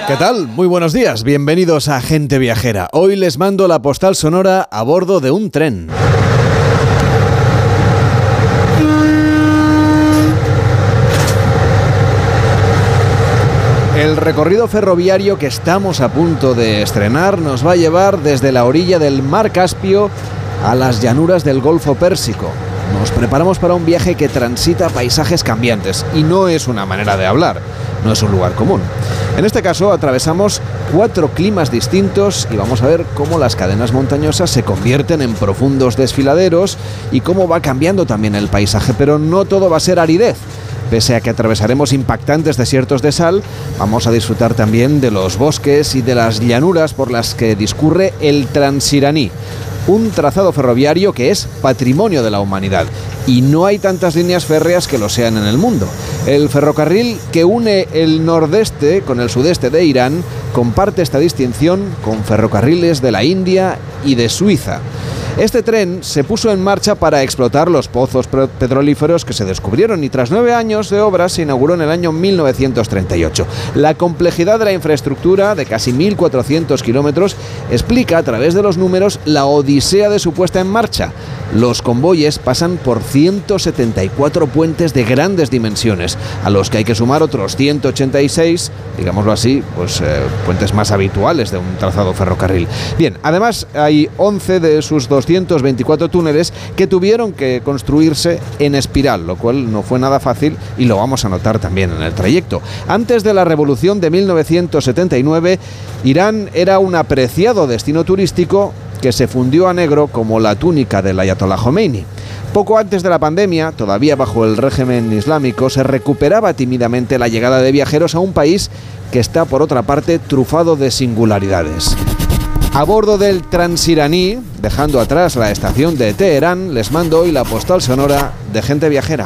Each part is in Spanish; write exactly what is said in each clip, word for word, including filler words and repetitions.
¿Qué tal? Muy buenos días, bienvenidos a Gente Viajera. Hoy les mando la postal sonora a bordo de un tren. El recorrido ferroviario que estamos a punto de estrenar nos va a llevar desde la orilla del Mar Caspio a las llanuras del Golfo Pérsico. Nos preparamos para un viaje que transita paisajes cambiantes y no es una manera de hablar, no es un lugar común. En este caso atravesamos cuatro climas distintos y vamos a ver cómo las cadenas montañosas se convierten en profundos desfiladeros y cómo va cambiando también el paisaje, pero no todo va a ser aridez. Pese a que atravesaremos impactantes desiertos de sal, vamos a disfrutar también de los bosques y de las llanuras por las que discurre el Transiraní, un trazado ferroviario que es patrimonio de la humanidad. Y no hay tantas líneas férreas que lo sean en el mundo. El ferrocarril que une el nordeste con el sudeste de Irán comparte esta distinción con ferrocarriles de la India y de Suiza. Este tren se puso en marcha para explotar los pozos petrolíferos que se descubrieron y tras nueve años de obras se inauguró en el año mil novecientos treinta y ocho. La complejidad de la infraestructura, de casi mil cuatrocientos kilómetros, explica a través de los números la odisea de su puesta en marcha. Los convoyes pasan por ciento setenta y cuatro puentes de grandes dimensiones, a los que hay que sumar otros ciento ochenta y seis, digámoslo así, pues eh, puentes más habituales de un trazado ferrocarril. Bien, además hay once de sus doscientos veinticuatro túneles que tuvieron que construirse en espiral, lo cual no fue nada fácil y lo vamos a notar también en el trayecto. Antes de la revolución de mil novecientos setenta y nueve, Irán era un apreciado destino turístico que se fundió a negro como la túnica del Ayatollah Khomeini. Poco antes de la pandemia, todavía bajo el régimen islámico, se recuperaba tímidamente la llegada de viajeros a un país que está, por otra parte, trufado de singularidades. A bordo del Transiraní, dejando atrás la estación de Teherán, les mando hoy la postal sonora de Gente Viajera.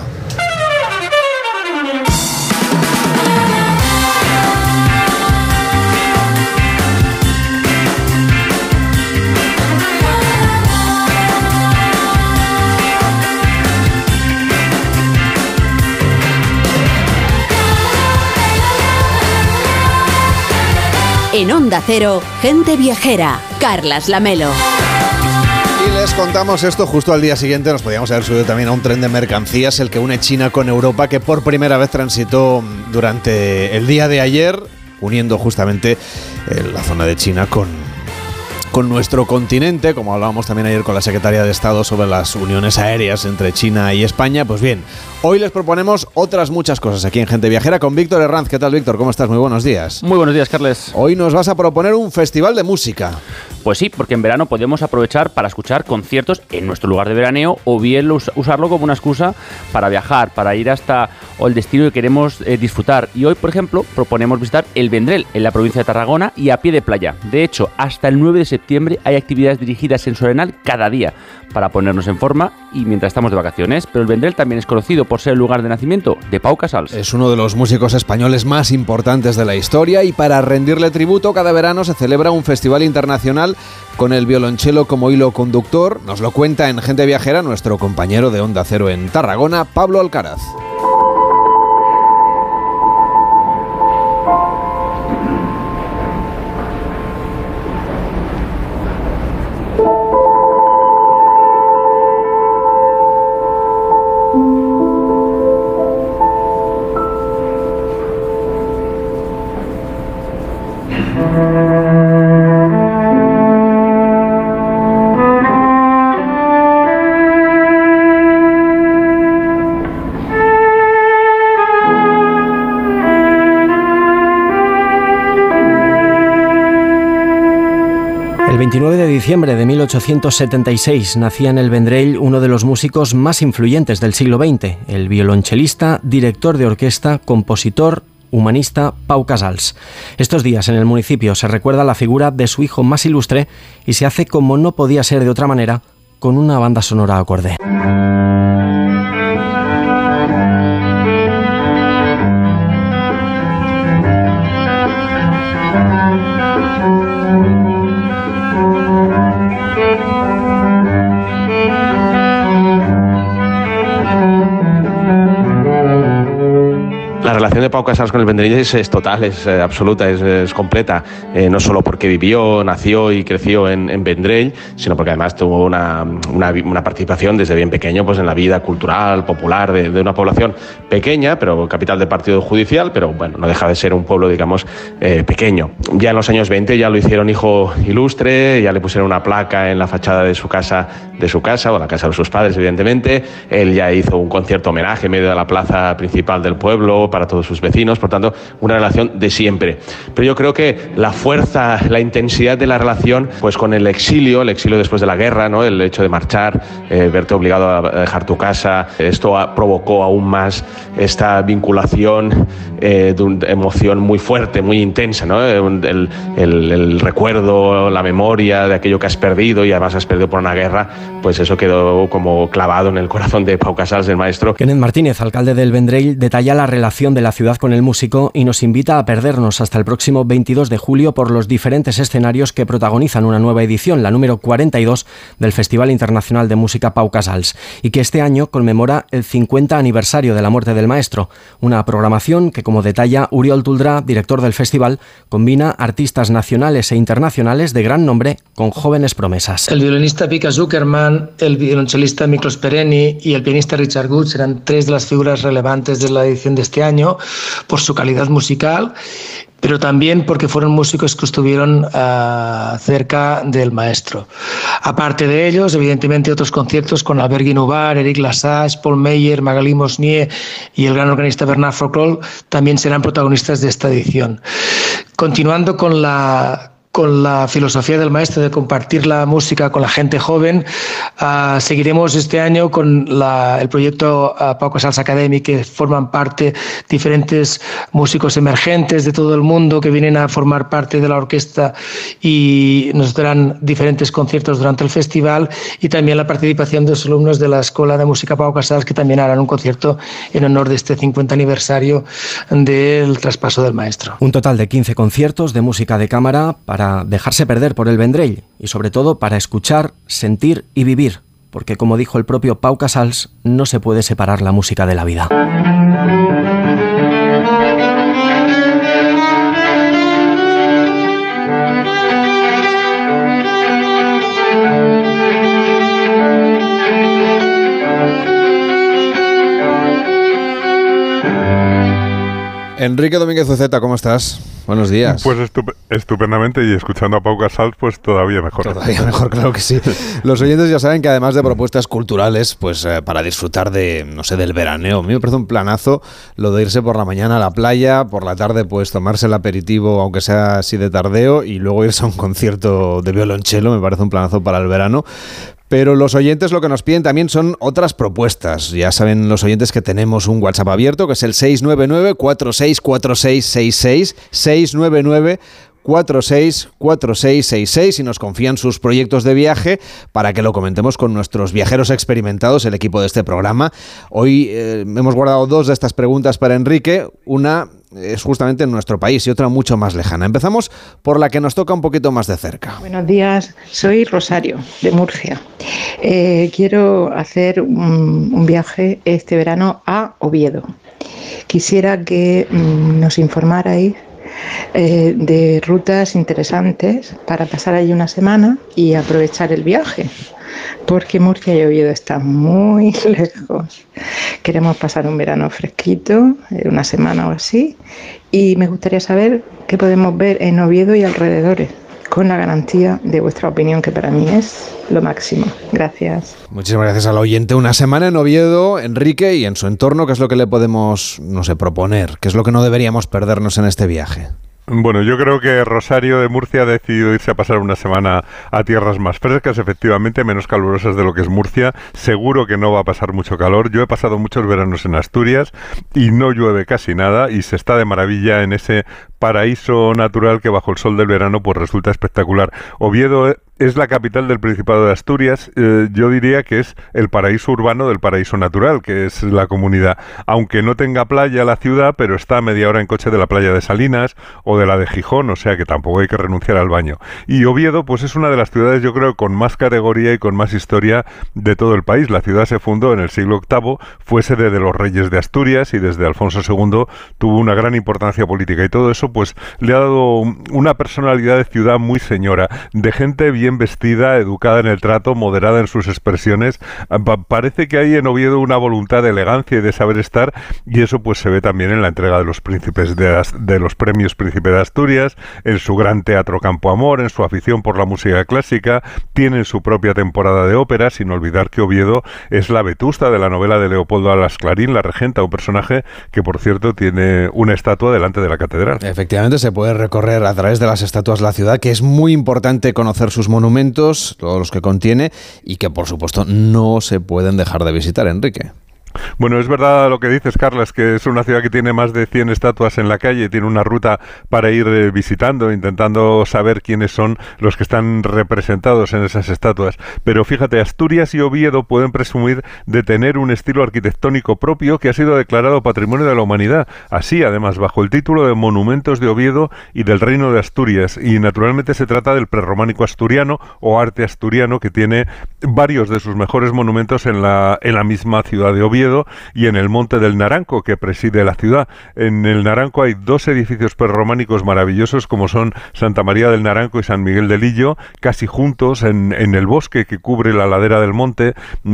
En Onda Cero, Gente Viajera, Carlas Lamelo. Y les contamos esto justo al día siguiente. Nos podíamos haber subido también a un tren de mercancías, el que une China con Europa, que por primera vez transitó durante el día de ayer, uniendo justamente la zona de China con, con nuestro continente, como hablábamos también ayer con la secretaria de Estado sobre las uniones aéreas entre China y España. Pues bien, hoy les proponemos otras muchas cosas aquí en Gente Viajera con Víctor Herranz. ¿Qué tal, Víctor? ¿Cómo estás? Muy buenos días. Muy buenos días, Carles. Hoy nos vas a proponer un festival de música. Pues sí, porque en verano podemos aprovechar para escuchar conciertos en nuestro lugar de veraneo o bien us- usarlo como una excusa para viajar, para ir hasta o el destino que queremos eh, disfrutar. Y hoy, por ejemplo, proponemos visitar el Vendrell en la provincia de Tarragona y a pie de playa. De hecho, hasta el nueve de septiembre hay actividades dirigidas en Sorenal cada día para ponernos en forma y mientras estamos de vacaciones. Pero el Vendrell también es conocido por ser el lugar de nacimiento de Pau Casals. Es uno de los músicos españoles más importantes de la historia y para rendirle tributo cada verano se celebra un festival internacional con el violonchelo como hilo conductor. Nos lo cuenta en Gente Viajera nuestro compañero de Onda Cero en Tarragona, Pablo Alcaraz. El veintinueve de diciembre de mil ochocientos setenta y seis nacía en el Vendrell uno de los músicos más influyentes del siglo veinte, el violonchelista, director de orquesta, compositor, humanista Pau Casals. Estos días en el municipio se recuerda la figura de su hijo más ilustre y se hace, como no podía ser de otra manera, con una banda sonora acorde. La relación de Pau Casals con el Vendrell es, es total, es eh, absoluta, es, es completa, eh, no solo porque vivió, nació y creció en, en Vendrell, sino porque además tuvo una, una, una participación desde bien pequeño pues, en la vida cultural, popular de, de una población pequeña, pero capital del partido judicial, pero bueno, no deja de ser un pueblo, digamos, eh, pequeño. Ya en los años veinte ya lo hicieron hijo ilustre, ya le pusieron una placa en la fachada de su casa, de su casa o la casa de sus padres, evidentemente. Él ya hizo un concierto homenaje en medio de la plaza principal del pueblo para todos sus vecinos, por tanto, una relación de siempre. Pero yo creo que la fuerza, la intensidad de la relación, pues con el exilio, el exilio después de la guerra, ¿no? El hecho de marchar, eh, verte obligado a dejar tu casa, esto provocó aún más esta vinculación eh, de una emoción muy fuerte, muy intensa, ¿no? El, el, el recuerdo, la memoria de aquello que has perdido y además has perdido por una guerra, pues eso quedó como clavado en el corazón de Pau Casals, del maestro. Kenneth Martínez, alcalde del Vendrell, detalla la relación de la ciudad con el músico y nos invita a perdernos hasta el próximo veintidós de julio por los diferentes escenarios que protagonizan una nueva edición, la número cuarenta y dos del Festival Internacional de Música Pau Casals, y que este año conmemora el cincuenta aniversario de la muerte del maestro. Una programación que, como detalla Uriol Tuldrá, director del festival, combina artistas nacionales e internacionales de gran nombre con jóvenes promesas. El violinista Pika Zuckerman, el violonchelista Miklos Pereni y el pianista Richard Good serán tres de las figuras relevantes de la edición de este año por su calidad musical, pero también porque fueron músicos que estuvieron uh, cerca del maestro. Aparte de ellos, evidentemente, otros conciertos con Albert Guinovar, Eric Lassage, Paul Meyer, Magali Mosnier y el gran organista Bernard Frockroll también serán protagonistas de esta edición. Continuando con la con la filosofía del maestro de compartir la música con la gente joven, uh, seguiremos este año con la, el proyecto uh, Pau Casals Academy, que forman parte diferentes músicos emergentes de todo el mundo que vienen a formar parte de la orquesta y nos darán diferentes conciertos durante el festival, y también la participación de los alumnos de la Escuela de Música Pau Casals, que también harán un concierto en honor de este cincuenta aniversario del traspaso del maestro. Un total de quince conciertos de música de cámara para dejarse perder por el Vendrell y sobre todo para escuchar, sentir y vivir, porque como dijo el propio Pau Casals, no se puede separar la música de la vida. Enrique Domínguez Uceta, ¿cómo estás? Buenos días. Pues estup- estupendamente, y escuchando a Pau Casals, pues todavía mejor. Todavía mejor, claro que sí. Los oyentes ya saben que además de propuestas culturales, pues eh, para disfrutar de, no sé, del veraneo, a mí me parece un planazo lo de irse por la mañana a la playa, por la tarde pues tomarse el aperitivo, aunque sea así de tardeo, y luego irse a un concierto de violonchelo, me parece un planazo para el verano. Pero los oyentes lo que nos piden también son otras propuestas. Ya saben los oyentes que tenemos un WhatsApp abierto, que es el seis nueve nueve, cuatro seis cuatro seis seis seis, seis nueve nueve, cuatro seis cuatro seis seis seis, y nos confían sus proyectos de viaje para que lo comentemos con nuestros viajeros experimentados, el equipo de este programa. Hoy eh, hemos guardado dos de estas preguntas para Enrique. Una es justamente en nuestro país y otra mucho más lejana. Empezamos por la que nos toca un poquito más de cerca. Buenos días, soy Rosario, de Murcia. Eh, quiero hacer un, un viaje este verano a Oviedo. Quisiera que mm, nos informarais eh, de rutas interesantes para pasar allí una semana y aprovechar el viaje, porque Murcia y Oviedo están muy lejos. Queremos pasar un verano fresquito, una semana o así, y me gustaría saber qué podemos ver en Oviedo y alrededores, con la garantía de vuestra opinión, que para mí es lo máximo. Gracias. Muchísimas gracias al oyente. Una semana en Oviedo, Enrique, y en su entorno, ¿qué es lo que le podemos, no sé, proponer? ¿Qué es lo que no deberíamos perdernos en este viaje? Bueno, yo creo que Rosario de Murcia ha decidido irse a pasar una semana a tierras más frescas, efectivamente, menos calurosas de lo que es Murcia. Seguro que no va a pasar mucho calor. Yo he pasado muchos veranos en Asturias y no llueve casi nada, y se está de maravilla en ese paraíso natural que bajo el sol del verano pues resulta espectacular. Oviedo es la capital del Principado de Asturias. Eh, yo diría que es el paraíso urbano del paraíso natural, que es la comunidad. Aunque no tenga playa la ciudad, pero está a media hora en coche de la playa de Salinas o de la de Gijón, o sea que tampoco hay que renunciar al baño. Y Oviedo, pues es una de las ciudades, yo creo, con más categoría y con más historia de todo el país. La ciudad se fundó en el siglo octavo, fue sede de los reyes de Asturias y desde Alfonso segundo tuvo una gran importancia política. Y todo eso, pues, le ha dado una personalidad de ciudad muy señora, de gente bien bien vestida, educada en el trato, moderada en sus expresiones. Pa- parece que hay en Oviedo una voluntad de elegancia y de saber estar, y eso pues se ve también en la entrega de los príncipes de, As- de los premios Príncipe de Asturias, en su gran teatro Campo Amor, en su afición por la música clásica. Tienen su propia temporada de ópera, sin olvidar que Oviedo es la Vetusta de la novela de Leopoldo Alas Clarín, la regenta, un personaje que por cierto tiene una estatua delante de la catedral. Efectivamente, se puede recorrer a través de las estatuas la ciudad, que es muy importante conocer sus monumentos, todos los que contiene, y que por supuesto no se pueden dejar de visitar, Enrique. Bueno, es verdad lo que dices, Carlas, que es una ciudad que tiene más de cien estatuas en la calle, tiene una ruta para ir eh, visitando, intentando saber quiénes son los que están representados en esas estatuas. Pero fíjate, Asturias y Oviedo pueden presumir de tener un estilo arquitectónico propio que ha sido declarado Patrimonio de la Humanidad. Así, además, bajo el título de Monumentos de Oviedo y del Reino de Asturias. Y naturalmente se trata del prerrománico asturiano o arte asturiano, que tiene varios de sus mejores monumentos en la, en la misma ciudad de Oviedo y en el Monte del Naranco, que preside la ciudad. En el Naranco hay dos edificios prerrománicos maravillosos, como son Santa María del Naranco y San Miguel del Illo, casi juntos en, en el bosque que cubre la ladera del monte.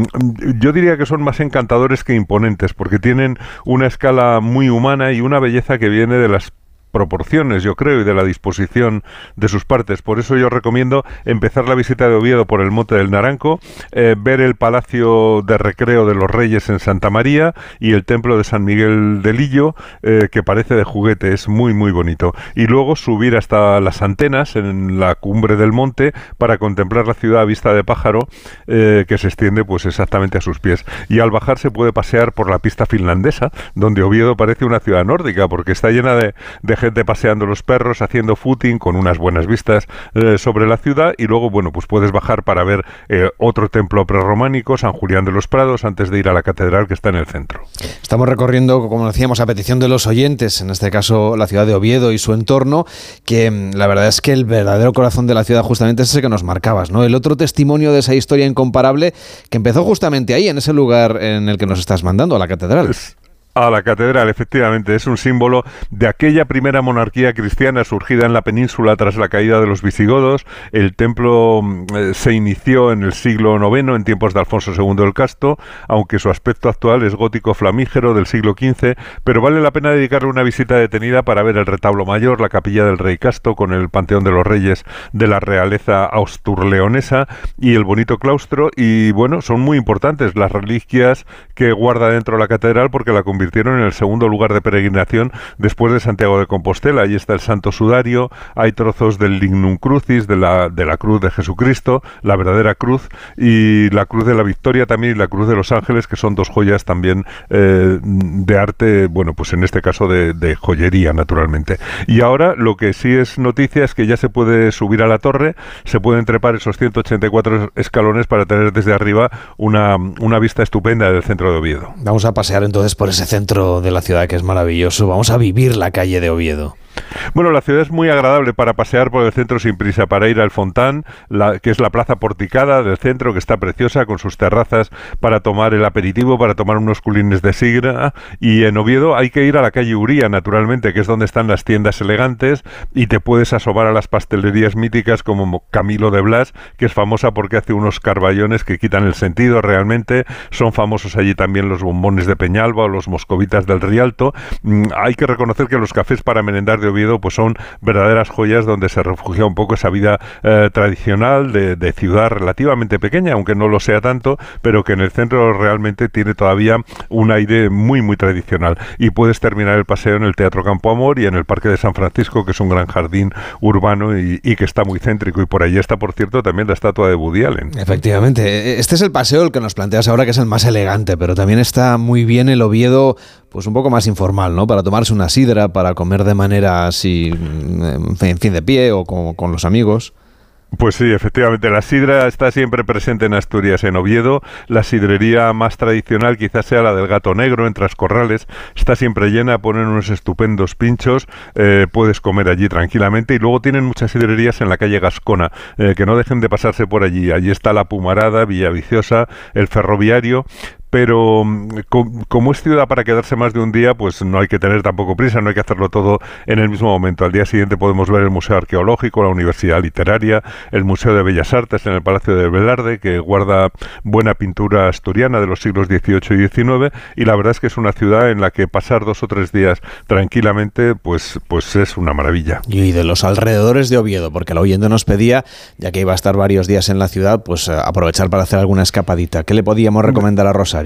Yo diría que son más encantadores que imponentes, porque tienen una escala muy humana y una belleza que viene de las proporciones, yo creo, y de la disposición de sus partes. Por eso yo recomiendo empezar la visita de Oviedo por el Monte del Naranco, eh, ver el Palacio de Recreo de los Reyes en Santa María y el Templo de San Miguel del Illo, eh, que parece de juguete, es muy muy bonito. Y luego subir hasta las antenas en la cumbre del monte para contemplar la ciudad a vista de pájaro, eh, que se extiende pues exactamente a sus pies. Y al bajar se puede pasear por la pista finlandesa, donde Oviedo parece una ciudad nórdica, porque está llena de, de gente paseando los perros, haciendo footing con unas buenas vistas eh, sobre la ciudad. Y luego, bueno, pues puedes bajar para ver eh, otro templo prerrománico, San Julián de los Prados, antes de ir a la catedral que está en el centro. Estamos recorriendo, como decíamos, a petición de los oyentes, en este caso la ciudad de Oviedo y su entorno, que la verdad es que el verdadero corazón de la ciudad justamente es ese que nos marcabas, ¿no? El otro testimonio de esa historia incomparable que empezó justamente ahí, en ese lugar en el que nos estás mandando, a la catedral. Es A la catedral, efectivamente, es un símbolo de aquella primera monarquía cristiana surgida en la península tras la caída de los visigodos. El templo eh, se inició en el siglo noveno, en tiempos de Alfonso segundo el Casto, aunque su aspecto actual es gótico flamígero del siglo quince, pero vale la pena dedicarle una visita detenida para ver el retablo mayor, la capilla del rey Casto con el panteón de los reyes de la realeza austurleonesa y el bonito claustro. Y bueno, son muy importantes las reliquias que guarda dentro la catedral, porque la convirtieron en el segundo lugar de peregrinación después de Santiago de Compostela. Ahí está el Santo Sudario, hay trozos del Lignum Crucis, de la, de la cruz de Jesucristo, la verdadera cruz, y la cruz de la Victoria también, y la cruz de los Ángeles, que son dos joyas también eh, de arte, bueno, pues en este caso de, de joyería, naturalmente. Y ahora lo que sí es noticia es que ya se puede subir a la torre, se pueden trepar esos ciento ochenta y cuatro escalones para tener desde arriba una, una vista estupenda del centro de Oviedo. Vamos a pasear entonces por ese centro de la ciudad, que es maravilloso. Vamos a vivir la calle de Oviedo. Bueno, la ciudad es muy agradable para pasear por el centro sin prisa, para ir al Fontán, la, que es la plaza porticada del centro, que está preciosa, con sus terrazas para tomar el aperitivo, para tomar unos culines de sidra. Y en Oviedo hay que ir a la calle Uría, naturalmente, que es donde están las tiendas elegantes, y te puedes asomar a las pastelerías míticas como Camilo de Blas, que es famosa porque hace unos carballones que quitan el sentido realmente. Son famosos allí también los bombones de Peñalba o los moscovitas del Rialto. Mm, hay que reconocer que los cafés para merendar de Oviedo pues son verdaderas joyas donde se refugia un poco esa vida eh, tradicional de, de ciudad relativamente pequeña, aunque no lo sea tanto, pero que en el centro realmente tiene todavía un aire muy muy tradicional. Y puedes terminar el paseo en el Teatro Campo Amor y en el Parque de San Francisco, que es un gran jardín urbano y, y que está muy céntrico, y por allí está, por cierto, también la estatua de Woody Allen. Efectivamente, este es el paseo el que nos planteas ahora, que es el más elegante, pero también está muy bien el Oviedo pues un poco más informal, ¿no? Para tomarse una sidra, para comer de manera así, en fin, de pie o con, con los amigos. Pues sí, efectivamente, la sidra está siempre presente en Asturias, en Oviedo. La sidrería más tradicional quizás sea la del Gato Negro, en Trascorrales. Está siempre llena, ponen unos estupendos pinchos, eh, puedes comer allí tranquilamente. Y luego tienen muchas sidrerías en la calle Gascona, eh, que no dejen de pasarse por allí. Allí está La Pumarada, Villaviciosa, el Ferroviario. Pero com, como es ciudad para quedarse más de un día, pues no hay que tener tampoco prisa, no hay que hacerlo todo en el mismo momento. Al día siguiente podemos ver el Museo Arqueológico, la Universidad Literaria, el Museo de Bellas Artes en el Palacio de Velarde, que guarda buena pintura asturiana de los siglos dieciocho y diecinueve, y la verdad es que es una ciudad en la que pasar dos o tres días tranquilamente, pues, pues es una maravilla. Y de los alrededores de Oviedo, porque el oyente nos pedía, ya que iba a estar varios días en la ciudad, pues aprovechar para hacer alguna escapadita. ¿Qué le podíamos recomendar a Rosario?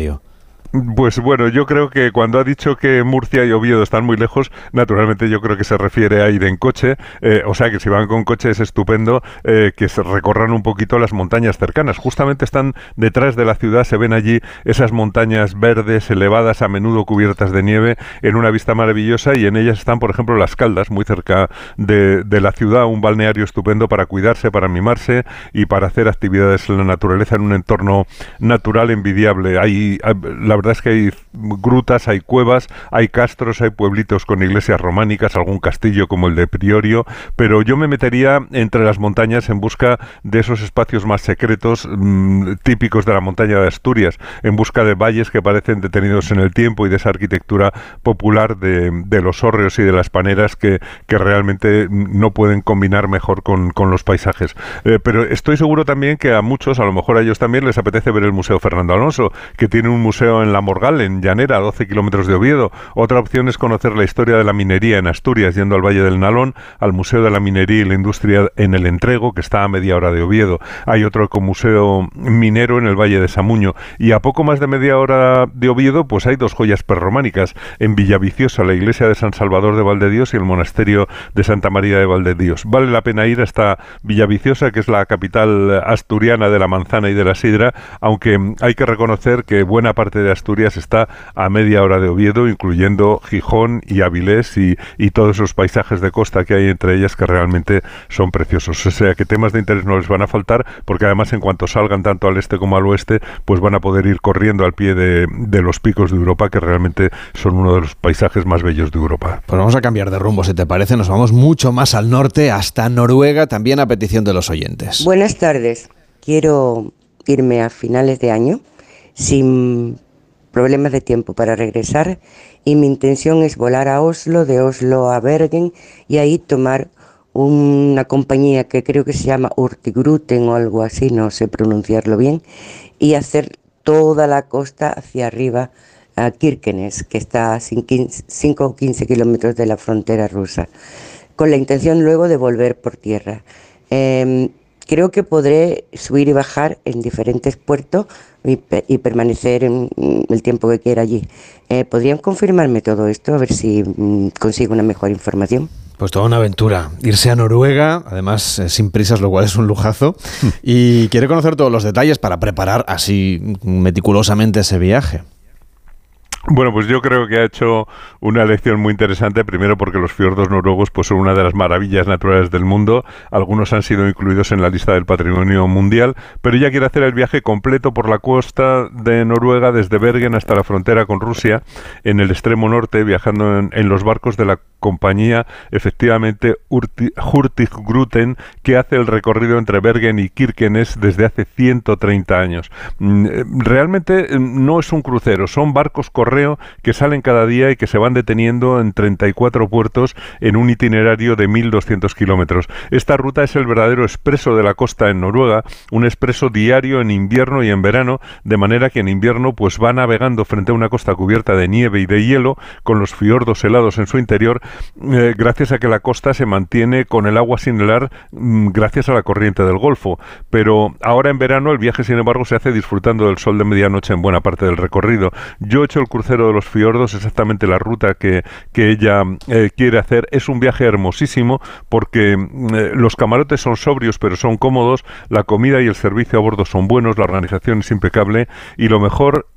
Pues bueno, yo creo que cuando ha dicho que Murcia y Oviedo están muy lejos, naturalmente yo creo que se refiere a ir en coche, eh, o sea que si van con coche es estupendo eh, que se recorran un poquito las montañas cercanas. Justamente están detrás de la ciudad, se ven allí esas montañas verdes, elevadas, a menudo cubiertas de nieve, en una vista maravillosa, y en ellas están, por ejemplo, Las Caldas, muy cerca de, de la ciudad, un balneario estupendo para cuidarse, para mimarse y para hacer actividades en la naturaleza en un entorno natural envidiable. Hay, la verdad es que hay grutas, hay cuevas, hay castros, hay pueblitos con iglesias románicas, algún castillo como el de Priorio, pero yo me metería entre las montañas en busca de esos espacios más secretos, mmm, típicos de la montaña de Asturias, en busca de valles que parecen detenidos en el tiempo y de esa arquitectura popular de, de los hórreos y de las paneras que, que realmente no pueden combinar mejor con, con los paisajes. Eh, pero estoy seguro también que a muchos, a lo mejor a ellos también, les apetece ver el Museo Fernando Alonso, que tiene un museo en La Morgal, en Llanera, a doce kilómetros de Oviedo. Otra opción es conocer la historia de la minería en Asturias, yendo al Valle del Nalón, al Museo de la Minería y la Industria en el Entrego, que está a media hora de Oviedo. Hay otro ecomuseo minero en el Valle de Samuño. Y a poco más de media hora de Oviedo, pues hay dos joyas prerrománicas. En Villaviciosa, la iglesia de San Salvador de Valdedios y el monasterio de Santa María de Valdedios. Vale la pena ir hasta Villaviciosa, que es la capital asturiana de la manzana y de la sidra, aunque hay que reconocer que buena parte de Asturias está a media hora de Oviedo, incluyendo Gijón y Avilés y, y todos esos paisajes de costa que hay entre ellas que realmente son preciosos. O sea que temas de interés no les van a faltar, porque además en cuanto salgan tanto al este como al oeste, pues van a poder ir corriendo al pie de, de los picos de Europa, que realmente son uno de los paisajes más bellos de Europa. Pues vamos a cambiar de rumbo, si te parece. Nos vamos mucho más al norte, hasta Noruega, también a petición de los oyentes. Buenas tardes. Quiero irme a finales de año sin problemas de tiempo para regresar, y mi intención es volar a Oslo, de Oslo a Bergen, y ahí tomar una compañía que creo que se llama Hurtigruten o algo así, no sé pronunciarlo bien, y hacer toda la costa hacia arriba a Kirkenes, que está a cinco o quince kilómetros de la frontera rusa, con la intención luego de volver por tierra. Eh, Creo que podré subir y bajar en diferentes puertos y, y permanecer en el tiempo que quiera allí. Eh, ¿Podrían confirmarme todo esto? A ver si mm, consigo una mejor información. Pues toda una aventura. Irse a Noruega, además eh, sin prisas, lo cual es un lujazo. Y quiere conocer todos los detalles para preparar así meticulosamente ese viaje. Bueno, pues yo creo que ha hecho una elección muy interesante, primero porque los fiordos noruegos pues son una de las maravillas naturales del mundo, algunos han sido incluidos en la lista del patrimonio mundial, pero ella quiere hacer el viaje completo por la costa de Noruega, desde Bergen hasta la frontera con Rusia, en el extremo norte, viajando en, en los barcos de la compañía, efectivamente, Hurtigruten, que hace el recorrido entre Bergen y Kirkenes desde hace ciento treinta años. Realmente no es un crucero, son barcos correos que salen cada día y que se van deteniendo en treinta y cuatro puertos en un itinerario de mil doscientos kilómetros. Esta ruta es el verdadero expreso de la costa en Noruega, un expreso diario en invierno y en verano, de manera que en invierno pues va navegando frente a una costa cubierta de nieve y de hielo, con los fiordos helados en su interior, eh, gracias a que la costa se mantiene con el agua sin helar, mmm, gracias a la corriente del Golfo. Pero ahora en verano el viaje, sin embargo, se hace disfrutando del sol de medianoche en buena parte del recorrido. Yo he hecho el crucero de los fiordos, exactamente la ruta que, que ella eh, quiere hacer. Es un viaje hermosísimo porque eh, los camarotes son sobrios pero son cómodos, la comida y el servicio a bordo son buenos, la organización es impecable y lo mejor,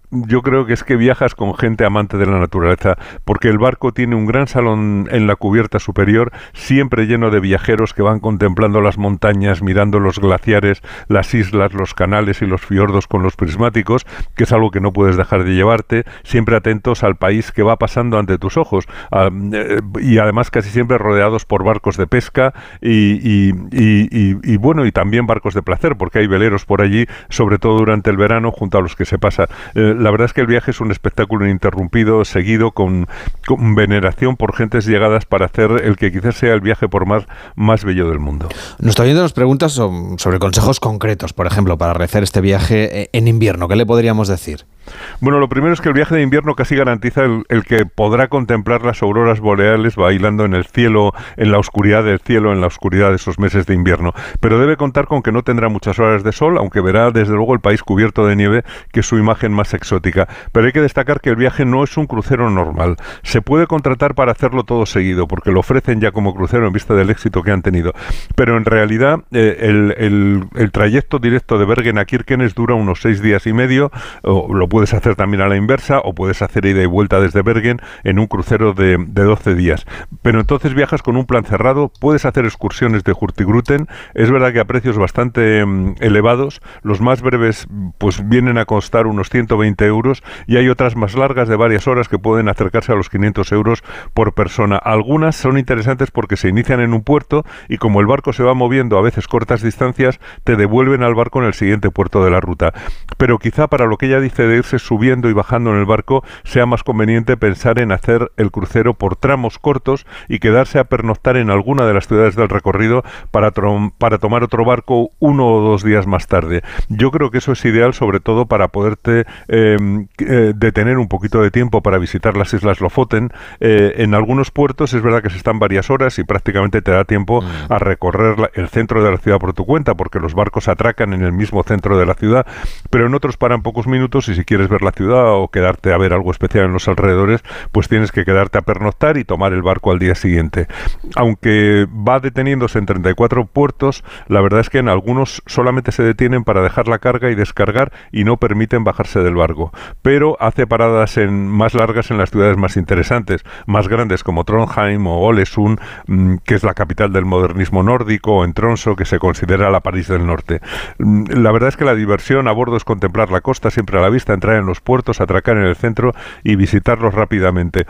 yo creo que es que viajas con gente amante de la naturaleza, porque el barco tiene un gran salón en la cubierta superior, siempre lleno de viajeros que van contemplando las montañas, mirando los glaciares, las islas, los canales y los fiordos con los prismáticos, que es algo que no puedes dejar de llevarte, siempre atentos al país que va pasando ante tus ojos, uh, eh, y además casi siempre rodeados por barcos de pesca y, y, y, y, y bueno, y también barcos de placer, porque hay veleros por allí, sobre todo durante el verano, junto a los que se pasa. Eh, la verdad es que el viaje es un espectáculo ininterrumpido, seguido, con, con veneración por gentes llegadas para hacer el que quizás sea el viaje por mar más bello del mundo. Nuestro oyente nos pregunta sobre consejos concretos, por ejemplo, para realizar este viaje en invierno. ¿Qué le podríamos decir? Bueno, lo primero es que el viaje de invierno casi garantiza el, el que podrá contemplar las auroras boreales bailando en el cielo, en la oscuridad del cielo, en la oscuridad de esos meses de invierno. Pero debe contar con que no tendrá muchas horas de sol, aunque verá desde luego el país cubierto de nieve, que es su imagen más exótica. Pero hay que destacar que el viaje no es un crucero normal. Se puede contratar para hacerlo todo seguido, porque lo ofrecen ya como crucero en vista del éxito que han tenido. Pero en realidad eh, el, el, el trayecto directo de Bergen a Kirkenes dura unos seis días y medio, o lo puede Puedes hacer también a la inversa, o puedes hacer ida y vuelta desde Bergen en un crucero de, de doce días. Pero entonces viajas con un plan cerrado, puedes hacer excursiones de Hurtigruten, es verdad que a precios bastante um, elevados, los más breves pues vienen a costar unos ciento veinte euros, y hay otras más largas de varias horas que pueden acercarse a los quinientos euros por persona. Algunas son interesantes porque se inician en un puerto, y como el barco se va moviendo a veces cortas distancias, te devuelven al barco en el siguiente puerto de la ruta. Pero quizá para lo que ella dice de irse subiendo y bajando en el barco, sea más conveniente pensar en hacer el crucero por tramos cortos y quedarse a pernoctar en alguna de las ciudades del recorrido para, para tomar otro barco uno o dos días más tarde. Yo creo que eso es ideal, sobre todo para poderte eh, eh, detener un poquito de tiempo para visitar las islas Lofoten. Eh, en algunos puertos es verdad que se están varias horas y prácticamente te da tiempo mm. a recorrer la, el centro de la ciudad por tu cuenta, porque los barcos atracan en el mismo centro de la ciudad, pero en otros paran pocos minutos, y si quieres ver la ciudad o quedarte a ver algo especial en los alrededores, pues tienes que quedarte a pernoctar y tomar el barco al día siguiente. Aunque va deteniéndose en treinta y cuatro puertos, la verdad es que en algunos solamente se detienen para dejar la carga y descargar, y no permiten bajarse del barco. Pero hace paradas en, más largas en las ciudades más interesantes, más grandes, como Trondheim o Ålesund, mmm, que es la capital del modernismo nórdico, o en Tromsø, que se considera la París del Norte. Mm, la verdad es que la diversión a bordo es contemplar la costa siempre a la vista, entrar en los puertos, atracar en el centro y visitarlos rápidamente.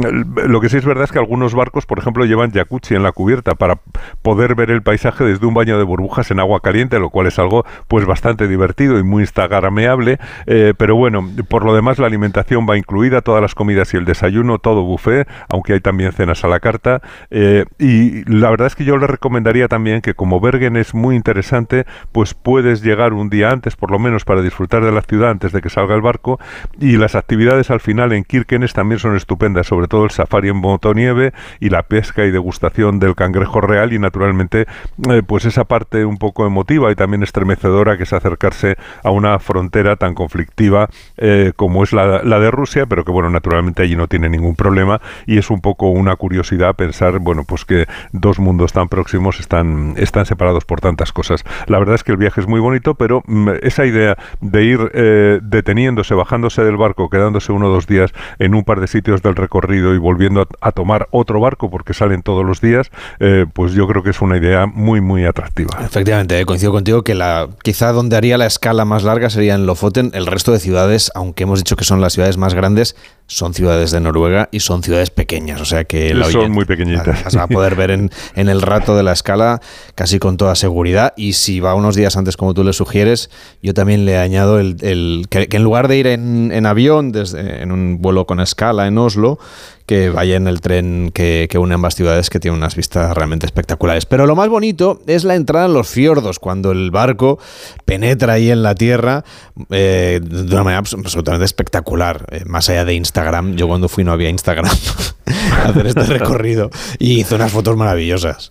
Lo que sí es verdad es que algunos barcos, por ejemplo, llevan jacuzzi en la cubierta para poder ver el paisaje desde un baño de burbujas en agua caliente, lo cual es algo pues bastante divertido y muy instagrameable, eh, pero bueno, por lo demás la alimentación va incluida, todas las comidas y el desayuno, todo buffet, aunque hay también cenas a la carta, eh, y la verdad es que yo le recomendaría también que, como Bergen es muy interesante, pues puedes llegar un día antes, por lo menos, para disfrutar de la ciudad antes de que salga el barco, y las actividades al final en Kirkenes también son estupendas, sobre todo el safari en motonieve y la pesca y degustación del cangrejo real, y naturalmente eh, pues esa parte un poco emotiva y también estremecedora que es acercarse a una frontera tan conflictiva eh, como es la, la de Rusia, pero que bueno, naturalmente allí no tiene ningún problema, y es un poco una curiosidad pensar, bueno, pues que dos mundos tan próximos están, están separados por tantas cosas. La verdad es que el viaje es muy bonito, pero mm, esa idea de ir eh, deteniéndose, bajándose del barco, quedándose uno o dos días en un par de sitios del recorrido y volviendo a, a tomar otro barco porque salen todos los días, eh, pues yo creo que es una idea muy, muy atractiva. Efectivamente, eh, coincido contigo que la quizá donde haría la escala más larga sería en Lofoten. El resto de ciudades, aunque hemos dicho que son las ciudades más grandes, son ciudades de Noruega y son ciudades pequeñas, o sea que la son oyente, muy pequeñitas. Las va a poder ver en, en el rato de la escala casi con toda seguridad, y si va unos días antes, como tú le sugieres, yo también le añado el, el que, que en lugar de ir en, en avión, desde, en un vuelo con escala en Oslo, que vaya en el tren que, que une ambas ciudades, que tiene unas vistas realmente espectaculares. Pero lo más bonito es la entrada en los fiordos, cuando el barco penetra ahí en la tierra eh, de una manera absolutamente espectacular. Eh, más allá de Instagram, yo cuando fui no había Instagram a hacer este recorrido, y hizo unas fotos maravillosas.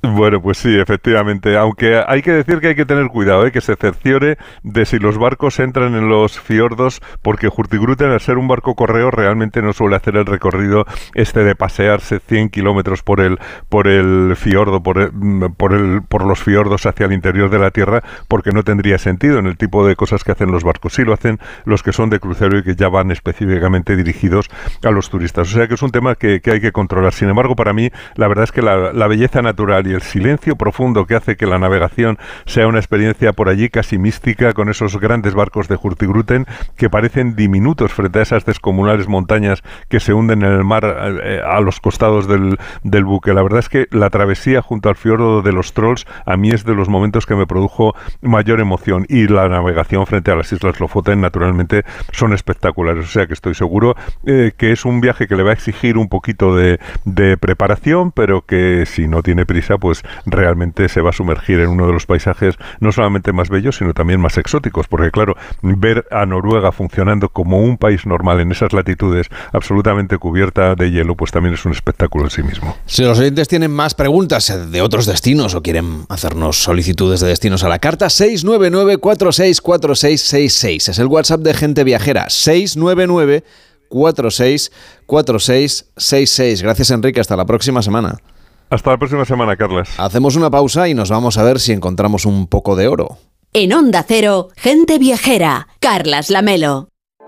Bueno, pues sí, efectivamente, aunque hay que decir que hay que tener cuidado, ¿eh? Que se cerciore de si los barcos entran en los fiordos, porque Hurtigruten, al ser un barco correo, realmente no suele hacer el recorrido este de pasearse cien kilómetros por el por el fiordo, por el, por el por los fiordos hacia el interior de la tierra, porque no tendría sentido en el tipo de cosas que hacen los barcos. Sí lo hacen los que son de crucero y que ya van específicamente dirigidos a los turistas. O sea que es un tema que, que hay que controlar. Sin embargo, para mí, la verdad es que la, la belleza natural y el silencio profundo que hace que la navegación sea una experiencia por allí casi mística, con esos grandes barcos de Hurtigruten que parecen diminutos frente a esas descomunales montañas que se hunden en el mar eh, a los costados del, del buque. La verdad es que la travesía junto al fiordo de los Trolls a mí es de los momentos que me produjo mayor emoción, y la navegación frente a las Islas Lofoten naturalmente son espectaculares. O sea que estoy seguro eh, que es un viaje que le va a exigir un poquito de, de preparación, pero que si no tiene prisa, pues realmente se va a sumergir en uno de los paisajes no solamente más bellos, sino también más exóticos, porque claro, ver a Noruega funcionando como un país normal en esas latitudes absolutamente cubierta de hielo, pues también es un espectáculo en sí mismo. Si los oyentes tienen más preguntas de otros destinos o quieren hacernos solicitudes de destinos a la carta, seis nueve nueve, cuatro seis cuatro seis seis seis es el WhatsApp de Gente Viajera, seis nueve nueve, cuatro seis cuatro seis seis seis. Gracias, Enrique, hasta la próxima semana. Hasta la próxima semana, Carlas. Hacemos una pausa y nos vamos a ver si encontramos un poco de oro. En Onda Cero, Gente Viajera, Carlas Lamelo.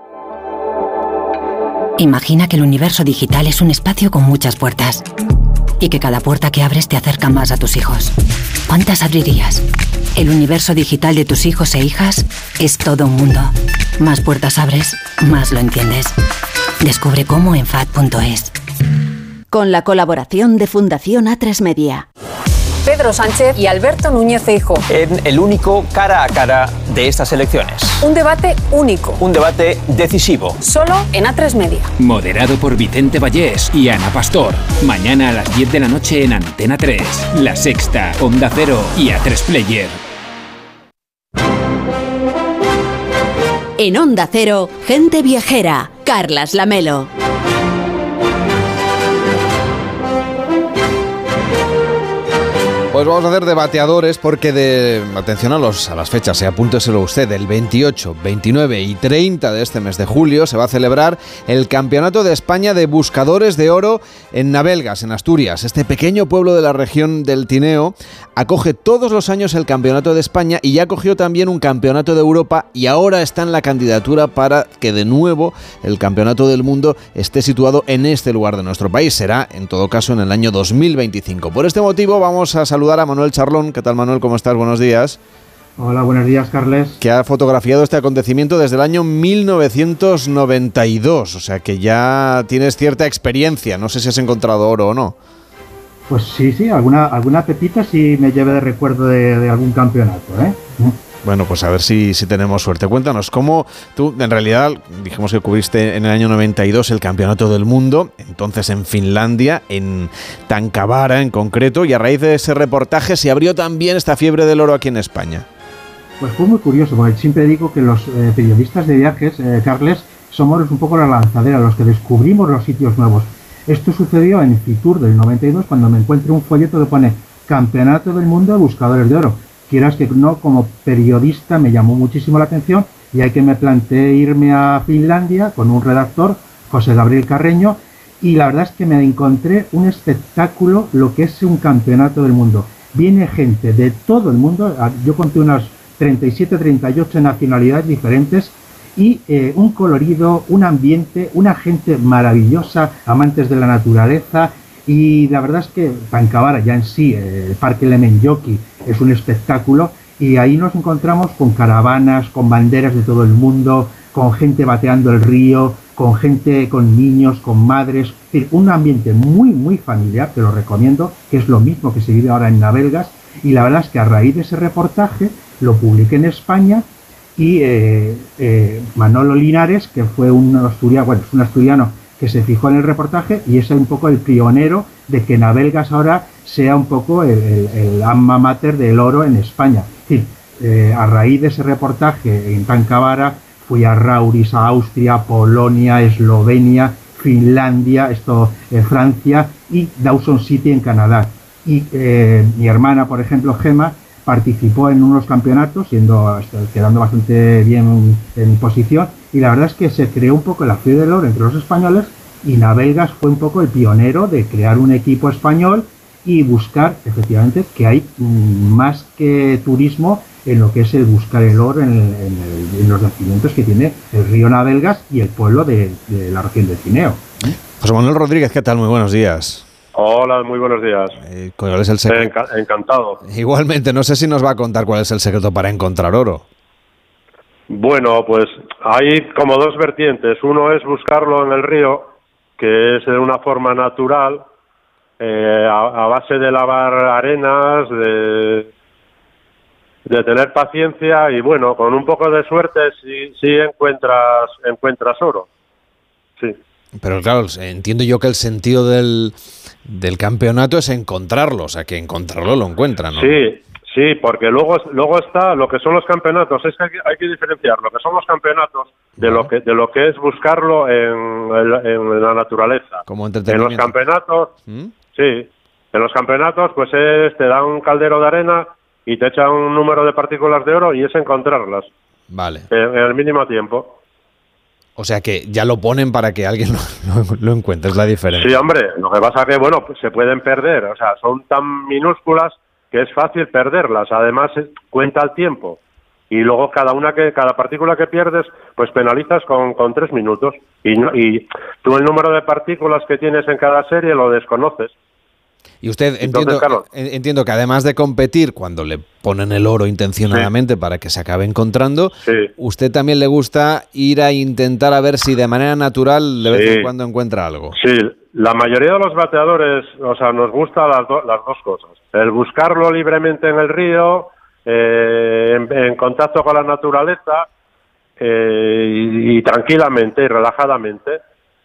Imagina que el universo digital es un espacio con muchas puertas y que cada puerta que abres te acerca más a tus hijos. ¿Cuántas abrirías? El universo digital de tus hijos e hijas es todo un mundo. Más puertas abres, más lo entiendes. Descubre cómo en F A D punto es. Con la colaboración de Fundación A tres Media. Pedro Sánchez y Alberto Núñez Feijóo. En el único cara a cara de estas elecciones. Un debate único. Un debate decisivo. Solo en A tres Media. Moderado por Vicente Vallés y Ana Pastor. Mañana a las diez de la noche en Antena tres, La Sexta, Onda Cero y A tres Player. En Onda Cero, Gente Viajera, Carlas Lamelo. Pues vamos a hacer debateadores porque de atención a, los, a las fechas, y apúnteselo usted, el veintiocho, veintinueve y treinta de este mes de julio se va a celebrar el Campeonato de España de Buscadores de Oro en Navelgas, en Asturias. Este pequeño pueblo de la región del Tineo acoge todos los años el Campeonato de España y ya acogió también un Campeonato de Europa, y ahora está en la candidatura para que de nuevo el Campeonato del Mundo esté situado en este lugar de nuestro país. Será, en todo caso, en el año dos mil veinticinco. Por este motivo vamos a saludar a Manuel Charlón. ¿Qué tal, Manuel? ¿Cómo estás? Buenos días. Hola, buenos días, Carles. Que ha fotografiado este acontecimiento desde el año mil novecientos noventa y dos, o sea que ya tienes cierta experiencia. No sé si has encontrado oro o no. Pues sí, sí, alguna, alguna pepita sí me lleve de recuerdo de, de algún campeonato, ¿eh? Bueno, pues a ver si, si tenemos suerte. Cuéntanos, ¿cómo tú, en realidad, dijimos que cubriste en el año noventa y dos el Campeonato del Mundo, entonces en Finlandia, en Tankavara en concreto, y a raíz de ese reportaje se abrió también esta fiebre del oro aquí en España? Pues fue muy curioso, porque siempre digo que los eh, periodistas de viajes, eh, Carles, somos un poco la lanzadera, los que descubrimos los sitios nuevos. Esto sucedió en Fitur del noventa y dos, cuando me encuentro un folleto que pone Campeonato del Mundo de Buscadores de Oro. Quieras que no, como periodista me llamó muchísimo la atención, y hay que me planteé irme a Finlandia con un redactor, José Gabriel Carreño, y la verdad es que me encontré un espectáculo, lo que es un campeonato del mundo. Viene gente de todo el mundo, yo conté unas treinta y siete, treinta y ocho nacionalidades diferentes, y eh, un colorido, un ambiente, una gente maravillosa, amantes de la naturaleza. Y la verdad es que Tankavara ya en sí, eh, el Parque Lemmenjoki, es un espectáculo, y ahí nos encontramos con caravanas, con banderas de todo el mundo, con gente bateando el río, con gente, con niños, con madres, es decir, un ambiente muy muy familiar, te lo recomiendo, que es lo mismo que se vive ahora en Navelgas. Y la verdad es que a raíz de ese reportaje lo publiqué en España, y eh, eh, Manolo Linares, que fue un asturiano, bueno, es un asturiano que se fijó en el reportaje, y es un poco el pionero de que Navelgas ahora sea un poco el, el, el alma mater del oro en España. Es decir, eh, a raíz de ese reportaje en Tankavara fui a Rauris, a Austria, Polonia, Eslovenia, Finlandia, esto, eh, Francia y Dawson City en Canadá. y eh, mi hermana, por ejemplo, Gema, participó en unos campeonatos, siendo quedando bastante bien en posición, y la verdad es que se creó un poco la fiebre del oro entre los españoles, y Navelgas fue un poco el pionero de crear un equipo español y buscar, efectivamente, que hay más que turismo en lo que es el buscar el oro en, el, en, el, en los yacimientos que tiene el río Navelgas y el pueblo de, de la región de Tineo. José Manuel Rodríguez, ¿qué tal? Muy buenos días. Hola, muy buenos días. Eh, ¿Cuál es el secreto? Enca- encantado. Igualmente, no sé si nos va a contar cuál es el secreto para encontrar oro. Bueno, pues hay como dos vertientes. Uno es buscarlo en el río, que es de una forma natural, eh, a, a base de lavar arenas, de, de tener paciencia y bueno, con un poco de suerte sí, sí encuentras, encuentras oro. Sí. Pero claro, entiendo yo que el sentido del, del campeonato es encontrarlo, o sea, que encontrarlo lo encuentran, ¿no? Sí, sí, porque luego luego está lo que son los campeonatos, es que hay, que hay que diferenciar lo que son los campeonatos de lo que de lo que es buscarlo en, en, en la naturaleza. Como En entretenimiento. los campeonatos, ¿Mm? sí, en los campeonatos pues es, te dan un caldero de arena y te echan un número de partículas de oro y es encontrarlas. Vale. En, en el mínimo tiempo. O sea que ya lo ponen para que alguien lo, lo, lo encuentre, es la diferencia. Sí, hombre, lo que pasa que, bueno, pues se pueden perder, o sea, son tan minúsculas que es fácil perderlas, además eh, cuenta el tiempo, y luego cada una que cada partícula que pierdes, pues penalizas con, con tres minutos, y, no, y tú el número de partículas que tienes en cada serie lo desconoces. Y usted, Entonces, entiendo, claro. entiendo que además de competir, cuando le ponen el oro intencionadamente sí. para que se acabe encontrando, sí. usted también le gusta ir a intentar a ver si de manera natural de vez sí. en cuando encuentra algo. Sí, la mayoría de los bateadores, o sea, nos gusta las, do, las dos cosas. El buscarlo libremente en el río, eh, en, en contacto con la naturaleza, eh, y, y tranquilamente y relajadamente.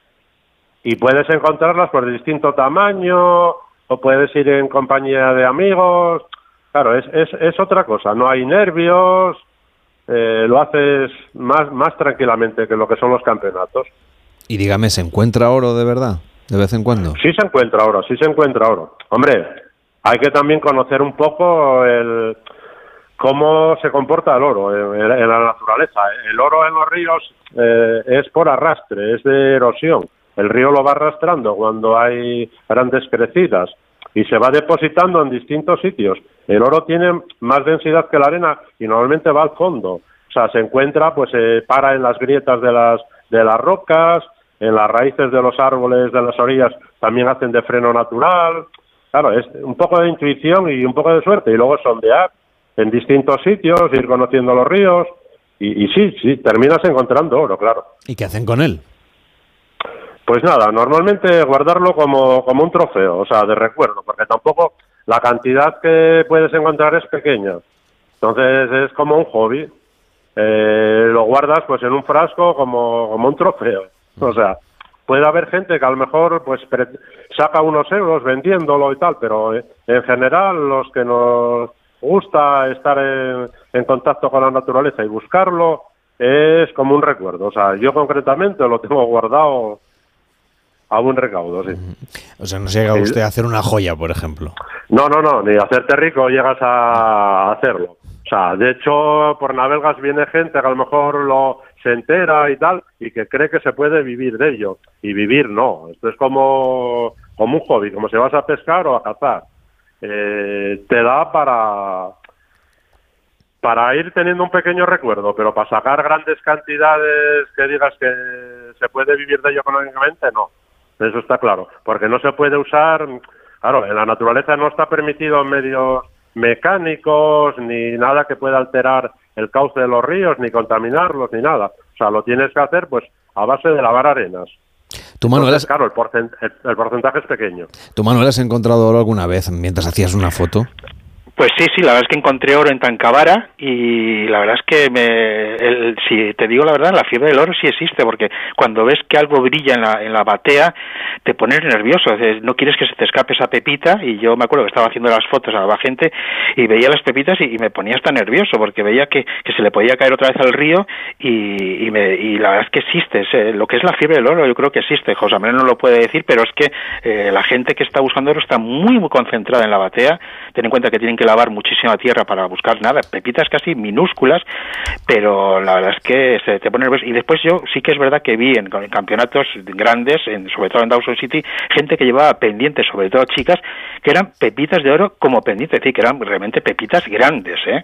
Y puedes encontrarlas por distinto tamaño, o puedes ir en compañía de amigos. Claro, es, es, es otra cosa, no hay nervios, eh, lo haces más, más tranquilamente que lo que son los campeonatos. Y dígame, ¿se encuentra oro de verdad, de vez en cuando? Sí se encuentra oro, sí se encuentra oro. Hombre, hay que también conocer un poco el cómo se comporta el oro en, en la naturaleza. El oro en los ríos eh, es por arrastre, es de erosión. El río lo va arrastrando cuando hay grandes crecidas y se va depositando en distintos sitios. El oro tiene más densidad que la arena y normalmente va al fondo. O sea, se encuentra, pues se para en las grietas de las de las rocas, en las raíces de los árboles de las orillas también hacen de freno natural. Claro, es un poco de intuición y un poco de suerte. Y luego sondear en distintos sitios, ir conociendo los ríos. Y, y sí, sí, terminas encontrando oro, claro. ¿Y qué hacen con él? Pues nada, normalmente guardarlo como, como un trofeo, o sea, de recuerdo, porque tampoco la cantidad que puedes encontrar es pequeña. Entonces es como un hobby. Eh, lo guardas pues en un frasco como, como un trofeo. O sea, puede haber gente que a lo mejor pues pre- saca unos euros vendiéndolo y tal, pero eh, en general los que nos gusta estar en, en contacto con la naturaleza y buscarlo es como un recuerdo. O sea, yo concretamente lo tengo guardado a buen recaudo, sí. O sea, no llega usted a hacer una joya, por ejemplo. No, no, no, ni hacerte rico llegas a hacerlo. O sea, de hecho, por Navelgas viene gente que a lo mejor lo se entera y tal, y que cree que se puede vivir de ello. Y vivir no. Esto es como, como un hobby, como si vas a pescar o a cazar. Eh, te da para... para ir teniendo un pequeño recuerdo, pero para sacar grandes cantidades que digas que se puede vivir de ello económicamente, no. Eso está claro, porque no se puede usar, claro, en la naturaleza no está permitido medios mecánicos, ni nada que pueda alterar el cauce de los ríos, ni contaminarlos, ni nada. O sea, lo tienes que hacer pues a base de lavar arenas. ¿Tú, Manuel, Entonces, claro, el, porcent- el, el porcentaje es pequeño. ¿Tú, Manuel, has encontrado oro alguna vez mientras hacías una foto? Pues sí, sí, la verdad es que encontré oro en Tancavara y la verdad es que, me, el, si te digo la verdad, la fiebre del oro sí existe, porque cuando ves que algo brilla en la, en la batea, te pones nervioso, no quieres que se te escape esa pepita, y yo me acuerdo que estaba haciendo las fotos a la gente y veía las pepitas y, y me ponía hasta nervioso porque veía que, que se le podía caer otra vez al río y, y, me, y la verdad es que existe, es, eh, lo que es la fiebre del oro yo creo que existe, José Manuel no lo puede decir, pero es que eh, la gente que está buscando oro está muy, muy concentrada en la batea, ten en cuenta que tienen que lavar muchísima tierra para buscar nada, pepitas casi minúsculas, pero la verdad es que se te pone nervioso. Y después yo sí que es verdad que vi en, en campeonatos grandes, en, sobre todo en Dawson City, gente que llevaba pendientes, sobre todo chicas, que eran pepitas de oro como pendientes, es decir, que eran realmente pepitas grandes, ¿eh?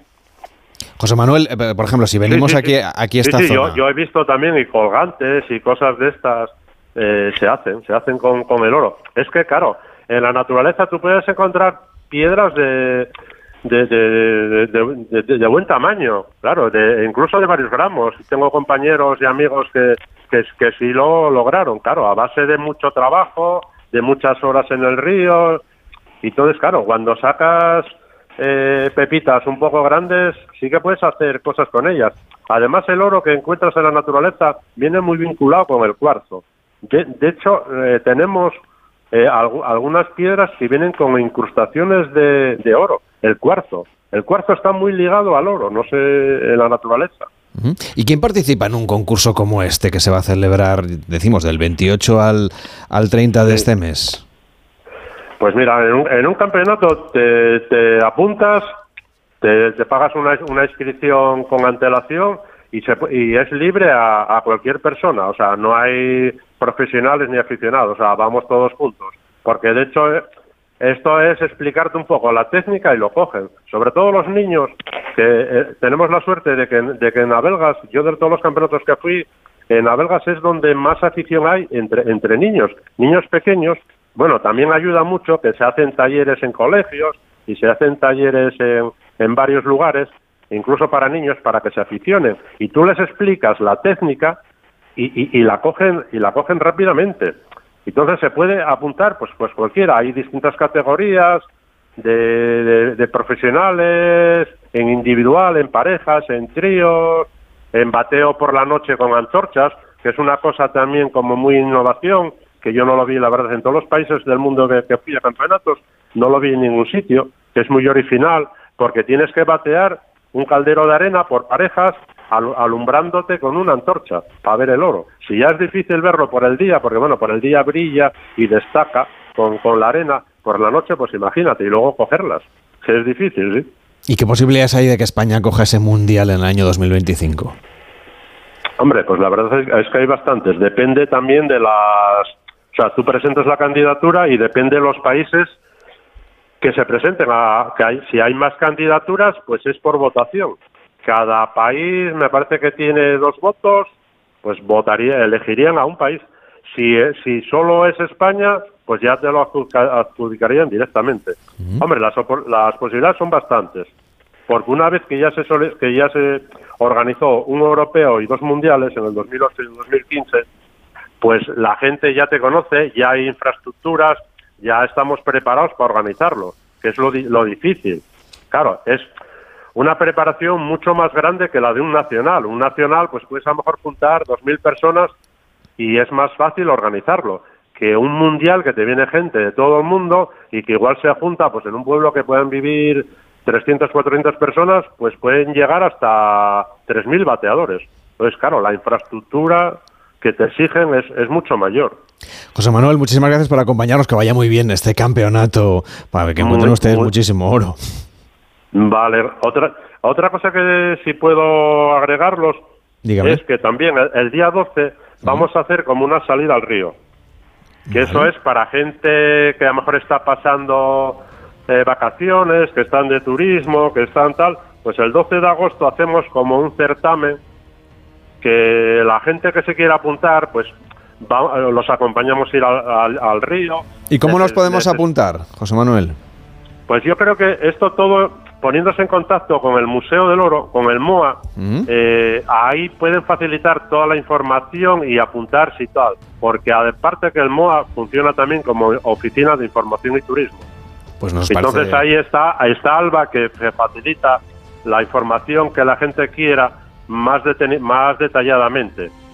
José Manuel, eh, por ejemplo, si venimos sí, sí, aquí, sí. aquí a esta sí, sí, zona... Yo, yo he visto también y colgantes y cosas de estas eh, se hacen, se hacen con, con el oro. Es que, claro, en la naturaleza tú puedes encontrar piedras de... De, de, de, de, de buen tamaño, claro, de, incluso de varios gramos. Tengo compañeros y amigos que, que, que sí lo lograron, claro, a base de mucho trabajo, de muchas horas en el río. Y entonces, claro, cuando sacas eh, pepitas un poco grandes, sí que puedes hacer cosas con ellas. Además, el oro que encuentras en la naturaleza viene muy vinculado con el cuarzo. De, de hecho, eh, tenemos eh, alg- algunas piedras que vienen con incrustaciones de, de oro. El cuarzo. El cuarzo está muy ligado al oro, no sé, en la naturaleza. Uh-huh. ¿Y quién participa en un concurso como este que se va a celebrar, decimos, del veintiocho al, al treinta de sí. este mes? Pues mira, en un, en un campeonato te, te apuntas, te, te pagas una, una inscripción con antelación y, se, y es libre a, a cualquier persona. O sea, no hay profesionales ni aficionados, o sea, vamos todos juntos. Porque de hecho... Esto es explicarte un poco la técnica y lo cogen. Sobre todo los niños, que eh, tenemos la suerte de que, de que en Abelgas, yo de todos los campeonatos que fui, en Abelgas es donde más afición hay entre, entre niños. Niños pequeños, bueno, también ayuda mucho que se hacen talleres en colegios y se hacen talleres en, en varios lugares, incluso para niños, para que se aficionen. Y tú les explicas la técnica y, y, y la cogen y la cogen rápidamente. Entonces se puede apuntar pues pues cualquiera, hay distintas categorías de, de, de profesionales, en individual, en parejas, en tríos, en bateo por la noche con antorchas, que es una cosa también como muy innovación, que yo no lo vi, la verdad, en todos los países del mundo que, que fui a campeonatos, no lo vi en ningún sitio, que es muy original, porque tienes que batear un caldero de arena por parejas, alumbrándote con una antorcha para ver el oro. Si ya es difícil verlo por el día, porque bueno, por el día brilla y destaca con, con la arena, por la noche, pues imagínate, y luego cogerlas. Que es difícil, ¿sí? ¿Y qué posibilidades hay de que España coja ese mundial en el año dos mil veinticinco? Hombre, pues la verdad es, es que hay bastantes. Depende también de las... O sea, tú presentas la candidatura y depende de los países que se presenten. A, que hay, si hay más candidaturas, pues es por votación. Cada país me parece que tiene dos votos, pues votaría, elegirían a un país. Si, si solo es España, pues ya te lo adjudicarían directamente. Uh-huh. Hombre, las, las posibilidades son bastantes, porque una vez que ya se que ya se organizó un europeo y dos mundiales en el dos mil ocho y el dos mil quince, pues la gente ya te conoce, ya hay infraestructuras, ya estamos preparados para organizarlo, que es lo, lo difícil. Claro, es una preparación mucho más grande que la de un nacional. Un nacional, pues puedes a lo mejor juntar dos mil personas y es más fácil organizarlo que un mundial que te viene gente de todo el mundo y que igual se junta pues en un pueblo que puedan vivir trescientas, cuatrocientas personas, pues pueden llegar hasta tres mil bateadores. Entonces, claro, la infraestructura que te exigen es, es mucho mayor. José Manuel, muchísimas gracias por acompañarnos, que vaya muy bien este campeonato, para que encuentren muy, ustedes muy... muchísimo oro. Vale, otra otra cosa que si puedo agregarlos Dígame. es que también el, el día doce vamos a hacer como una salida al río, que vale. Eso es para gente que a lo mejor está pasando eh, vacaciones, que están de turismo, que están tal, pues el doce de agosto hacemos como un certamen que la gente que se quiera apuntar, pues va, los acompañamos a ir al, al, al río. ¿Y cómo nos podemos apuntar, José Manuel? Pues yo creo que esto todo, poniéndose en contacto con el Museo del Oro, con el M O A, ¿Mm? eh, ahí pueden facilitar toda la información y apuntarse y tal, porque aparte que el M O A funciona también como oficina de información y turismo. Pues nos Entonces parece... ahí está, ahí está Alba, que facilita la información que la gente quiera más, deten- más detalladamente.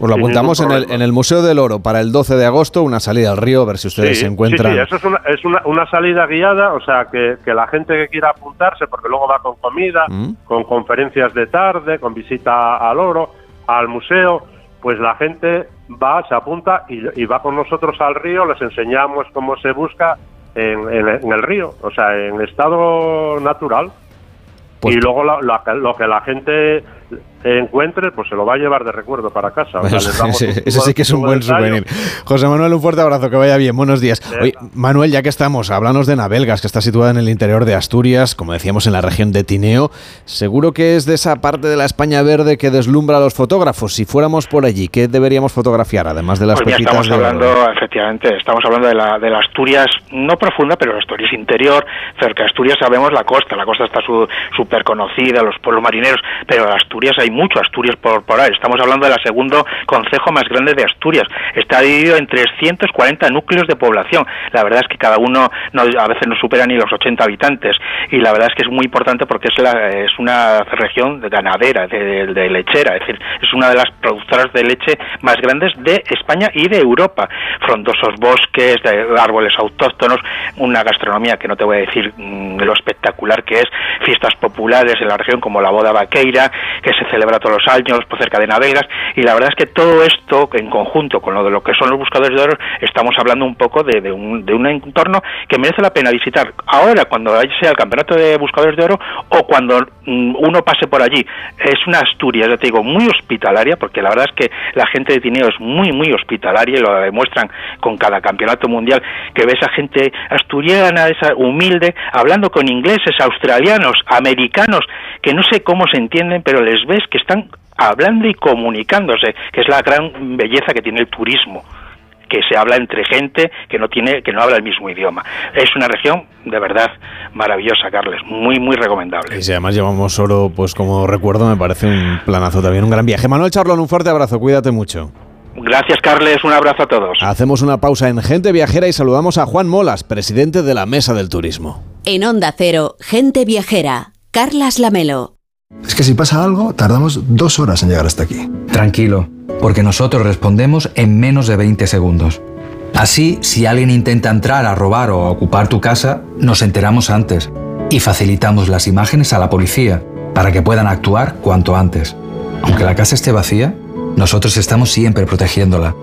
Pues lo apuntamos en el, en el Museo del Oro para el doce de agosto, una salida al río, a ver si ustedes sí, se encuentran. Sí, sí, eso es, una, es una, una salida guiada, o sea, que, que la gente que quiera apuntarse, porque luego va con comida, mm. con conferencias de tarde, con visita al oro, al museo, pues la gente va, se apunta y, y va con nosotros al río, les enseñamos cómo se busca en, en, en el río, o sea, en estado natural. Pues, y luego lo, lo, lo que la gente encuentre, pues se lo va a llevar de recuerdo para casa. O sea, les damos ese, ese sí que es un buen souvenir. José Manuel, un fuerte abrazo, que vaya bien, buenos días. Oye, Manuel, ya que estamos, háblanos de Navelgas, que está situada en el interior de Asturias, como decíamos, en la región de Tineo. Seguro que es de esa parte de la España verde que deslumbra a los fotógrafos. Si fuéramos por allí, ¿qué deberíamos fotografiar, además de las pues pepitas? Estamos de hablando, oro? efectivamente, estamos hablando de la, de la Asturias, no profunda, pero la Asturias interior. Cerca de Asturias sabemos la costa, la costa está súper conocida, los pueblos marineros, pero en Asturias hay mucho Asturias por, por ahí. Estamos hablando del segundo concejo más grande de Asturias. Está dividido en trescientos cuarenta núcleos de población. La verdad es que cada uno no, a veces no supera ni los ochenta habitantes. Y la verdad es que es muy importante porque es, la, es una región ganadera, de, de, de lechera. Es decir, es una de las productoras de leche más grandes de España y de Europa. Frondosos bosques, de árboles autóctonos, una gastronomía que no te voy a decir mmm, lo espectacular que es, fiestas populares en la región como la boda vaqueira, que se celebra todos los años por cerca de Navelgas, y la verdad es que todo esto en conjunto con lo de lo que son los buscadores de oro, estamos hablando un poco de, de, un, de un entorno que merece la pena visitar ahora cuando sea el campeonato de buscadores de oro o cuando mm, uno pase por allí. Es una Asturias, ya te digo, muy hospitalaria, porque la verdad es que la gente de Tineo es muy muy hospitalaria y lo demuestran con cada campeonato mundial, que ves a gente asturiana, esa humilde, hablando con ingleses, australianos, americanos, que no sé cómo se entienden, pero les ves que están hablando y comunicándose, que es la gran belleza que tiene el turismo, que se habla entre gente que no tiene, que no habla el mismo idioma. Es una región de verdad maravillosa, Carles, muy muy recomendable. Y si además llevamos oro, pues como recuerdo, me parece un planazo también, un gran viaje. Manuel Charlón, un fuerte abrazo, cuídate mucho. Gracias, Carles, un abrazo a todos. Hacemos una pausa en Gente Viajera y saludamos a Juan Molas, presidente de la Mesa del Turismo. En Onda Cero, Gente Viajera, Carlas Lamelo. Es que si pasa algo, tardamos dos horas en llegar hasta aquí. Tranquilo, porque nosotros respondemos en menos de veinte segundos. Así, si alguien intenta entrar a robar o a ocupar tu casa, nos enteramos antes y facilitamos las imágenes a la policía para que puedan actuar cuanto antes. Aunque la casa esté vacía, nosotros estamos siempre protegiéndola.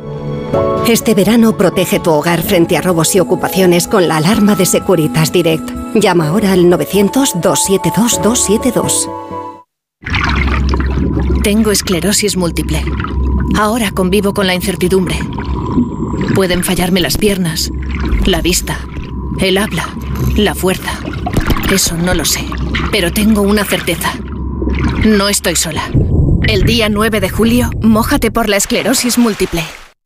Este verano protege tu hogar frente a robos y ocupaciones con la alarma de Securitas Direct. Llama ahora al novecientos, doscientos setenta y dos, doscientos setenta y dos. Tengo esclerosis múltiple. Ahora convivo con la incertidumbre. Pueden fallarme las piernas, la vista, el habla, la fuerza. Eso no lo sé, pero tengo una certeza. No estoy sola. El día nueve de julio, mójate por la esclerosis múltiple.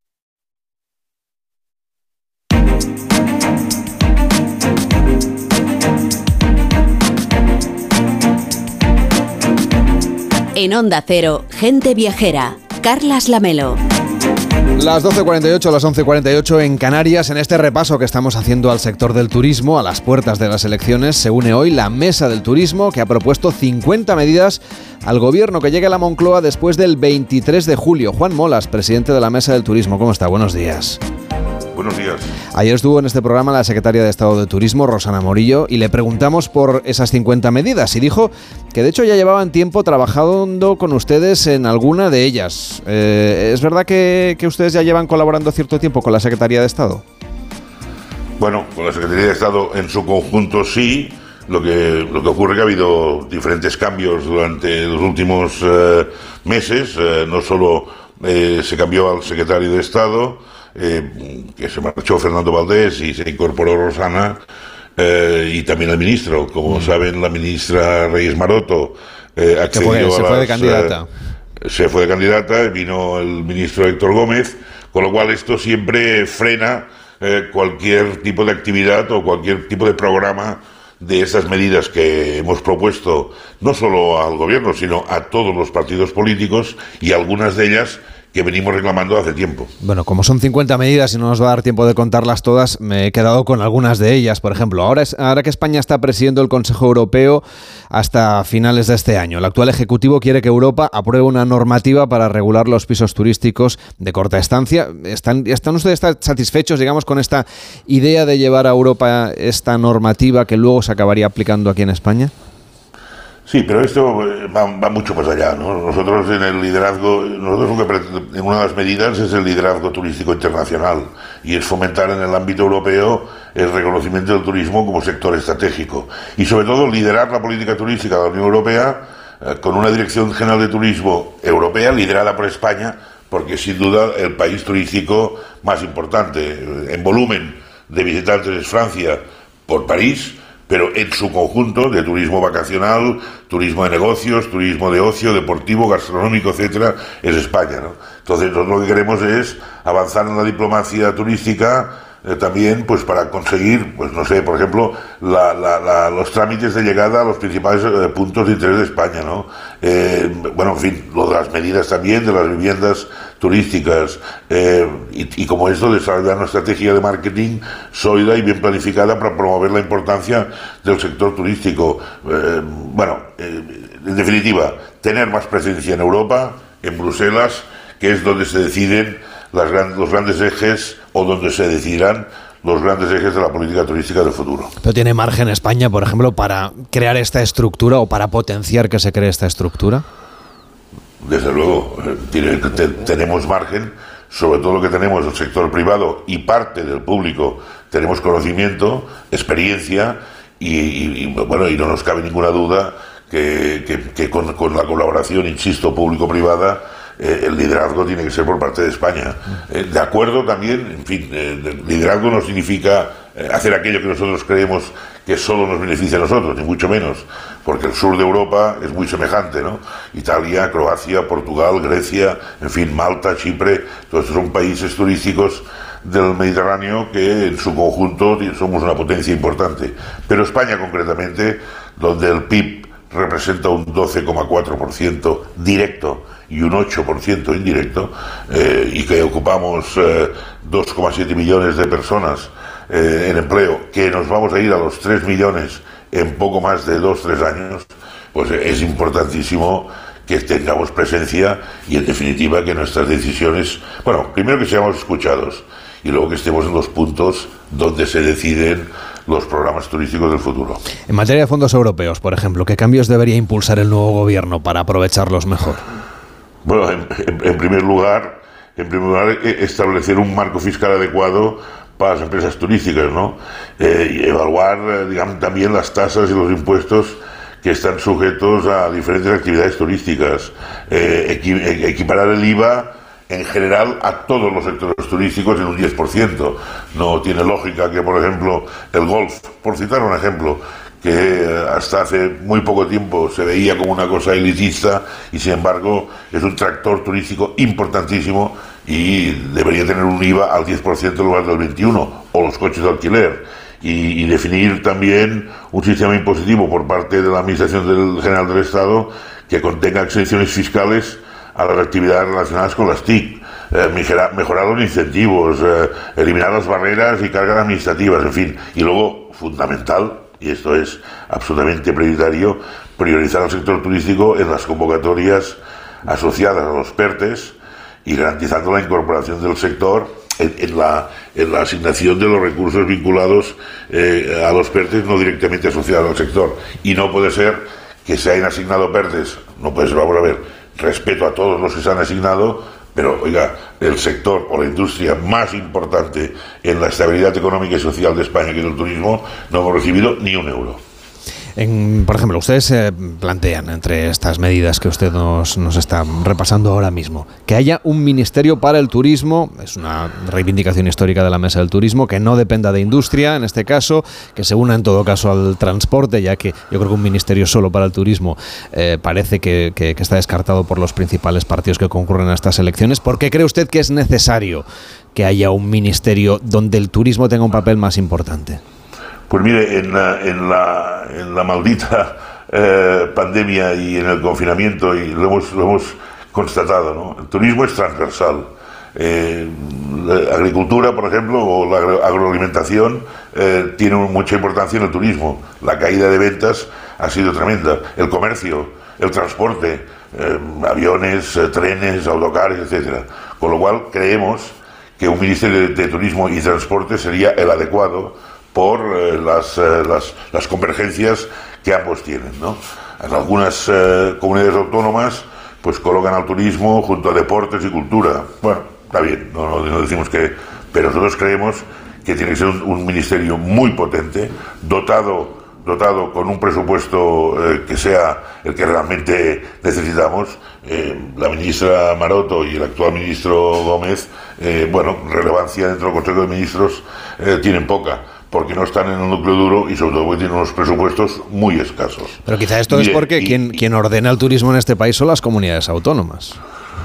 En Onda Cero, Gente Viajera, Carlas Lamelo. Las doce cuarenta y ocho, las once cuarenta y ocho en Canarias. En este repaso que estamos haciendo al sector del turismo, a las puertas de las elecciones, se une hoy la Mesa del Turismo, que ha propuesto cincuenta medidas al gobierno que llegue a la Moncloa después del veintitrés de julio. Juan Molas, presidente de la Mesa del Turismo, ¿cómo está? Buenos días. Buenos días. Ayer estuvo en este programa la secretaria de Estado de Turismo, Rosana Morillo, y le preguntamos por esas cincuenta medidas y dijo que de hecho ya llevaban tiempo trabajando con ustedes en alguna de ellas. Eh, ¿Es verdad que, que ustedes ya llevan colaborando cierto tiempo con la Secretaría de Estado? Bueno, con la Secretaría de Estado en su conjunto sí. Lo que, lo que ocurre es que ha habido diferentes cambios durante los últimos eh, meses. Eh, no solo eh, se cambió al secretario de Estado, Eh, que se marchó Fernando Valdés y se incorporó Rosana, eh, y también el ministro. Como mm. saben, la ministra Reyes Maroto eh, accedió se fue, se a fue las, de candidata. Eh, se fue de candidata, vino el ministro Héctor Gómez, con lo cual esto siempre frena eh, cualquier tipo de actividad o cualquier tipo de programa de estas medidas que hemos propuesto, no solo al gobierno, sino a todos los partidos políticos, y algunas de ellas que venimos reclamando hace tiempo. Bueno, como son cincuenta medidas y no nos va a dar tiempo de contarlas todas, me he quedado con algunas de ellas. Por ejemplo, ahora, es, ahora que España está presidiendo el Consejo Europeo hasta finales de este año, el actual Ejecutivo quiere que Europa apruebe una normativa para regular los pisos turísticos de corta estancia. ¿Están, están ustedes satisfechos, digamos, con esta idea de llevar a Europa esta normativa que luego se acabaría aplicando aquí en España? Sí, pero esto va, va mucho más allá, ¿no? Nosotros en el liderazgo, nosotros lo que en una de las medidas es el liderazgo turístico internacional y es fomentar en el ámbito europeo el reconocimiento del turismo como sector estratégico y sobre todo liderar la política turística de la Unión Europea eh, con una Dirección General de Turismo europea liderada por España, porque sin duda el país turístico más importante en volumen de visitantes es Francia por París, pero en su conjunto de turismo vacacional, turismo de negocios, turismo de ocio, deportivo, gastronómico, etcétera, es España, ¿no? Entonces, nosotros lo que queremos es avanzar en la diplomacia turística eh, también, pues para conseguir, pues no sé, por ejemplo, la, la, la, los trámites de llegada a los principales eh, puntos de interés de España, ¿no? Eh, bueno, en fin, lo de las medidas también, de las viviendas turísticas eh, y, y como esto, desarrollar una estrategia de marketing sólida y bien planificada para promover la importancia del sector turístico. Eh, bueno, eh, en definitiva, tener más presencia en Europa, en Bruselas, que es donde se deciden las gran, los grandes ejes o donde se decidirán los grandes ejes de la política turística del futuro. ¿Pero tiene margen España, por ejemplo, para crear esta estructura o para potenciar que se cree esta estructura? Desde luego, tiene, te, tenemos margen, sobre todo lo que tenemos del sector privado y parte del público, tenemos conocimiento, experiencia y, y, y bueno, y no nos cabe ninguna duda que, que, que con, con la colaboración, insisto, público-privada, eh, el liderazgo tiene que ser por parte de España. Eh, de acuerdo también, en fin, eh, liderazgo no significa eh, hacer aquello que nosotros creemos que solo nos beneficia a nosotros, ni mucho menos, porque el sur de Europa es muy semejante, ¿no? Italia, Croacia, Portugal, Grecia, en fin, Malta, Chipre, todos estos son países turísticos del Mediterráneo que en su conjunto somos una potencia importante. Pero España concretamente, donde el P I B representa un doce coma cuatro por ciento directo y un ocho por ciento indirecto, eh, y que ocupamos eh, dos coma siete millones de personas eh, en empleo, que nos vamos a ir a los tres millones en poco más de dos, tres años, pues es importantísimo que tengamos presencia y en definitiva que nuestras decisiones, bueno, primero que seamos escuchados y luego que estemos en los puntos donde se deciden los programas turísticos del futuro. En materia de fondos europeos, por ejemplo, ¿qué cambios debería impulsar el nuevo gobierno para aprovecharlos mejor? Bueno, en, en, en primer lugar, en primer lugar, establecer un marco fiscal adecuado para las empresas turísticas, ¿no? Eh, y evaluar, digamos, también las tasas y los impuestos que están sujetos a diferentes actividades turísticas, eh, equi- equiparar el I V A en general a todos los sectores turísticos en un diez por ciento. No tiene lógica que, por ejemplo, el golf, por citar un ejemplo, que hasta hace muy poco tiempo se veía como una cosa elitista y sin embargo es un tractor turístico importantísimo y debería tener un I V A al diez por ciento en lugar del veintiuno por ciento, o los coches de alquiler. Y, y definir también un sistema impositivo por parte de la Administración del General del Estado que contenga exenciones fiscales a las actividades relacionadas con las T I C, eh, mejorar, mejorar los incentivos, eh, eliminar las barreras y cargas administrativas, en fin. Y luego, fundamental, y esto es absolutamente prioritario, priorizar al sector turístico en las convocatorias asociadas a los PERTES y garantizando la incorporación del sector en, en, la, en la asignación de los recursos vinculados eh, a los PERTES no directamente asociados al sector. Y no puede ser que se hayan asignado PERTES, no puede ser, vamos a ver, respeto a todos los que se han asignado, pero oiga, el sector o la industria más importante en la estabilidad económica y social de España, que es el turismo, no hemos recibido ni un euro. En, por ejemplo, ustedes eh, plantean entre estas medidas que usted nos, nos está repasando ahora mismo, que haya un ministerio para el turismo, es una reivindicación histórica de la Mesa del Turismo, que no dependa de industria, en este caso, que se una en todo caso al transporte, ya que yo creo que un ministerio solo para el turismo eh, parece que, que, que está descartado por los principales partidos que concurren a estas elecciones. ¿Por qué cree usted que es necesario que haya un ministerio donde el turismo tenga un papel más importante? Pues mire, en la, en la, en la maldita eh, pandemia y en el confinamiento, y lo hemos, lo hemos constatado, ¿no? El turismo es transversal. Eh, la agricultura, por ejemplo, o la agroalimentación eh, tiene mucha importancia en el turismo. La caída de ventas ha sido tremenda. El comercio, el transporte, eh, aviones, eh, trenes, autocares, etcétera. Con lo cual creemos que un Ministerio de, de Turismo y Transporte sería el adecuado por eh, las, eh, las, las convergencias que ambos tienen, ¿no? En algunas eh, comunidades autónomas pues colocan al turismo junto a deportes y cultura. Bueno, está bien, no, no, no decimos que... Pero nosotros creemos que tiene que ser un, un ministerio muy potente, dotado, dotado con un presupuesto eh, que sea el que realmente necesitamos. Eh, la ministra Maroto y el actual ministro Gómez, eh, bueno, relevancia dentro del Consejo de Ministros eh, tienen poca, porque no están en un núcleo duro y sobre todo porque tienen unos presupuestos muy escasos. Pero quizá esto Mire, es porque y, quien, quien ordena el turismo en este país son las comunidades autónomas.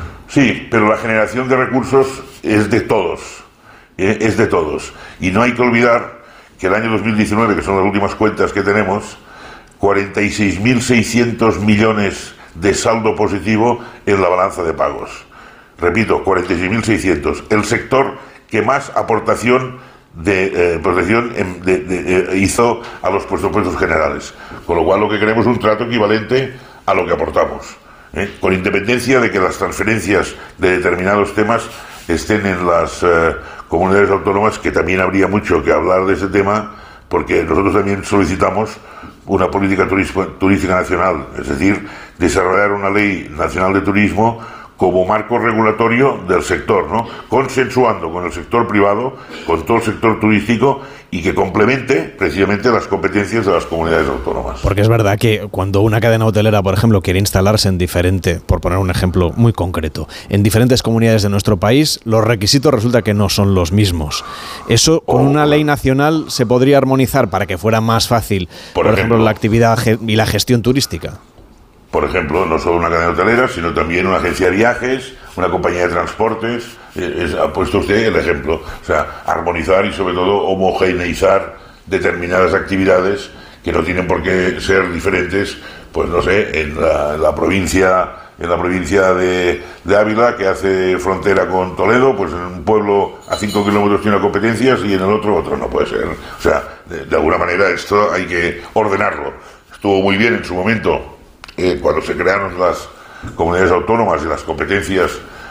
Sí, pero la generación de recursos es de todos, eh, es de todos. Y no hay que olvidar que el año dos mil diecinueve, que son las últimas cuentas que tenemos, cuarenta y seis mil seiscientos millones de saldo positivo en la balanza de pagos. Repito, cuarenta y seis mil seiscientos. El sector que más aportación de eh, protección en, de, de, de, hizo a los presupuestos generales, con lo cual lo que queremos es un trato equivalente a lo que aportamos, ¿eh? Con independencia de que las transferencias de determinados temas estén en las eh, comunidades autónomas, que también habría mucho que hablar de ese tema, porque nosotros también solicitamos una política turismo, turística nacional, es decir, desarrollar una ley nacional de turismo como marco regulatorio del sector, ¿no? Consensuando con el sector privado, con todo el sector turístico, y que complemente precisamente las competencias de las comunidades autónomas. Porque es verdad que cuando una cadena hotelera, por ejemplo, quiere instalarse en diferente, por poner un ejemplo muy concreto, en diferentes comunidades de nuestro país, los requisitos resulta que no son los mismos. Eso con oh, una ley nacional se podría armonizar para que fuera más fácil, por, por ejemplo, ejemplo, la actividad y la gestión turística. Por ejemplo, no solo una cadena hotelera, sino también una agencia de viajes, una compañía de transportes. Es, ha puesto usted el ejemplo. O sea, armonizar y sobre todo homogeneizar determinadas actividades que no tienen por qué ser diferentes, pues no sé, en la, en la provincia, en la provincia de, de Ávila, que hace frontera con Toledo, pues en un pueblo a cinco kilómetros tiene competencias y en el otro otro no puede ser. O sea, de, de alguna manera esto hay que ordenarlo. Estuvo muy bien en su momento, Eh, cuando se crearon las comunidades autónomas y las competencias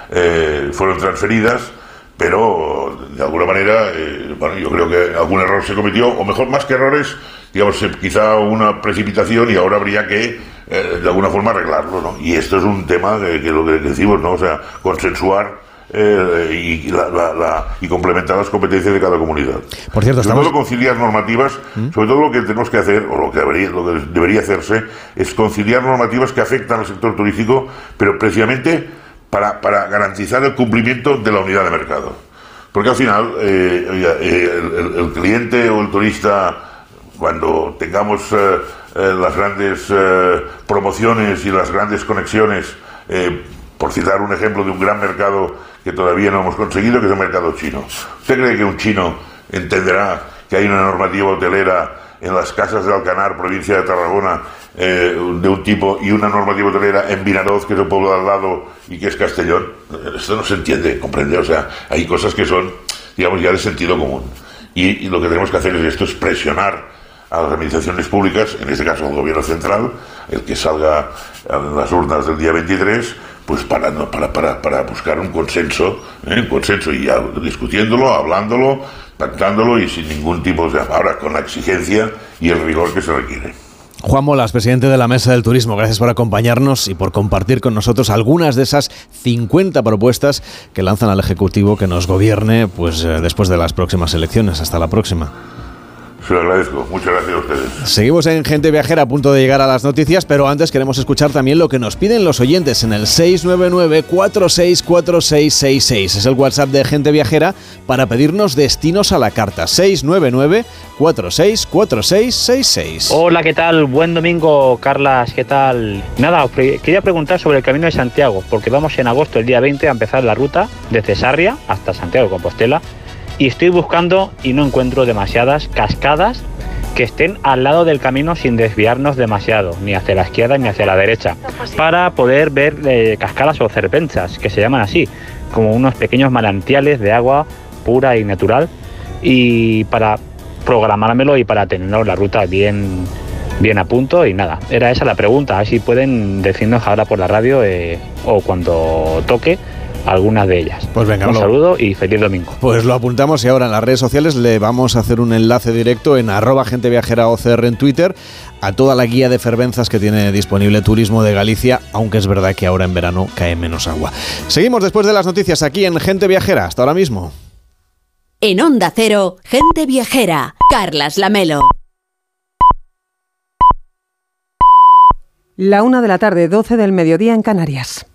eh, fueron transferidas, pero de alguna manera, eh, bueno, yo creo que algún error se cometió, o mejor, más que errores, digamos, quizá una precipitación, y ahora habría que, eh, de alguna forma, arreglarlo, ¿no? Y esto es un tema que, que lo que decimos, ¿no? O sea, consensuar Eh, y, la, la, la, y complementar las competencias de cada comunidad. Por cierto, sobre estamos... todo conciliar normativas, ¿Mm? sobre todo lo que tenemos que hacer, o lo que, debería, lo que debería hacerse, es conciliar normativas que afectan al sector turístico, pero precisamente para, para garantizar el cumplimiento de la unidad de mercado. Porque al final, eh, eh, el, el, el cliente o el turista, cuando tengamos eh, eh, las grandes eh, promociones y las grandes conexiones, eh, por citar un ejemplo de un gran mercado que todavía no hemos conseguido, que es el mercado chino. ¿Usted cree que un chino entenderá que hay una normativa hotelera en las casas de Alcanar, provincia de Tarragona, eh, de un tipo, y una normativa hotelera en Vinaroz, que es el pueblo de al lado y que es Castellón? Esto no se entiende, ¿comprende? O sea, hay cosas que son, digamos, ya de sentido común. Y, y lo que tenemos que hacer es esto, es presionar a las administraciones públicas, en este caso al gobierno central, el que salga en las urnas del día veintitrés, pues para, para, para, para buscar un consenso, ¿eh? un consenso, y ya discutiéndolo, hablándolo, pactándolo, y sin ningún tipo de... Ahora, con la exigencia y el rigor que se requiere. Juan Molas, presidente de la Mesa del Turismo, gracias por acompañarnos y por compartir con nosotros algunas de esas cincuenta propuestas que lanzan al Ejecutivo que nos gobierne, pues eh, después de las próximas elecciones. Hasta la próxima. Se lo agradezco. Muchas gracias a ustedes. Seguimos en Gente Viajera, a punto de llegar a las noticias, pero antes queremos escuchar también lo que nos piden los oyentes en el seis nueve nueve, cuatro seis cuatro seis seis seis. Es el WhatsApp de Gente Viajera para pedirnos destinos a la carta. seis nueve nueve, cuatro seis cuatro seis seis seis. Hola, ¿qué tal? Buen domingo, Carlas, ¿qué tal? Nada, os pre- quería preguntar sobre el Camino de Santiago, porque vamos en agosto, el día veinte, a empezar la ruta desde Sarria hasta Santiago de Compostela. Y estoy buscando y no encuentro demasiadas cascadas que estén al lado del camino sin desviarnos demasiado, ni hacia la izquierda ni hacia la derecha, para poder ver eh, cascadas o cerpenchas, que se llaman así, como unos pequeños manantiales de agua pura y natural, y para programármelo y para tener la ruta bien, bien a punto. Y nada, era esa la pregunta, a ver si pueden decirnos ahora por la radio eh, o cuando toque algunas de ellas. Pues venga, un lo, saludo y feliz domingo. Pues lo apuntamos y ahora en las redes sociales le vamos a hacer un enlace directo en arroba gente viajera O C R en Twitter a toda la guía de fervenzas que tiene disponible Turismo de Galicia, aunque es verdad que ahora en verano cae menos agua. Seguimos después de las noticias aquí en Gente Viajera. Hasta ahora mismo. En Onda Cero, Gente Viajera, Carlas Lamelo. La una de la tarde, doce del mediodía en Canarias.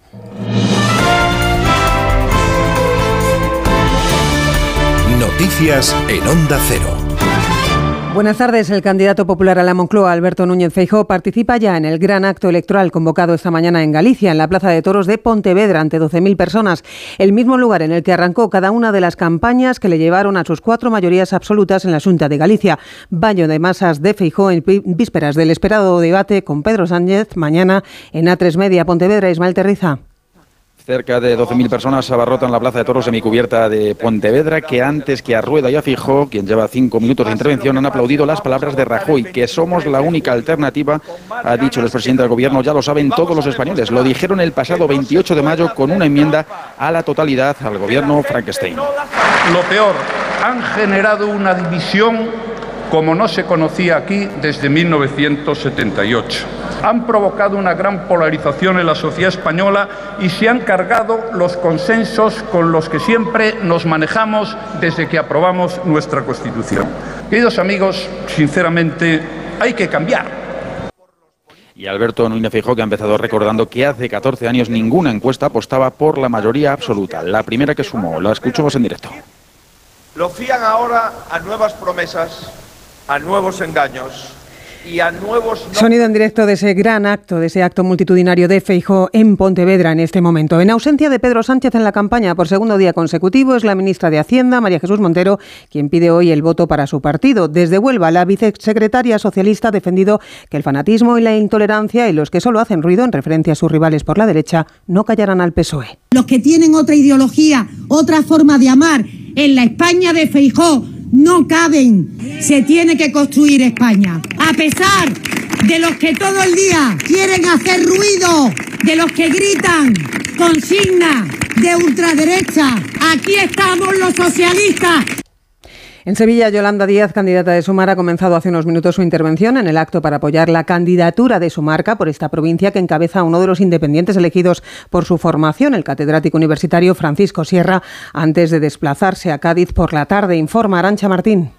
Noticias en Onda Cero. Buenas tardes. El candidato popular a la Moncloa, Alberto Núñez Feijóo, participa ya en el gran acto electoral convocado esta mañana en Galicia, en la Plaza de Toros de Pontevedra, ante doce mil personas. El mismo lugar en el que arrancó cada una de las campañas que le llevaron a sus cuatro mayorías absolutas en la Xunta de Galicia. Baño de masas de Feijóo en vísperas del esperado debate con Pedro Sánchez, mañana en A tres Media, Pontevedra. Ismael Terriza. Cerca de doce mil personas abarrotan la Plaza de Toros semicubierta de Pontevedra, que antes que a Rueda y a Feijóo, quien lleva cinco minutos de intervención, han aplaudido las palabras de Rajoy, que somos la única alternativa, ha dicho el expresidente del Gobierno. Ya lo saben todos los españoles. Lo dijeron el pasado veintiocho de mayo con una enmienda a la totalidad al Gobierno Frankenstein. Lo peor, han generado una división como no se conocía aquí desde mil novecientos setenta y ocho. Han provocado una gran polarización en la sociedad española y se han cargado los consensos con los que siempre nos manejamos desde que aprobamos nuestra Constitución. Queridos amigos, sinceramente, hay que cambiar. Y Alberto Núñez Feijóo, que ha empezado recordando que hace catorce años ninguna encuesta apostaba por la mayoría absoluta. La primera que sumó, la escuchamos en directo. Lo fían ahora a nuevas promesas, a nuevos engaños y a nuevos... Sonido en directo de ese gran acto, de ese acto multitudinario de Feijóo en Pontevedra en este momento. En ausencia de Pedro Sánchez en la campaña por segundo día consecutivo, es la ministra de Hacienda, María Jesús Montero, quien pide hoy el voto para su partido. Desde Huelva, la vicesecretaria socialista ha defendido que el fanatismo y la intolerancia y los que solo hacen ruido en referencia a sus rivales por la derecha no callarán al P S O E. Los que tienen otra ideología, otra forma de amar en la España de Feijóo no caben. Se tiene que construir España. A pesar de los que todo el día quieren hacer ruido, de los que gritan consignas de ultraderecha, aquí estamos los socialistas. En Sevilla, Yolanda Díaz, candidata de Sumar, ha comenzado hace unos minutos su intervención en el acto para apoyar la candidatura de su marca por esta provincia que encabeza uno de los independientes elegidos por su formación, el catedrático universitario Francisco Sierra, antes de desplazarse a Cádiz por la tarde. Informa Arantxa Martín.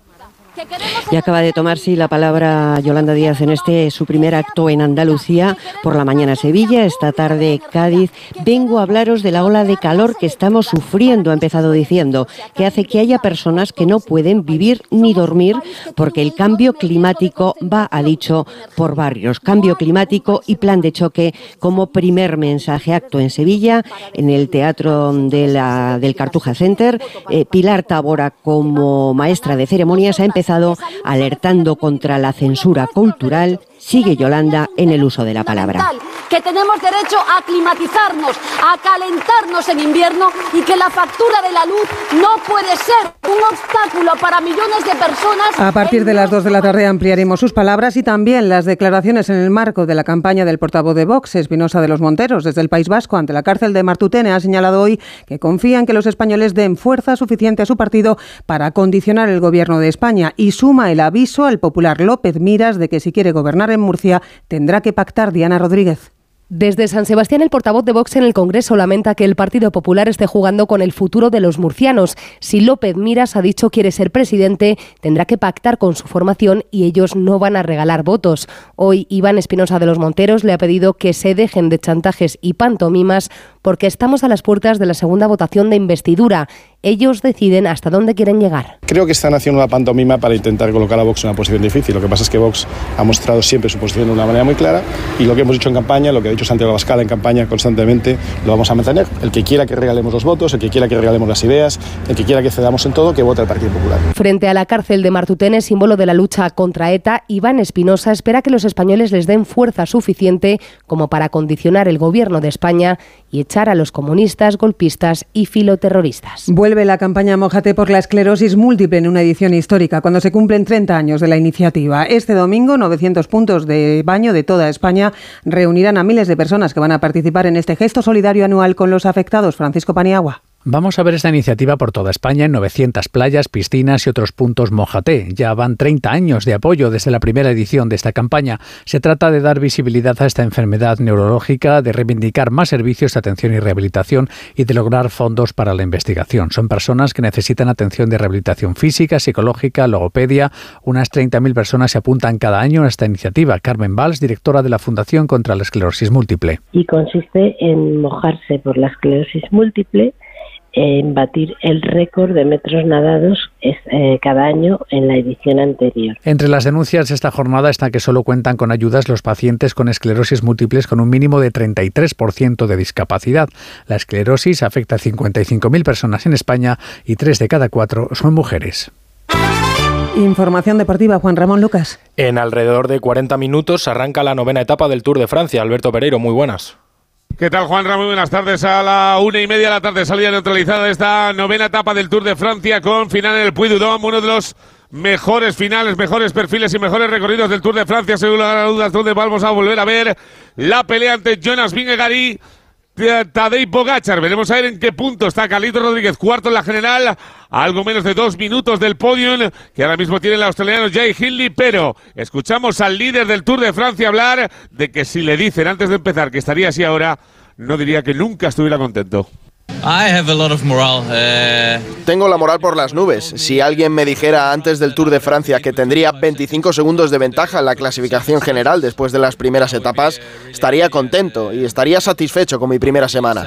Y acaba de tomar sí la palabra Yolanda Díaz en este su primer acto en Andalucía. Por la mañana Sevilla, esta tarde Cádiz. Vengo a hablaros de la ola de calor que estamos sufriendo, ha empezado diciendo, que hace que haya personas que no pueden vivir ni dormir porque el cambio climático va, ha dicho, por barrios. Cambio climático y plan de choque como primer mensaje. Acto en Sevilla, en el Teatro de la, del Cartuja Center. Eh, Pilar Tábora, como maestra de ceremonias, ha empezado alertando contra la censura cultural. Sigue Yolanda en el uso de la palabra. Que tenemos derecho a climatizarnos, a calentarnos en invierno y que la factura de la luz no puede ser un obstáculo para millones de personas. A partir de las dos de la tarde ampliaremos sus palabras y también las declaraciones en el marco de la campaña del portavoz de Vox, Espinosa de los Monteros, desde el País Vasco ante la cárcel de Martutene. Ha señalado hoy que confía en que los españoles den fuerza suficiente a su partido para condicionar el gobierno de España y suma el aviso al popular López Miras de que si quiere gobernar en Murcia tendrá que pactar. Diana Rodríguez. Desde San Sebastián, el portavoz de Vox en el Congreso lamenta que el Partido Popular esté jugando con el futuro de los murcianos. Si López Miras, ha dicho, quiere ser presidente, tendrá que pactar con su formación y ellos no van a regalar votos. Hoy Iván Espinosa de los Monteros le ha pedido que se dejen de chantajes y pantomimas porque estamos a las puertas de la segunda votación de investidura. Ellos deciden hasta dónde quieren llegar. Creo que están haciendo una pantomima para intentar colocar a Vox en una posición difícil. Lo que pasa es que Vox ha mostrado siempre su posición de una manera muy clara y lo que hemos dicho en campaña, lo que ha dicho Santiago Abascal en campaña constantemente, lo vamos a mantener. El que quiera que regalemos los votos, el que quiera que regalemos las ideas, el que quiera que cedamos en todo, que vote al Partido Popular. Frente a la cárcel de Martutene, símbolo de la lucha contra ETA, Iván Espinosa espera que los españoles les den fuerza suficiente como para condicionar el gobierno de España y echar a los comunistas, golpistas y filoterroristas. Vuelve la campaña Mójate por la esclerosis múltiple en una edición histórica, cuando se cumplen treinta años de la iniciativa. Este domingo, novecientos puntos de baño de toda España reunirán a miles de personas que van a participar en este gesto solidario anual con los afectados. Francisco Paniagua. Vamos a ver esta iniciativa por toda España en novecientas playas, piscinas y otros puntos Mójate. Ya van treinta años de apoyo desde la primera edición de esta campaña. Se trata de dar visibilidad a esta enfermedad neurológica, de reivindicar más servicios de atención y rehabilitación y de lograr fondos para la investigación. Son personas que necesitan atención de rehabilitación física, psicológica, logopedia. Unas treinta mil personas se apuntan cada año a esta iniciativa. Carmen Valls, directora de la Fundación contra la Esclerosis Múltiple. Y consiste en mojarse por la esclerosis múltiple, en batir el récord de metros nadados eh, cada año en la edición anterior. Entre las denuncias de esta jornada está que solo cuentan con ayudas los pacientes con esclerosis múltiples con un mínimo de treinta y tres por ciento de discapacidad. La esclerosis afecta a cincuenta y cinco mil personas en España y tres de cada cuatro son mujeres. Información deportiva, Juan Ramón Lucas. En alrededor de cuarenta minutos arranca la novena etapa del Tour de Francia. Alberto Pereiro, muy buenas. ¿Qué tal, Juan Ramón? Buenas tardes. A la una y media de la tarde, salida neutralizada de esta novena etapa del Tour de Francia con final en el Puy-du-Dôme, uno de los mejores finales, mejores perfiles y mejores recorridos del Tour de Francia, según las dudas, donde vamos a volver a ver la pelea entre Jonas Vingegaard y Tadej Pogačar. Veremos a ver en qué punto está Carlito Rodríguez, cuarto en la general, a algo menos de dos minutos del podium que ahora mismo tiene el australiano Jay Hindley, pero escuchamos al líder del Tour de Francia hablar de que si le dicen antes de empezar que estaría así ahora, no diría que nunca estuviera contento. I have a lot of morale. Uh... Tengo la moral por las nubes. Si alguien me dijera antes del Tour de Francia que tendría veinticinco segundos de ventaja en la clasificación general después de las primeras etapas, estaría contento y estaría satisfecho con mi primera semana.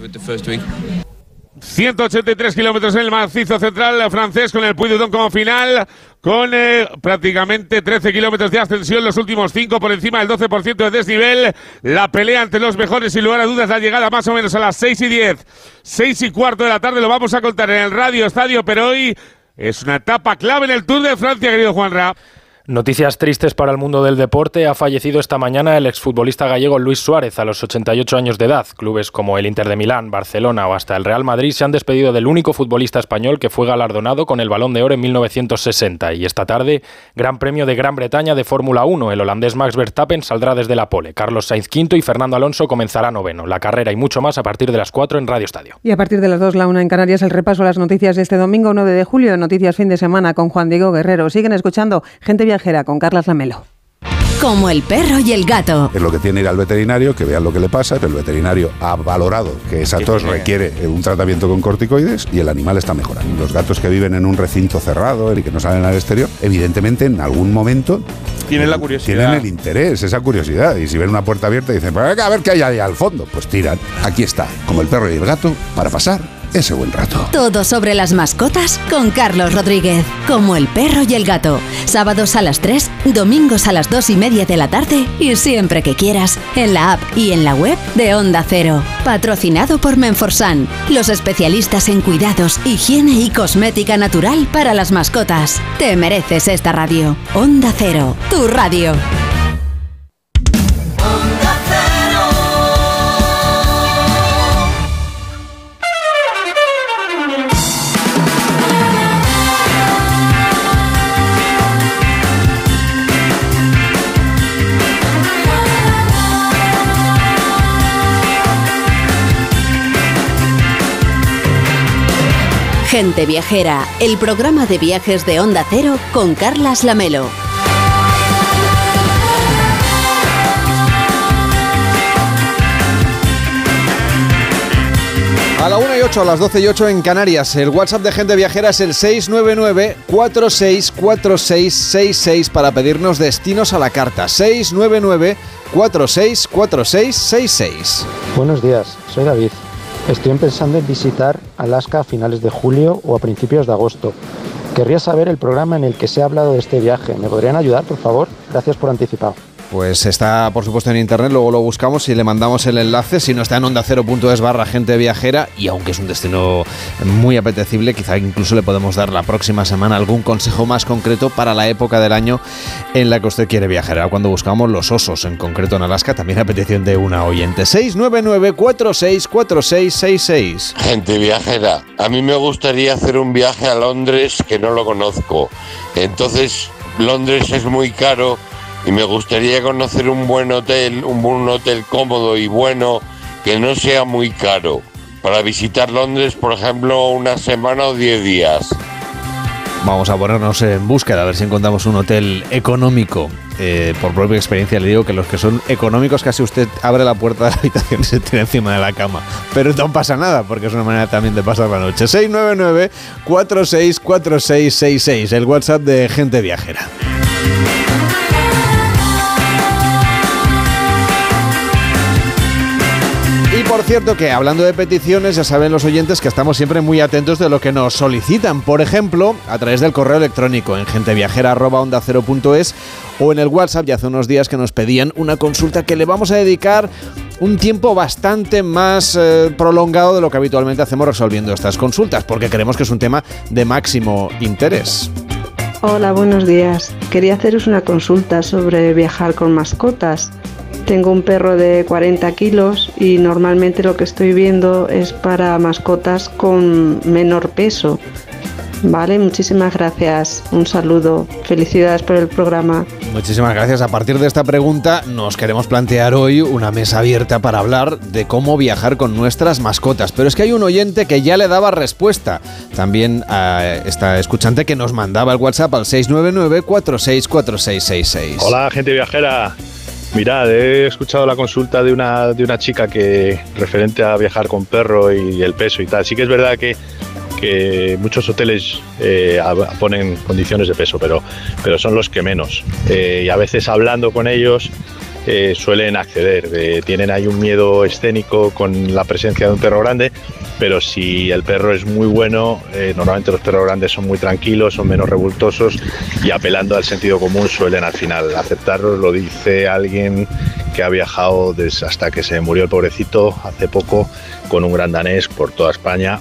ciento ochenta y tres kilómetros en el macizo central francés con el Puy-du-Dôme como final, con eh, prácticamente trece kilómetros de ascensión, los últimos cinco por encima del doce por ciento de desnivel. La pelea entre los mejores, sin lugar a dudas, la llegada más o menos a las seis y diez, seis y cuarto de la tarde, lo vamos a contar en el Radio Estadio, pero hoy es una etapa clave en el Tour de Francia, querido Juanra. Noticias tristes para el mundo del deporte. Ha fallecido esta mañana el exfutbolista gallego Luis Suárez a los ochenta y ocho años de edad. Clubes como el Inter de Milán, Barcelona o hasta el Real Madrid se han despedido del único futbolista español que fue galardonado con el Balón de Oro en mil novecientos sesenta. Y esta tarde, Gran Premio de Gran Bretaña de Fórmula uno. El holandés Max Verstappen saldrá desde la pole. Carlos Sainz quinto y Fernando Alonso comenzará noveno. La carrera y mucho más a partir de las cuatro en Radio Estadio. Y a partir de las dos, la una en Canarias, el repaso a las noticias de este domingo nueve de julio. Noticias fin de semana con Juan Diego Guerrero. Siguen escuchando Gente Viajera con Carlas Lamelo. Como el perro y el gato. Es lo que tiene ir al veterinario, que vean lo que le pasa, pero el veterinario ha valorado que esa tos requiere un tratamiento con corticoides y el animal está mejorando. Los gatos que viven en un recinto cerrado y que no salen al exterior, evidentemente en algún momento tienen la curiosidad. Tienen el interés, esa curiosidad. Y si ven una puerta abierta y dicen, pues a ver qué hay ahí al fondo, pues tiran. Aquí está, como el perro y el gato, para pasar ese buen rato. Todo sobre las mascotas con Carlos Rodríguez. Como el perro y el gato. Sábados a las tres, domingos a las dos y media de la tarde y siempre que quieras en la app y en la web de Onda Cero. Patrocinado por Menforsan, los especialistas en cuidados, higiene y cosmética natural para las mascotas. Te mereces esta radio. Onda Cero, tu radio. Gente Viajera, el programa de viajes de Onda Cero con Carlas Lamelo. A la una y ocho, a las doce y ocho en Canarias. El WhatsApp de Gente Viajera es el seis nueve nueve, cuatro seis cuatro seis seis seis para pedirnos destinos a la carta. seis nueve nueve, cuatro seis cuatro seis seis seis. Buenos días, soy David. Estoy pensando en visitar Alaska a finales de julio o a principios de agosto. Querría saber el programa en el que se ha hablado de este viaje. ¿Me podrían ayudar, por favor? Gracias por anticipado. Pues está, por supuesto, en internet, luego lo buscamos y le mandamos el enlace. Si no, está en onda cero punto es barra Gente Viajera, y aunque es un destino muy apetecible, quizá incluso le podemos dar la próxima semana algún consejo más concreto para la época del año en la que usted quiere viajar. Ahora, cuando buscamos los osos, en concreto en Alaska, también a petición de una oyente. seis nueve nueve, cuatro seis cuatro seis seis seis. Gente Viajera, a mí me gustaría hacer un viaje a Londres que no lo conozco. Entonces, Londres es muy caro y me gustaría conocer un buen hotel, un buen hotel cómodo y bueno, que no sea muy caro, para visitar Londres, por ejemplo, una semana o diez días. Vamos a ponernos en búsqueda, a ver si encontramos un hotel económico. Eh, por propia experiencia le digo que los que son económicos, casi usted abre la puerta de la habitación y se tira encima de la cama. Pero no pasa nada, porque es una manera también de pasar la noche. seis nueve nueve, cuatro seis cuatro seis seis seis, el WhatsApp de Gente Viajera. Y por cierto que, hablando de peticiones, ya saben los oyentes que estamos siempre muy atentos de lo que nos solicitan. Por ejemplo, a través del correo electrónico en genteviajera arroba onda cero punto es o en el WhatsApp. Ya hace unos días que nos pedían una consulta que le vamos a dedicar un tiempo bastante más eh, prolongado de lo que habitualmente hacemos resolviendo estas consultas, porque creemos que es un tema de máximo interés. Hola, buenos días. Quería haceros una consulta sobre viajar con mascotas. Tengo un perro de cuarenta kilos y normalmente lo que estoy viendo es para mascotas con menor peso. Vale, muchísimas gracias. Un saludo. Felicidades por el programa. Muchísimas gracias. A partir de esta pregunta nos queremos plantear hoy una mesa abierta para hablar de cómo viajar con nuestras mascotas. Pero es que hay un oyente que ya le daba respuesta. También a esta escuchante que nos mandaba el WhatsApp al seis nueve nueve, cuatro seis cuatro seis seis seis. Hola, Gente Viajera. Mirad, he escuchado la consulta de una, de una chica que referente a viajar con perro y el peso y tal. Sí que es verdad que, que muchos hoteles eh, ponen condiciones de peso, pero, pero son los que menos. Eh, y a veces hablando con ellos eh, suelen acceder. Eh, tienen ahí un miedo escénico con la presencia de un perro grande, pero si el perro es muy bueno, eh, normalmente los perros grandes son muy tranquilos, son menos revoltosos y apelando al sentido común suelen al final aceptarlo. Lo dice alguien que ha viajado desde hasta que se murió el pobrecito hace poco con un gran danés por toda España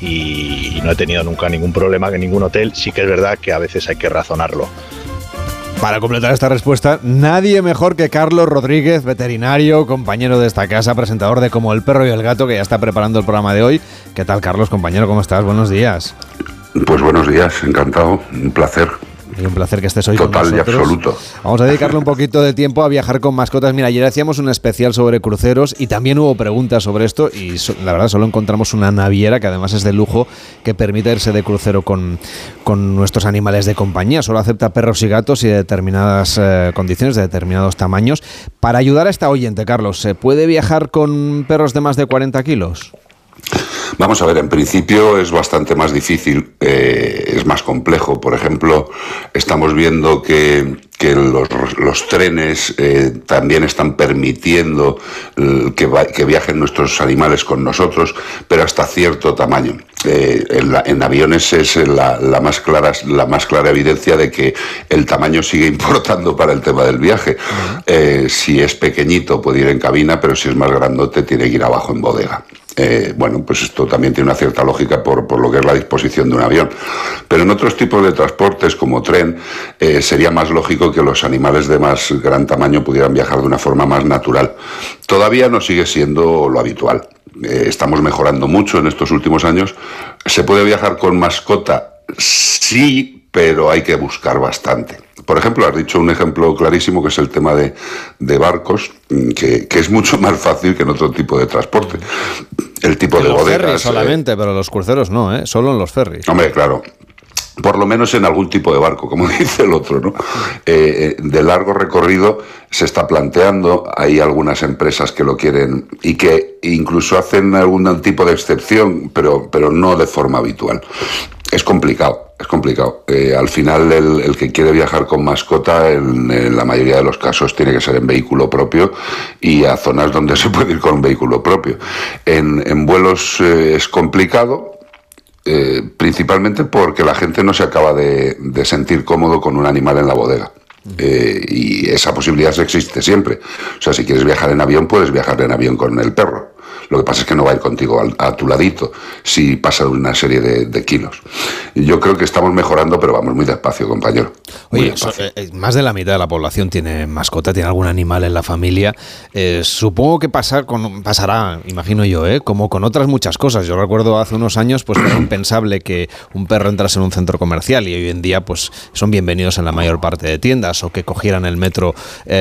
y, y no he tenido nunca ningún problema en ningún hotel. Sí que es verdad que a veces hay que razonarlo. Para completar esta respuesta, nadie mejor que Carlos Rodríguez, veterinario, compañero de esta casa, presentador de Como el Perro y el Gato, que ya está preparando el programa de hoy. ¿Qué tal, Carlos, compañero? ¿Cómo estás? Buenos días. Pues buenos días, encantado, un placer. Y un placer que estés hoy Total con nosotros. Y absoluto. Vamos a dedicarle un poquito de tiempo a viajar con mascotas. Mira, ayer hacíamos un especial sobre cruceros y también hubo preguntas sobre esto y so, la verdad solo encontramos una naviera que además es de lujo, que permite irse de crucero con, con nuestros animales de compañía. Solo acepta perros y gatos y de determinadas eh, condiciones, de determinados tamaños. Para ayudar a esta oyente, Carlos, ¿se puede viajar con perros de más de cuarenta kilos? Vamos a ver, en principio es bastante más difícil, eh, es más complejo. Por ejemplo, estamos viendo que, que los, los trenes eh, también están permitiendo eh, que, va, que viajen nuestros animales con nosotros, pero hasta cierto tamaño. Eh, en, la, en aviones es la, la, más clara, la más clara evidencia de que el tamaño sigue importando para el tema del viaje. Eh, si es pequeñito puede ir en cabina, pero si es más grandote tiene que ir abajo en bodega. Eh, bueno, pues esto también tiene una cierta lógica por, por lo que es la disposición de un avión. Pero en otros tipos de transportes, como tren, eh, sería más lógico que los animales de más gran tamaño pudieran viajar de una forma más natural. Todavía no sigue siendo lo habitual. Eh, estamos mejorando mucho en estos últimos años. ¿Se puede viajar con mascota? Sí, pero hay que buscar bastante. Por ejemplo, has dicho un ejemplo clarísimo que es el tema de, de barcos, que, que es mucho más fácil que en otro tipo de transporte. El tipo en de los bodegas... ferries solamente, eh, pero los cruceros no, ¿eh? Solo en los ferries. Hombre, claro. por lo menos en algún tipo de barco, como dice el otro, ¿no? Eh, de largo recorrido se está planteando, hay algunas empresas que lo quieren y que incluso hacen algún tipo de excepción, pero, pero no de forma habitual. Es complicado, es complicado. Eh, al final el, el que quiere viajar con mascota, en, en la mayoría de los casos tiene que ser en vehículo propio y a zonas donde se puede ir con un vehículo propio. En, en vuelos eh, es complicado. Eh, principalmente porque la gente no se acaba de, de sentir cómodo con un animal en la bodega. Eh, y esa posibilidad existe siempre. O sea, si quieres viajar en avión, puedes viajar en avión con el perro. Lo que pasa es que no va a ir contigo a, a tu ladito si pasa una serie de, de kilos. Yo creo que estamos mejorando, pero vamos muy despacio, compañero. Muy Oye, despacio. so, eh, más de la mitad de la población tiene mascota, tiene algún animal en la familia. Eh, supongo que pasar con, pasará, imagino yo, ¿eh? como con otras muchas cosas. Yo recuerdo hace unos años pues era impensable que un perro entrase en un centro comercial y hoy en día pues son bienvenidos en la mayor parte de tiendas, o que cogieran el metro,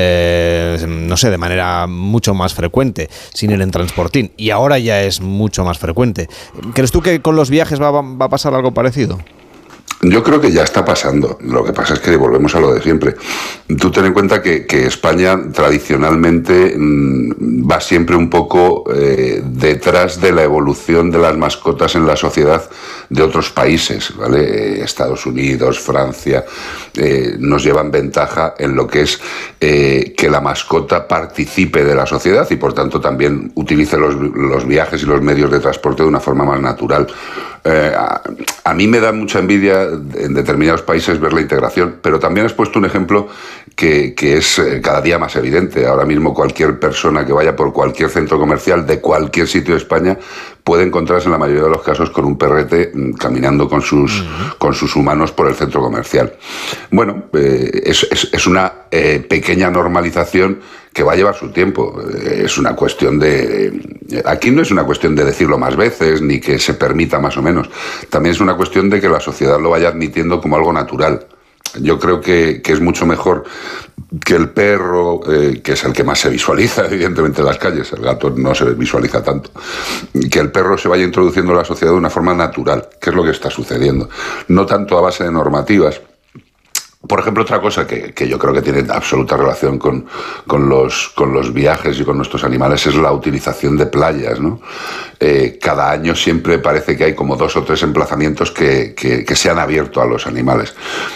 eh, no sé, de manera mucho más frecuente, sin ir en transportín. Y ahora ya es mucho más frecuente. ¿Crees tú que con los viajes va, va a pasar algo parecido? Yo creo que ya está pasando. Lo que pasa es que volvemos a lo de siempre. Tú ten en cuenta que, que España tradicionalmente mmm, va siempre un poco eh, detrás de la evolución de las mascotas en la sociedad de otros países, ¿vale? Estados Unidos, Francia, eh, nos llevan ventaja en lo que es eh, que la mascota participe de la sociedad y por tanto también utilice los, los viajes y los medios de transporte de una forma más natural. Eh, a, a mí me da mucha envidia en determinados países ver la integración, pero también has puesto un ejemplo que, que es eh, cada día más evidente. Ahora mismo cualquier persona que vaya por cualquier centro comercial de cualquier sitio de España puede encontrarse en la mayoría de los casos con un perrete mm, caminando con sus, uh-huh. con sus humanos por el centro comercial. Bueno, eh, es, es, es una eh, pequeña normalización que va a llevar su tiempo. Es una cuestión de... Aquí no es una cuestión de decirlo más veces, ni que se permita más o menos. También es una cuestión de que la sociedad lo vaya admitiendo como algo natural. Yo creo que, que es mucho mejor que el perro, eh, que es el que más se visualiza, evidentemente, en las calles, el gato no se visualiza tanto, que el perro se vaya introduciendo en la sociedad de una forma natural, que es lo que está sucediendo. No tanto a base de normativas. Por ejemplo, otra cosa que, que yo creo que tiene absoluta relación con, con, los, con los viajes y con nuestros animales es la utilización de playas, ¿no? Eh, cada año siempre parece que hay como dos o tres emplazamientos que, que, que se han abierto a los animales.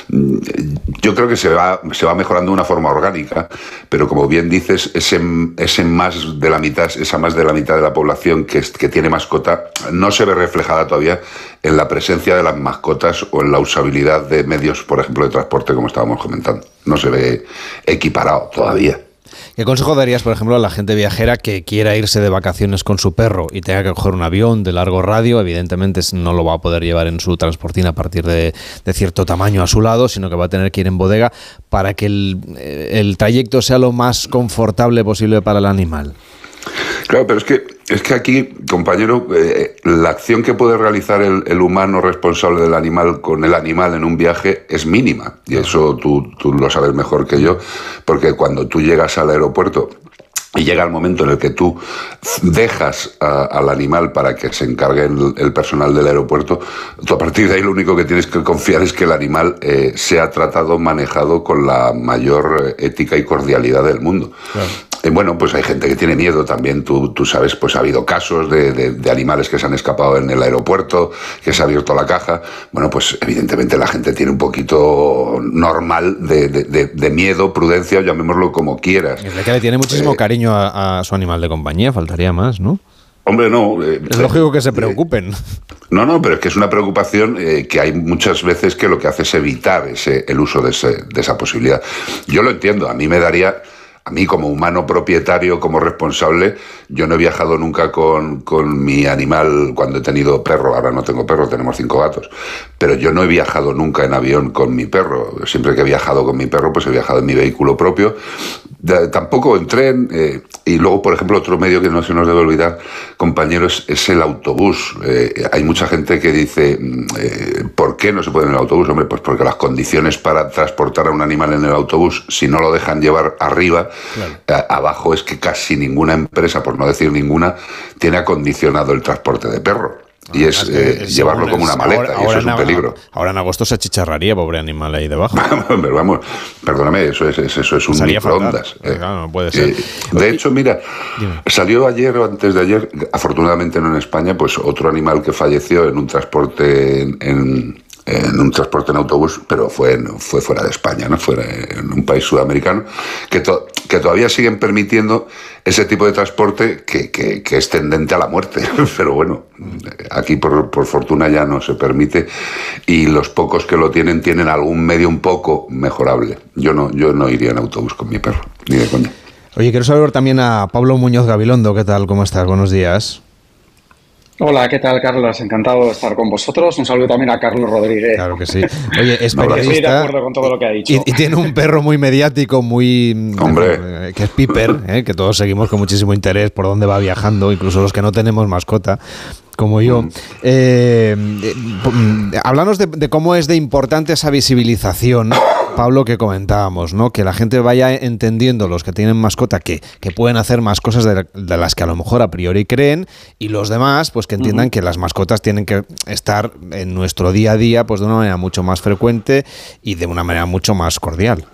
Yo creo que se va, se va mejorando de una forma orgánica, pero como bien dices, ese, ese más de la mitad, esa más de la mitad de la población que, que tiene mascota no se ve reflejada todavía en la presencia de las mascotas o en la usabilidad de medios, por ejemplo, de transporte, como estábamos comentando. No se ve equiparado todavía. ¿Qué consejo darías, por ejemplo, a la gente viajera que quiera irse de vacaciones con su perro y tenga que coger un avión de largo radio? Evidentemente no lo va a poder llevar en su transportín a partir de, de cierto tamaño a su lado, sino que va a tener que ir en bodega para que el, el trayecto sea lo más confortable posible para el animal. Claro, pero es que, es que aquí, compañero, eh, la acción que puede realizar el, el humano responsable del animal con el animal en un viaje es mínima. Y eso tú, tú lo sabes mejor que yo, porque cuando tú llegas al aeropuerto y llega el momento en el que tú dejas a, al animal para que se encargue el, el personal del aeropuerto, tú a partir de ahí lo único que tienes que confiar es que el animal eh, sea tratado, manejado con la mayor ética y cordialidad del mundo. Claro. Eh, bueno, pues hay gente que tiene miedo también, tú, tú sabes, pues ha habido casos de, de, de animales que se han escapado en el aeropuerto, que se ha abierto la caja. Bueno, pues evidentemente la gente tiene un poquito normal de, de, de, de miedo, prudencia, llamémoslo como quieras. Es que le tiene muchísimo eh, cariño a, a su animal de compañía, faltaría más, ¿no? Hombre, no. Eh, es lógico que se preocupen. Eh, no, no, pero es que es una preocupación eh, que hay muchas veces que lo que hace es evitar ese, el uso de, ese, de esa posibilidad. Yo lo entiendo, a mí me daría... A mí, como humano propietario, como responsable, yo no he viajado nunca con, con mi animal cuando he tenido perro. Ahora no tengo perro, tenemos cinco gatos. Pero yo no he viajado nunca en avión con mi perro. Siempre que he viajado con mi perro, pues he viajado en mi vehículo propio. De, tampoco en tren. Eh, y luego, por ejemplo, otro medio que no se nos debe olvidar, compañeros, es el autobús. Eh, hay mucha gente que dice, eh, ¿por qué no se puede en el autobús? Hombre, pues porque las condiciones para transportar a un animal en el autobús, si no lo dejan llevar arriba, claro. a, abajo es que casi ninguna empresa, por no decir ninguna, tiene acondicionado el transporte de perro. y es, eh, es llevarlo como una maleta, ahora, y eso es un peligro. Ahora en agosto se achicharraría, pobre animal ahí debajo. Pero vamos, perdóname, eso es, eso es un Sería microondas. Eh. Claro, no puede ser. Eh, de hecho, mira, Dime. salió ayer o antes de ayer, afortunadamente no en España, pues otro animal que falleció en un transporte en, en en un transporte en autobús, pero fue, fue fuera de España, ¿no? Fue en un país sudamericano, que, to, que todavía siguen permitiendo ese tipo de transporte que, que, que es tendente a la muerte. Pero bueno, aquí por, por fortuna ya no se permite, y los pocos que lo tienen tienen algún medio un poco mejorable. Yo no, yo no iría en autobús con mi perro, ni de coña. Oye, quiero saludar también a Pablo Muñoz Gabilondo. ¿Qué tal? ¿Cómo estás? Buenos días. Hola, ¿qué tal, Carlos? Encantado de estar con vosotros. Un saludo también a Carlos Rodríguez. Claro que sí. Oye, es periodista. Estoy de acuerdo con todo lo que ha dicho. Y, y tiene un perro muy mediático, muy... Hombre. Que es Piper, ¿eh? Que todos seguimos con muchísimo interés por dónde va viajando, incluso los que no tenemos mascota, como yo. Mm. Eh, eh, háblanos de, de cómo es de importante esa visibilización, Pablo, que comentábamos, ¿no? Que la gente vaya entendiendo, los que tienen mascota, que, que pueden hacer más cosas de, de las que a lo mejor a priori creen, y los demás, pues que entiendan uh-huh. que las mascotas tienen que estar en nuestro día a día, pues de una manera mucho más frecuente y de una manera mucho más cordial.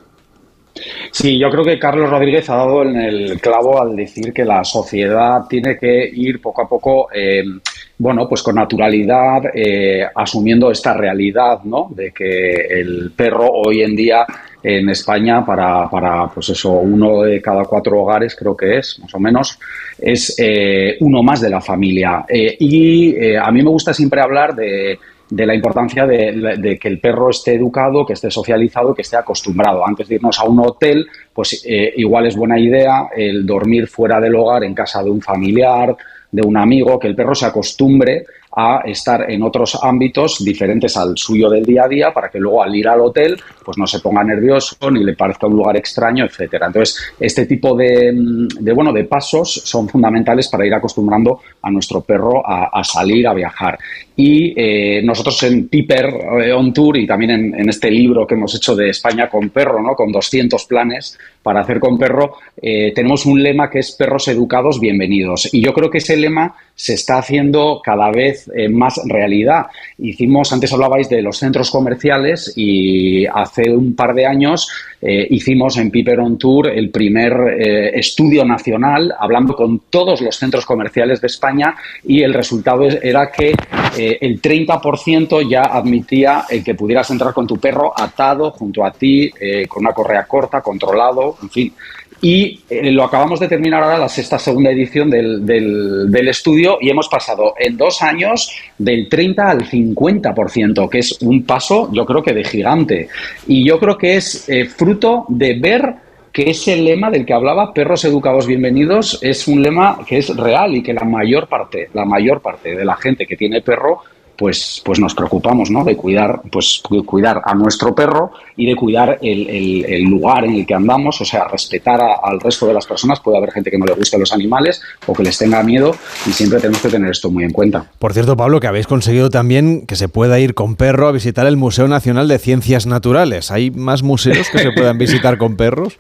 Sí, yo creo que Carlos Rodríguez ha dado en el clavo al decir que la sociedad tiene que ir poco a poco, eh, bueno, pues con naturalidad, eh, asumiendo esta realidad, ¿no? De que el perro hoy en día en España, para, para pues eso, uno de cada cuatro hogares, creo que es, más o menos, es eh, uno más de la familia. Eh, y eh, a mí me gusta siempre hablar de... de la importancia de, de que el perro esté educado, que esté socializado, que esté acostumbrado. Antes de irnos a un hotel, pues eh, igual es buena idea el dormir fuera del hogar, en casa de un familiar, de un amigo, que el perro se acostumbre a estar en otros ámbitos diferentes al suyo del día a día, para que luego al ir al hotel pues no se ponga nervioso ni le parezca un lugar extraño, etcétera. Entonces, este tipo de, de, bueno, de pasos son fundamentales para ir acostumbrando a nuestro perro a, a salir, a viajar. Y eh, nosotros en Piper eh, On Tour, y también en, en este libro que hemos hecho de España con perro, ¿no? Con doscientos planes para hacer con perro, eh, tenemos un lema que es perros educados, bienvenidos. Y yo creo que ese lema se está haciendo cada vez eh, más realidad. Hicimos, antes hablabais de los centros comerciales, y hace un par de años eh, hicimos en Piper On Tour el primer eh, estudio nacional, hablando con todos los centros comerciales de España, y el resultado era que eh, el treinta por ciento ya admitía el que pudieras entrar con tu perro atado junto a ti, eh, con una correa corta, controlado, en fin. Y eh, lo acabamos de terminar ahora, la sexta segunda edición del, del, del estudio, y hemos pasado en dos años del treinta al cincuenta por ciento, que es un paso, yo creo que de gigante. Y yo creo que es eh, fruto de ver que ese lema del que hablaba, perros educados bienvenidos, es un lema que es real, y que la mayor parte, la mayor parte de la gente que tiene perro, pues, pues nos preocupamos, ¿no? De cuidar, pues, cuidar a nuestro perro y de cuidar el, el, el lugar en el que andamos, o sea, respetar a, al resto de las personas. Puede haber gente que no le guste los animales o que les tenga miedo, y siempre tenemos que tener esto muy en cuenta. Por cierto, Pablo, que habéis conseguido también que se pueda ir con perro a visitar el Museo Nacional de Ciencias Naturales. ¿Hay más museos que se puedan visitar con perros?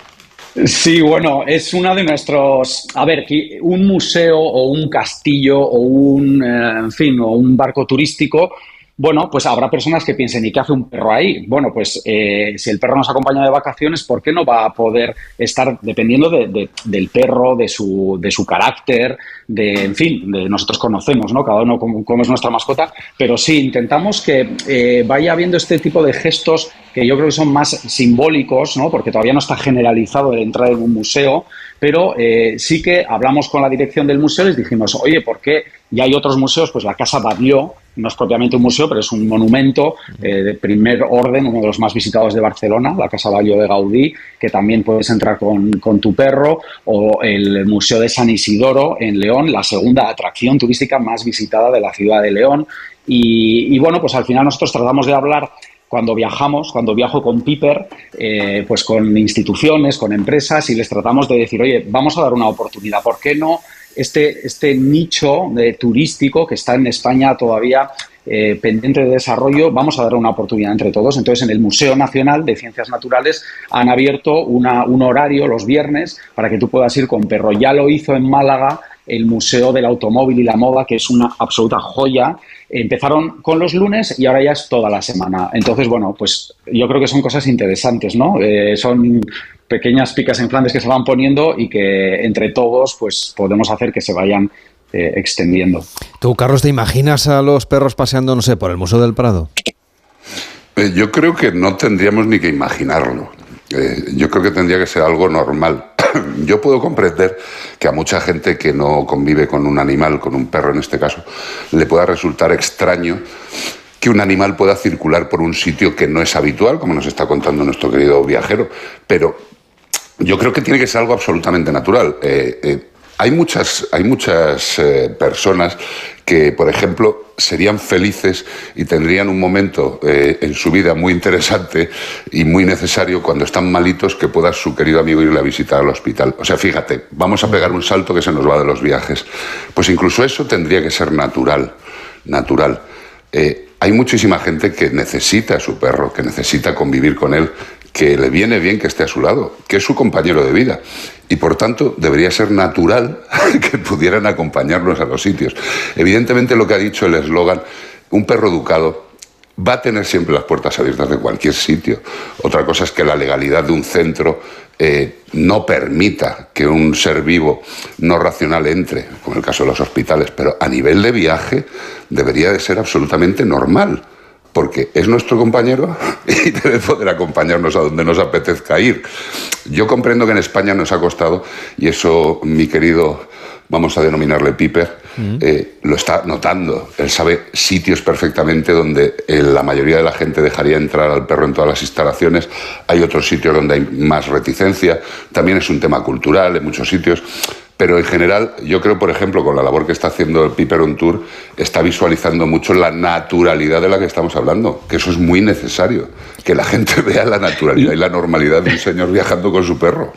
Sí, bueno, es uno de nuestros... A ver, un museo o un castillo o un, eh, en fin, o un barco turístico, bueno, pues habrá personas que piensen, ¿y qué hace un perro ahí? Bueno, pues eh, si el perro nos acompaña de vacaciones, ¿por qué no va a poder estar, dependiendo de, de, del perro, de su, de su carácter, de, en fin, de nosotros conocemos, ¿no? Cada uno cómo, cómo es nuestra mascota, pero sí, intentamos que eh, vaya habiendo este tipo de gestos que yo creo que son más simbólicos, ¿no? Porque todavía no está generalizado el entrar en un museo, pero eh, sí que hablamos con la dirección del museo y les dijimos, oye, ¿por qué? Ya hay otros museos, pues la Casa Batlló, no es propiamente un museo, pero es un monumento eh, de primer orden, uno de los más visitados de Barcelona, la Casa Batlló de Gaudí, que también puedes entrar con, con tu perro, o el Museo de San Isidoro en León, la segunda atracción turística más visitada de la ciudad de León. Y, y bueno, pues al final nosotros tratamos de hablar, cuando viajamos, cuando viajo con Piper, eh, pues con instituciones, con empresas, y les tratamos de decir, oye, vamos a dar una oportunidad, ¿por qué no? Este, este nicho de turístico que está en España todavía eh, pendiente de desarrollo, vamos a dar una oportunidad entre todos. Entonces, en el Museo Nacional de Ciencias Naturales han abierto una, un horario los viernes para que tú puedas ir con perro. Ya lo hizo en Málaga el Museo del Automóvil y la Moda, que es una absoluta joya. Empezaron con los lunes y ahora ya es toda la semana. Entonces, bueno, pues yo creo que son cosas interesantes, ¿no? Eh, son pequeñas picas en Flandes que se van poniendo y que entre todos pues podemos hacer que se vayan eh, extendiendo. ¿Tú, Carlos, te imaginas a los perros paseando, no sé, por el Museo del Prado? Eh, yo creo que no tendríamos ni que imaginarlo. Eh, yo creo que tendría que ser algo normal. Yo puedo comprender que a mucha gente que no convive con un animal, con un perro en este caso, le pueda resultar extraño que un animal pueda circular por un sitio que no es habitual, como nos está contando nuestro querido viajero, pero yo creo que tiene que ser algo absolutamente natural. Eh, eh, hay muchas, hay muchas eh, personas que, por ejemplo, serían felices y tendrían un momento eh, en su vida muy interesante y muy necesario cuando están malitos que pueda su querido amigo irle a visitar al hospital. O sea, fíjate, vamos a pegar un salto que se nos va de los viajes. Pues incluso eso tendría que ser natural, natural. Eh, hay muchísima gente que necesita a su perro, que necesita convivir con él, que le viene bien que esté a su lado, que es su compañero de vida. Y por tanto debería ser natural que pudieran acompañarnos a los sitios. Evidentemente lo que ha dicho el eslogan, un perro educado va a tener siempre las puertas abiertas de cualquier sitio. Otra cosa es que la legalidad de un centro eh, no permita que un ser vivo no racional entre, como en el caso de los hospitales, pero a nivel de viaje debería de ser absolutamente normal. Porque es nuestro compañero y debe poder acompañarnos a donde nos apetezca ir. Yo comprendo que en España nos ha costado, y eso mi querido, vamos a denominarle Piper, mm. eh, lo está notando. Él sabe sitios perfectamente donde eh, la mayoría de la gente dejaría entrar al perro en todas las instalaciones. Hay otros sitios donde hay más reticencia. También es un tema cultural en muchos sitios. Pero en general, yo creo, por ejemplo, con la labor que está haciendo el Piper on Tour, está visualizando mucho la naturalidad de la que estamos hablando, que eso es muy necesario, que la gente vea la naturalidad y la normalidad de un señor viajando con su perro.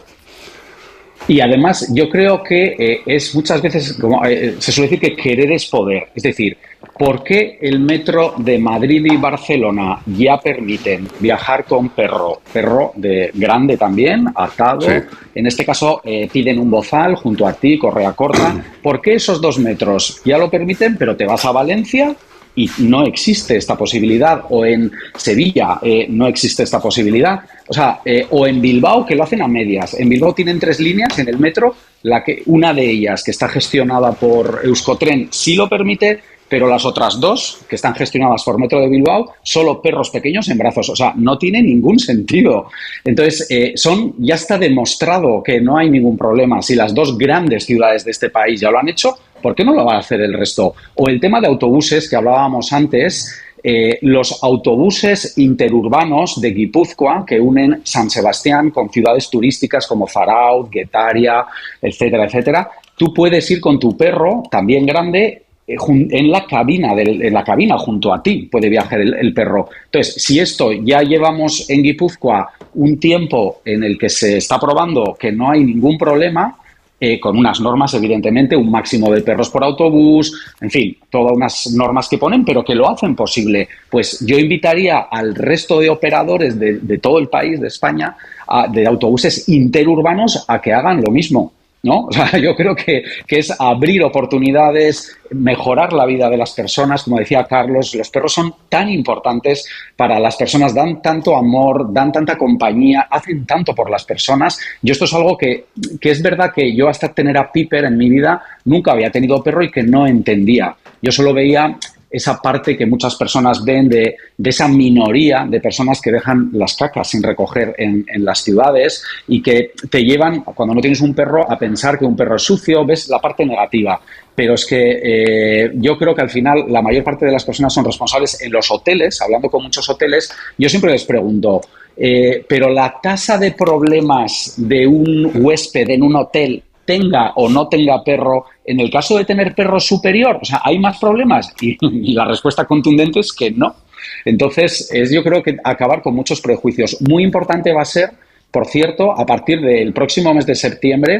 Y además, yo creo que eh, es muchas veces, como eh, se suele decir que querer es poder. Es decir, ¿por qué el metro de Madrid y Barcelona ya permiten viajar con perro? Perro de grande también, atado. Sí. En este caso, eh, piden un bozal junto a ti, correa corta. ¿Por qué esos dos metros ya lo permiten, pero te vas a Valencia y no existe esta posibilidad? O en Sevilla eh, no existe esta posibilidad. O sea, eh, o en Bilbao, que lo hacen a medias. En Bilbao tienen tres líneas en el metro. La que, una de ellas, que está gestionada por Euskotren, sí lo permite, pero las otras dos, que están gestionadas por Metro de Bilbao, solo perros pequeños en brazos. O sea, no tiene ningún sentido. Entonces, eh, son ya está demostrado que no hay ningún problema. Si las dos grandes ciudades de este país ya lo han hecho, ¿por qué no lo va a hacer el resto? O el tema de autobuses que hablábamos antes, eh, los autobuses interurbanos de Guipúzcoa que unen San Sebastián con ciudades turísticas como Zarautz, Guetaria, etcétera, etcétera. Tú puedes ir con tu perro, también grande, en la cabina, del, en la cabina junto a ti puede viajar el, el perro. Entonces, si esto ya llevamos en Guipúzcoa un tiempo en el que se está probando que no hay ningún problema, eh, con unas normas, evidentemente, un máximo de perros por autobús, en fin, todas unas normas que ponen, pero que lo hacen posible, pues yo invitaría al resto de operadores de, de todo el país, de España, a, de autobuses interurbanos, a que hagan lo mismo, ¿no? O sea, yo creo que, que es abrir oportunidades, mejorar la vida de las personas. Como decía Carlos, los perros son tan importantes para las personas, dan tanto amor, dan tanta compañía, hacen tanto por las personas. Yo esto es algo que, que es verdad que yo hasta tener a Piper en mi vida nunca había tenido perro y que no entendía. Yo solo veía esa parte que muchas personas ven de, de esa minoría de personas que dejan las cacas sin recoger en, en las ciudades y que te llevan, cuando no tienes un perro, a pensar que un perro es sucio, ves la parte negativa. Pero es que eh, yo creo que al final la mayor parte de las personas son responsables en los hoteles, hablando con muchos hoteles, yo siempre les pregunto, eh, pero la tasa de problemas de un huésped en un hotel, tenga o no tenga perro, en el caso de tener perro superior, o sea, ¿hay más problemas? Y, y la respuesta contundente es que no. Entonces, es yo creo que acabar con muchos prejuicios. Muy importante va a ser, por cierto, a partir del próximo mes de septiembre,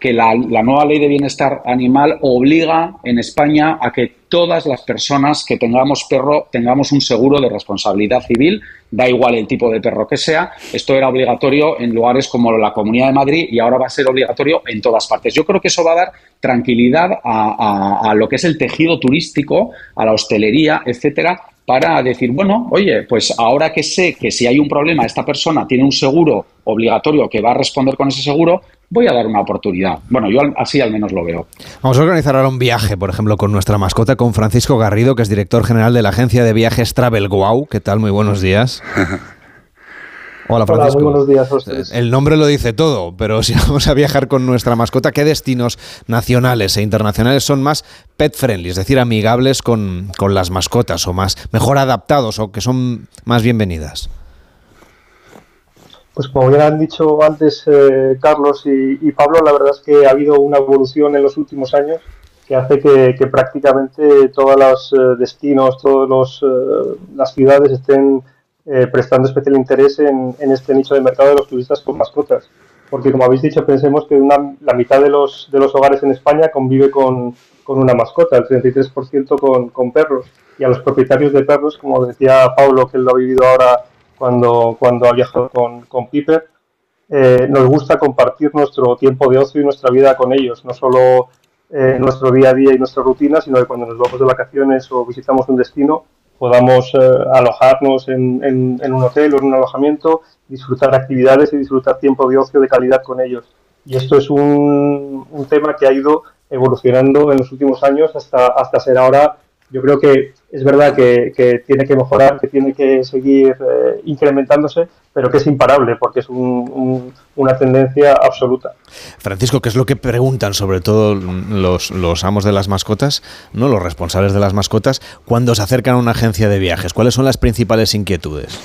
que la, la nueva ley de bienestar animal obliga en España a que todas las personas que tengamos perro tengamos un seguro de responsabilidad civil, da igual el tipo de perro que sea. Esto era obligatorio en lugares como la Comunidad de Madrid y ahora va a ser obligatorio en todas partes. Yo creo que eso va a dar tranquilidad a, a, a lo que es el tejido turístico, a la hostelería, etcétera, para decir, bueno, oye, pues ahora que sé que si hay un problema, esta persona tiene un seguro obligatorio que va a responder con ese seguro, voy a dar una oportunidad. Bueno, yo así al menos lo veo. Vamos a organizar ahora un viaje, por ejemplo, con nuestra mascota, con Francisco Garrido, que es director general de la agencia de viajes Travel Wow. ¿Qué tal? Muy buenos días. Hola, Francisco. Hola, muy buenos días a ustedes. El nombre lo dice todo, pero si vamos a viajar con nuestra mascota, ¿qué destinos nacionales e internacionales son más pet friendly, es decir, amigables con, con las mascotas o más mejor adaptados o que son más bienvenidas? Pues como ya han dicho antes eh, Carlos y, y Pablo, la verdad es que ha habido una evolución en los últimos años que hace que, que prácticamente todos los eh, destinos, todas eh, las ciudades estén Eh, prestando especial interés en, en este nicho de mercado de los turistas con mascotas, porque como habéis dicho, pensemos que una, la mitad de los de los hogares en España convive con, con una mascota, el treinta y tres por ciento con, con perros, y a los propietarios de perros, como decía Pablo, que él lo ha vivido ahora cuando, cuando ha viajado con, con Piper, eh, nos gusta compartir nuestro tiempo de ocio y nuestra vida con ellos, no solo eh, nuestro día a día y nuestra rutina, sino que cuando nos vamos de vacaciones o visitamos un destino, podamos eh, alojarnos en, en, en un hotel o en un alojamiento, disfrutar actividades y disfrutar tiempo de ocio de calidad con ellos. Y esto es un, un tema que ha ido evolucionando en los últimos años hasta, hasta ser ahora. Yo creo que es verdad que, que tiene que mejorar, que tiene que seguir eh, incrementándose, pero que es imparable porque es un, un, una tendencia absoluta. Francisco, ¿qué es lo que preguntan sobre todo los, los amos de las mascotas, no los responsables de las mascotas, cuando se acercan a una agencia de viajes? ¿Cuáles son las principales inquietudes?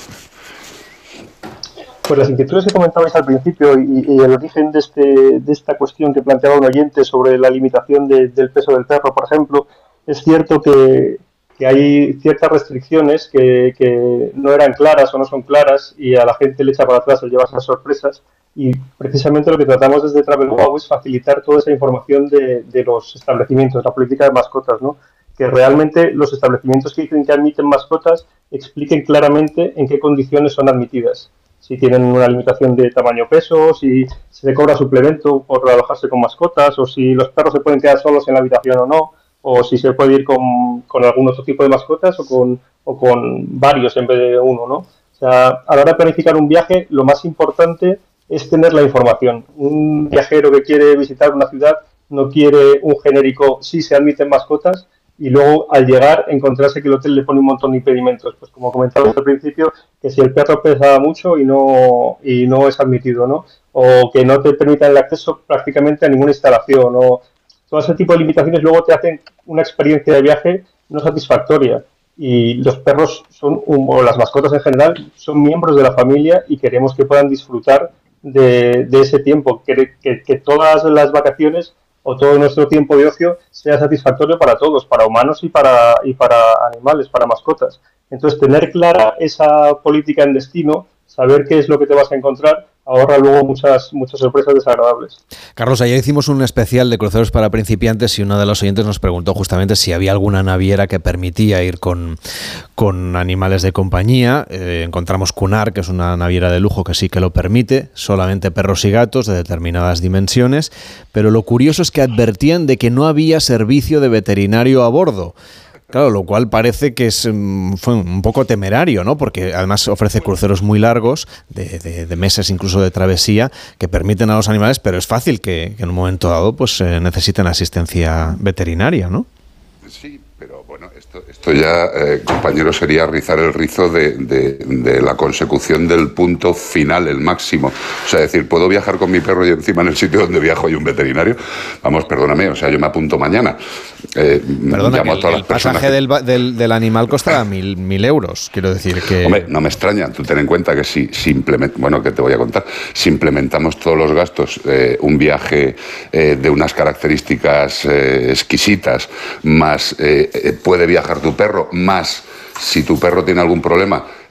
Pues las inquietudes que comentabais al principio y, y el origen de, este, de esta cuestión que planteaba un oyente sobre la limitación de, del peso del perro, por ejemplo, es cierto que, que hay ciertas restricciones que, que no eran claras o no son claras y a la gente le echa para atrás el llevarse las sorpresas, y precisamente lo que tratamos desde Travel Wow es facilitar toda esa información de, de los establecimientos, la política de mascotas, ¿no? Que realmente los establecimientos que dicen que admiten mascotas expliquen claramente en qué condiciones son admitidas. Si tienen una limitación de tamaño-peso, si se cobra suplemento por alojarse con mascotas, o si los perros se pueden quedar solos en la habitación o no, o si se puede ir con, con algún otro tipo de mascotas o con, o con varios en vez de uno, ¿no? O sea, a la hora de planificar un viaje, lo más importante es tener la información. Un viajero que quiere visitar una ciudad no quiere un genérico, sí se admiten mascotas, y luego al llegar encontrarse que el hotel le pone un montón de impedimentos, pues como comentaba al principio, que si el perro pesa mucho y no y no es admitido, ¿no? O que no te permitan el acceso prácticamente a ninguna instalación, o todo ese tipo de limitaciones luego te hacen una experiencia de viaje no satisfactoria. Y los perros son, o las mascotas en general, son miembros de la familia y queremos que puedan disfrutar de, de ese tiempo, que, que, que todas las vacaciones o todo nuestro tiempo de ocio sea satisfactorio para todos, para humanos y para, y para animales, para mascotas. Entonces, tener clara esa política en destino, saber qué es lo que te vas a encontrar, ahorra luego muchas muchas sorpresas desagradables. Carlos, ayer hicimos un especial de cruceros para principiantes y uno de los oyentes nos preguntó justamente si había alguna naviera que permitía ir con, con animales de compañía. Eh, encontramos Cunard, que es una naviera de lujo que sí que lo permite, solamente perros y gatos de determinadas dimensiones, pero lo curioso es que advertían de que no había servicio de veterinario a bordo. Claro, lo cual parece que es fue un poco temerario, ¿no? Porque además ofrece cruceros muy largos, de, de, de meses incluso de travesía, que permiten a los animales, pero es fácil que, que en un momento dado pues eh, necesiten asistencia veterinaria, ¿no? Sí, pero bueno, esto, esto ya, eh, compañero, sería rizar el rizo de, de, de la consecución del punto final, el máximo. O sea, decir, ¿puedo viajar con mi perro y encima en el sitio donde viajo hay un veterinario? Vamos, perdóname, o sea, yo me apunto mañana. Eh, Perdona, que el, el pasaje del, del, del animal costaba mil, mil euros, quiero decir que... Hombre, no me extraña, tú ten en cuenta que si, si implement... bueno, que te voy a contar, si implementamos todos los gastos, eh, un viaje eh, de unas características eh, exquisitas, más eh, puede viajar tu perro, más si tu perro tiene algún problema,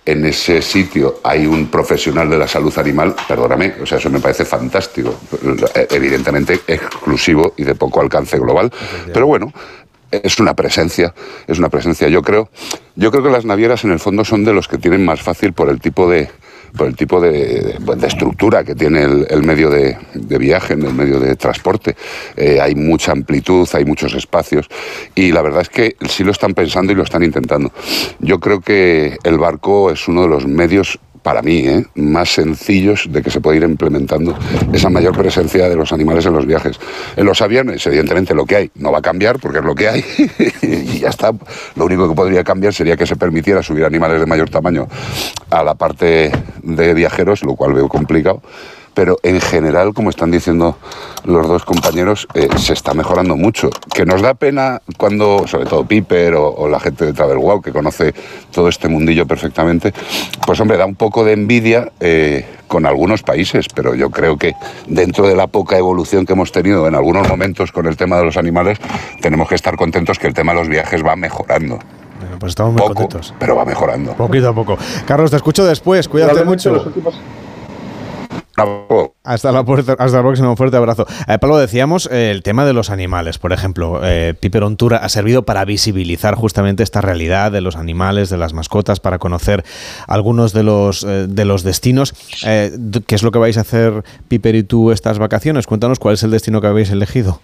en ese sitio hay un profesional de la salud animal, perdóname, o sea, eso me parece fantástico, evidentemente exclusivo y de poco alcance global, pero bueno, es una presencia, es una presencia, yo creo, yo creo que las navieras en el fondo son de los que tienen más fácil por el tipo de por el tipo de, de, de estructura que tiene el, el medio de, de viaje, el medio de transporte. Eh, hay mucha amplitud, hay muchos espacios y la verdad es que sí lo están pensando y lo están intentando. Yo creo que el barco es uno de los medios, para mí, ¿eh? más sencillos de que se puede ir implementando esa mayor presencia de los animales en los viajes. En los aviones, evidentemente, lo que hay no va a cambiar porque es lo que hay y ya está. Lo único que podría cambiar sería que se permitiera subir animales de mayor tamaño a la parte de viajeros, lo cual veo complicado. Pero en general, como están diciendo los dos compañeros, eh, se está mejorando mucho. Que nos da pena cuando, sobre todo Piper o, o la gente de Travelwow, que conoce todo este mundillo perfectamente, pues hombre, da un poco de envidia eh, con algunos países, pero yo creo que dentro de la poca evolución que hemos tenido en algunos momentos con el tema de los animales, tenemos que estar contentos que el tema de los viajes va mejorando. Bueno, pues estamos muy poco, contentos. Pero va mejorando. Poquito a poco. Carlos, te escucho después, cuídate mucho. Los últimos... Hasta la, puerta, hasta la próxima, un fuerte abrazo. Eh, Pablo, decíamos eh, el tema de los animales, por ejemplo. Eh, Piper on Tour ha servido para visibilizar justamente esta realidad de los animales, de las mascotas, para conocer algunos de los, eh, de los destinos. Eh, ¿Qué es lo que vais a hacer, Piper y tú, estas vacaciones? Cuéntanos cuál es el destino que habéis elegido.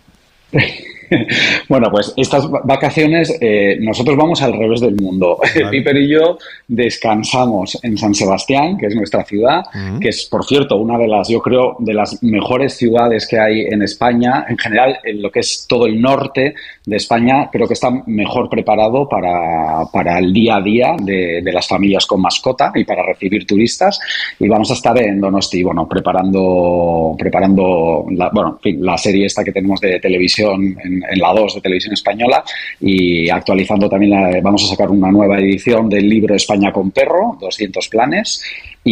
Bueno, pues estas vacaciones eh, nosotros vamos al revés del mundo. Vale. Piper y yo descansamos en San Sebastián, que es nuestra ciudad, uh-huh. que es, por cierto, una de las, yo creo, de las mejores ciudades que hay en España. En general, en lo que es todo el norte de España, creo que está mejor preparado para, para el día a día de, de las familias con mascota y para recibir turistas. Y vamos a estar en Donosti, bueno, preparando, preparando la, bueno, en fin, la serie esta que tenemos de televisión en, en la dos de Televisión Española y actualizando también, la, vamos a sacar una nueva edición del libro España con Perro, doscientos planes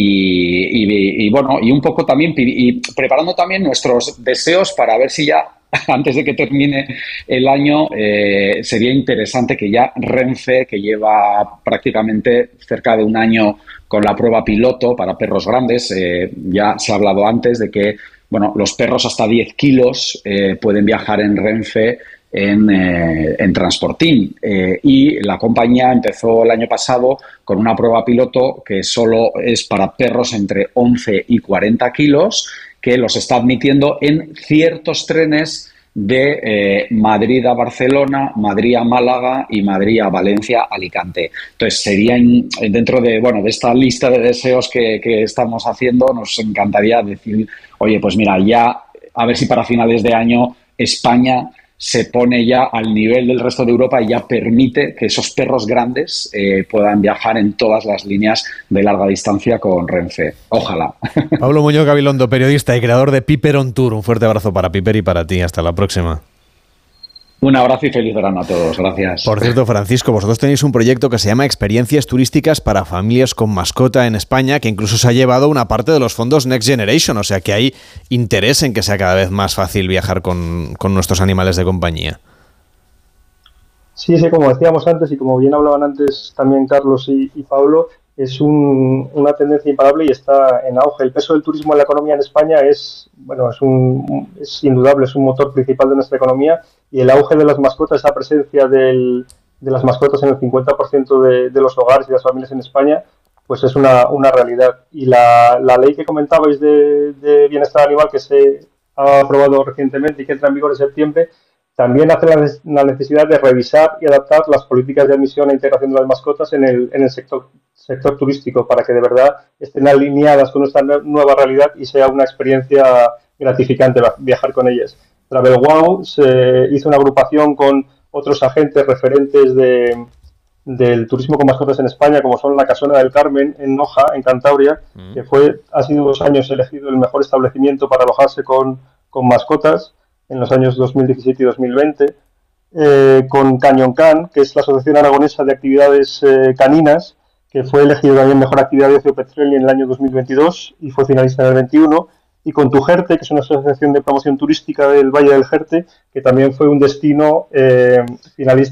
y, y, y bueno, y un poco también y preparando también nuestros deseos para ver si ya antes de que termine el año eh, sería interesante que ya Renfe, que lleva prácticamente cerca de un año con la prueba piloto para perros grandes, eh, ya se ha hablado antes de que bueno, los perros hasta diez kilos eh, pueden viajar en Renfe en, eh, en Transportín. Eh, y la compañía empezó el año pasado con una prueba piloto que solo es para perros entre once y cuarenta kilos, que los está admitiendo en ciertos trenes de eh, Madrid a Barcelona, Madrid a Málaga y Madrid a Valencia, Alicante. Entonces, serían dentro de, bueno, de esta lista de deseos que, que estamos haciendo, nos encantaría decir, oye, pues mira, ya a ver si para finales de año España se pone ya al nivel del resto de Europa y ya permite que esos perros grandes eh, puedan viajar en todas las líneas de larga distancia con Renfe. Ojalá. Pablo Muñoz Gabilondo, periodista y creador de Piper on Tour. Un fuerte abrazo para Piper y para ti. Hasta la próxima. Un abrazo y feliz verano a todos. Gracias. Por cierto, Francisco, vosotros tenéis un proyecto que se llama Experiencias Turísticas para Familias con Mascota en España, que incluso se ha llevado una parte de los fondos Next Generation, o sea que hay interés en que sea cada vez más fácil viajar con, con nuestros animales de compañía. Sí, sí, como decíamos antes y como bien hablaban antes también Carlos y, y Pablo, es un, una tendencia imparable y está en auge. El peso del turismo en la economía en España es, bueno, es, un, es indudable, es un motor principal de nuestra economía y el auge de las mascotas, esa presencia del, de las mascotas en el cincuenta por ciento de, de los hogares y las familias en España, pues es una, una realidad. Y la, la ley que comentabais de, de bienestar animal que se ha aprobado recientemente y que entra en vigor en septiembre, también hace la, la necesidad de revisar y adaptar las políticas de admisión e integración de las mascotas en el, en el sector, sector turístico para que de verdad estén alineadas con nuestra nueva realidad y sea una experiencia gratificante viajar con ellas. Travelwow se hizo una agrupación con otros agentes referentes de, del turismo con mascotas en España, como son la Casona del Carmen en Noja, en Cantabria, mm. que fue ha sido dos años elegido el mejor establecimiento para alojarse con, con mascotas en los años dos mil diecisiete y dos mil veinte, eh, con Canyon Can, que es la Asociación Aragonesa de Actividades eh, Caninas, que fue elegido también mejor actividad de ocio pet friendly en el año dos mil veintidós y fue finalista en el veintiuno, y con Tu Jerte, que es una asociación de promoción turística del Valle del Jerte, que también fue un destino eh, finalista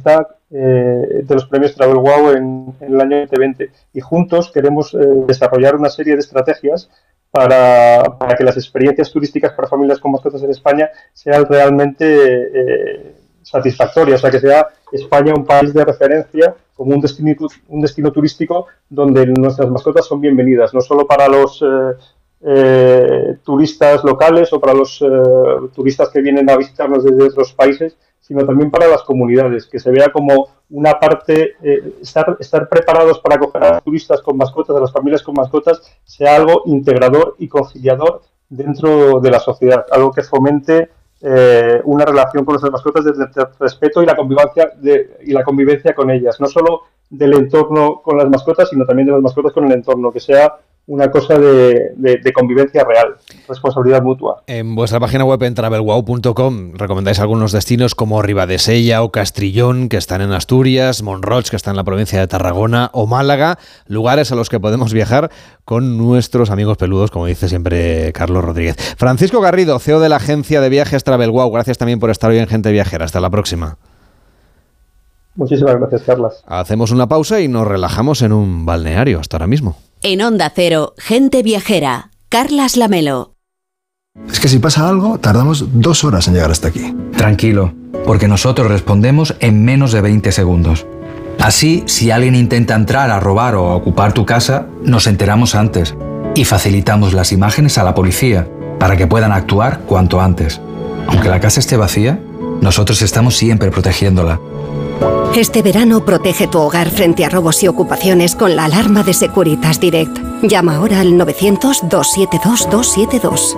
eh, de los premios Travel Wow en, en el año veinte veinte. Y juntos queremos eh, desarrollar una serie de estrategias para, para que las experiencias turísticas para familias con mascotas en España sean realmente eh, satisfactorias, o sea, que sea España un país de referencia como un destino, un destino turístico donde nuestras mascotas son bienvenidas, no solo para los eh, eh, turistas locales o para los eh, turistas que vienen a visitarnos desde otros países, sino también para las comunidades, que se vea como una parte, eh, estar, estar preparados para acoger a los turistas con mascotas, a las familias con mascotas, sea algo integrador y conciliador dentro de la sociedad, algo que fomente eh, una relación con nuestras mascotas desde el respeto y la convivencia de, y la convivencia con ellas, no solo del entorno con las mascotas, sino también de las mascotas con el entorno, que sea una cosa de, de, de convivencia real, responsabilidad mutua. En vuestra página web en travel wow punto com recomendáis algunos destinos como Ribadesella o Castrillón, que están en Asturias, Monroig, que está en la provincia de Tarragona, o Málaga, lugares a los que podemos viajar con nuestros amigos peludos, como dice siempre Carlos Rodríguez. Francisco Garrido, C E O de la agencia de viajes Travel Wow, gracias también por estar hoy en Gente Viajera. Hasta la próxima. Muchísimas gracias, Carlas. Hacemos una pausa y nos relajamos en un balneario. Hasta ahora mismo. En Onda Cero, Gente Viajera, Carlas Lamelo. Es que si pasa algo, tardamos dos horas en llegar hasta aquí. Tranquilo, porque nosotros respondemos en menos de veinte segundos. Así, si alguien intenta entrar a robar o a ocupar tu casa, nos enteramos antes y facilitamos las imágenes a la policía para que puedan actuar cuanto antes. Aunque la casa esté vacía, nosotros estamos siempre protegiéndola. Este verano protege tu hogar frente a robos y ocupaciones con la alarma de Securitas Direct. Llama ahora al novecientos, doscientos setenta y dos, doscientos setenta y dos.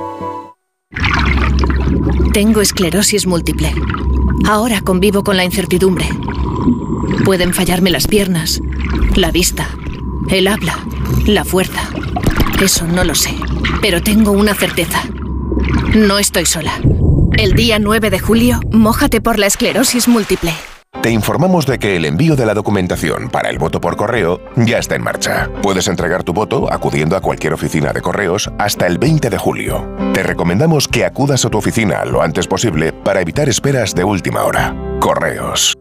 Tengo esclerosis múltiple. Ahora convivo con la incertidumbre. Pueden fallarme las piernas, la vista, el habla, la fuerza. Eso no lo sé, pero tengo una certeza. No estoy sola. El día nueve de julio, mójate por la esclerosis múltiple. Te informamos de que el envío de la documentación para el voto por correo ya está en marcha. Puedes entregar tu voto acudiendo a cualquier oficina de correos hasta el veinte de julio. Te recomendamos que acudas a tu oficina lo antes posible para evitar esperas de última hora. Correos.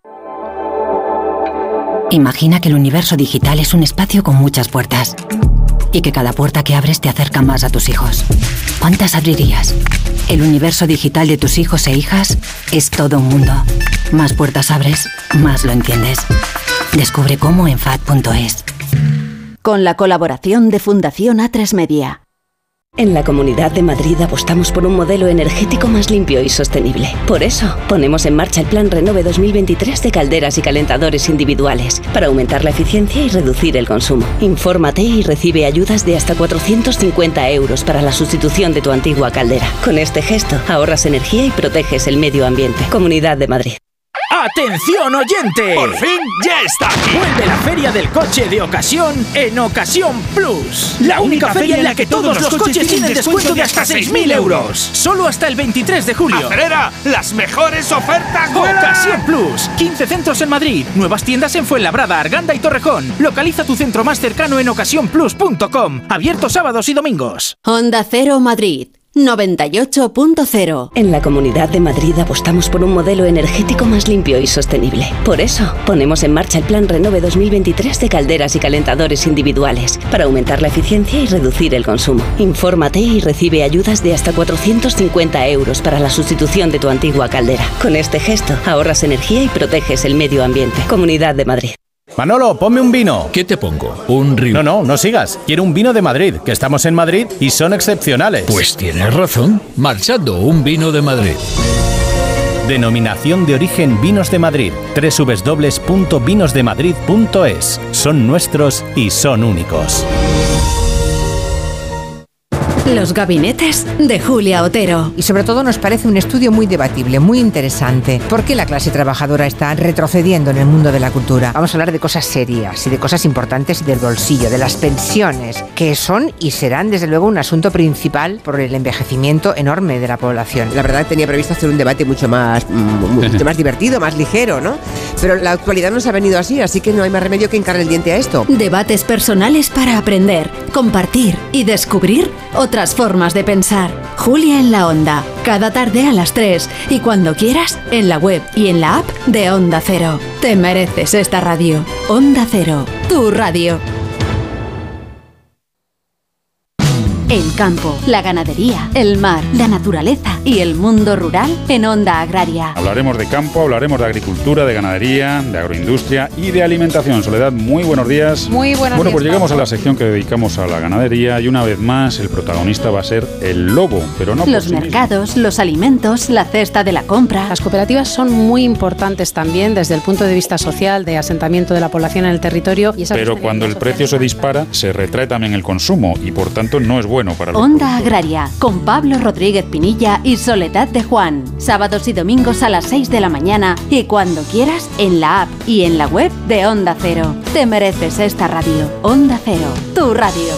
Imagina que el universo digital es un espacio con muchas puertas y que cada puerta que abres te acerca más a tus hijos. ¿Cuántas abrirías? El universo digital de tus hijos e hijas es todo un mundo. Más puertas abres, más lo entiendes. Descubre cómo en F A D punto es. Con la colaboración de Fundación A tres Media. En la Comunidad de Madrid apostamos por un modelo energético más limpio y sostenible. Por eso, ponemos en marcha el Plan Renove dos mil veintitrés de calderas y calentadores individuales, para aumentar la eficiencia y reducir el consumo. Infórmate y recibe ayudas de hasta cuatrocientos cincuenta euros para la sustitución de tu antigua caldera. Con este gesto, ahorras energía y proteges el medio ambiente. Comunidad de Madrid. ¡Atención, oyente! ¡Por fin ya está aquí! Vuelve la Feria del Coche de Ocasión en Ocasión Plus. La, la única feria en la que todos los coches tienen descuento de hasta seis mil euros. Solo hasta el veintitrés de julio. ¡Acelera! ¡Las mejores ofertas! Ocasión Plus. quince centros en Madrid. Nuevas tiendas en Fuenlabrada, Arganda y Torrejón. Localiza tu centro más cercano en ocasión plus punto com. Abierto sábados y domingos. Onda Cero Madrid. noventa y ocho punto cero. En la Comunidad de Madrid apostamos por un modelo energético más limpio y sostenible. Por eso, ponemos en marcha el Plan Renove dos mil veintitrés de calderas y calentadores individuales, para aumentar la eficiencia y reducir el consumo. Infórmate y recibe ayudas de hasta cuatrocientos cincuenta euros para la sustitución de tu antigua caldera. Con este gesto, ahorras energía y proteges el medio ambiente. Comunidad de Madrid. Manolo, ponme un vino. ¿Qué te pongo? Un río. No, no, no sigas. Quiero un vino de Madrid, que estamos en Madrid y son excepcionales. Pues tienes razón. Marchando, un vino de Madrid. Denominación de origen Vinos de Madrid. doble u doble u doble u punto vinos de madrid punto es. Son nuestros y son únicos. Los gabinetes de Julia Otero. Y sobre todo nos parece un estudio muy debatible, muy interesante. ¿Por qué la clase trabajadora está retrocediendo en el mundo de la cultura? Vamos a hablar de cosas serias y de cosas importantes del bolsillo, de las pensiones, que son y serán desde luego un asunto principal por el envejecimiento enorme de la población. La verdad tenía previsto hacer un debate mucho más, mucho más divertido, más ligero, ¿no? pero la actualidad nos ha venido así, así que no hay más remedio que hincar el diente a esto. Debates personales para aprender, compartir y descubrir otras formas de pensar. Julia en la Onda, cada tarde a las tres y cuando quieras en la web y en la app de Onda Cero. Te mereces esta radio. Onda Cero, tu radio. El campo, la ganadería, el mar, la naturaleza y el mundo rural en Onda Agraria. Hablaremos de campo, hablaremos de agricultura, de ganadería, de agroindustria y de alimentación. Soledad, muy buenos días. Muy buenos Bueno, días. pues llegamos Paco. a la sección que dedicamos a la ganadería y una vez más el protagonista va a ser el lobo, pero no por Los sí mismo. mercados, los alimentos, la cesta de la compra. Las cooperativas son muy importantes también desde el punto de vista social, de asentamiento de la población en el territorio. Y esa Pero cuando el precio se dispara, se retrae también el consumo y por tanto no es bueno para los Onda Agraria, con Pablo Rodríguez Pinilla y Soledad de Juan. Sábados y domingos a las seis de la mañana y cuando quieras en la app y en la web de Onda Cero. Te mereces esta radio. Onda Cero, tu radio.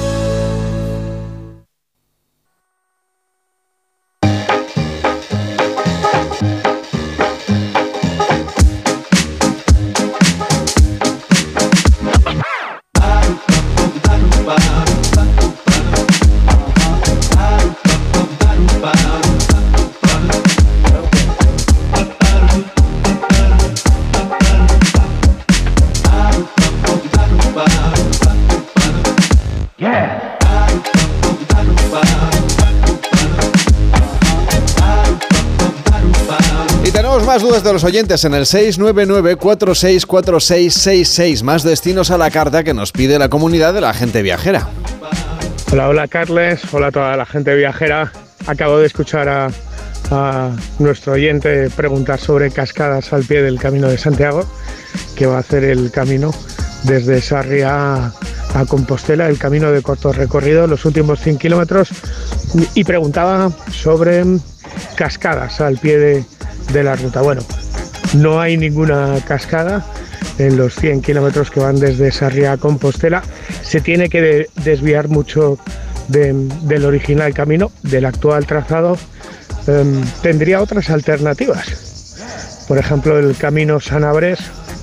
Y tenemos más dudas de los oyentes en el seis nueve nueve, cuatro seis cuatro seis seis seis. Más destinos a la carta que nos pide la comunidad de la gente viajera. Hola, hola Carles, hola a toda la gente viajera. Acabo de escuchar a, a nuestro oyente preguntar sobre cascadas al pie del Camino de Santiago, que va a hacer el camino desde Sarria a, a Compostela, el camino de corto recorrido, los últimos cien kilómetros, y preguntaba sobre cascadas al pie de, de la ruta. Bueno, no hay ninguna cascada en los cien kilómetros que van desde Sarria a Compostela. Se tiene que de- desviar mucho de- del original camino, del actual trazado. Em, tendría otras alternativas, por ejemplo el camino Sanabres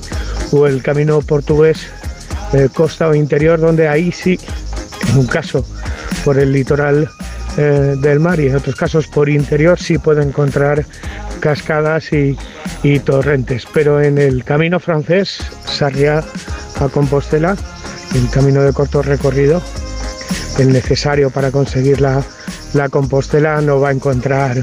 o el camino portugués, eh, costa o interior, donde ahí sí, en un caso por el litoral eh, del mar y en otros casos por interior, sí puede encontrar cascadas y, y torrentes. Pero en el camino francés, Sarria a Compostela, el camino de corto recorrido, el necesario para conseguir la, la Compostela, no va a encontrar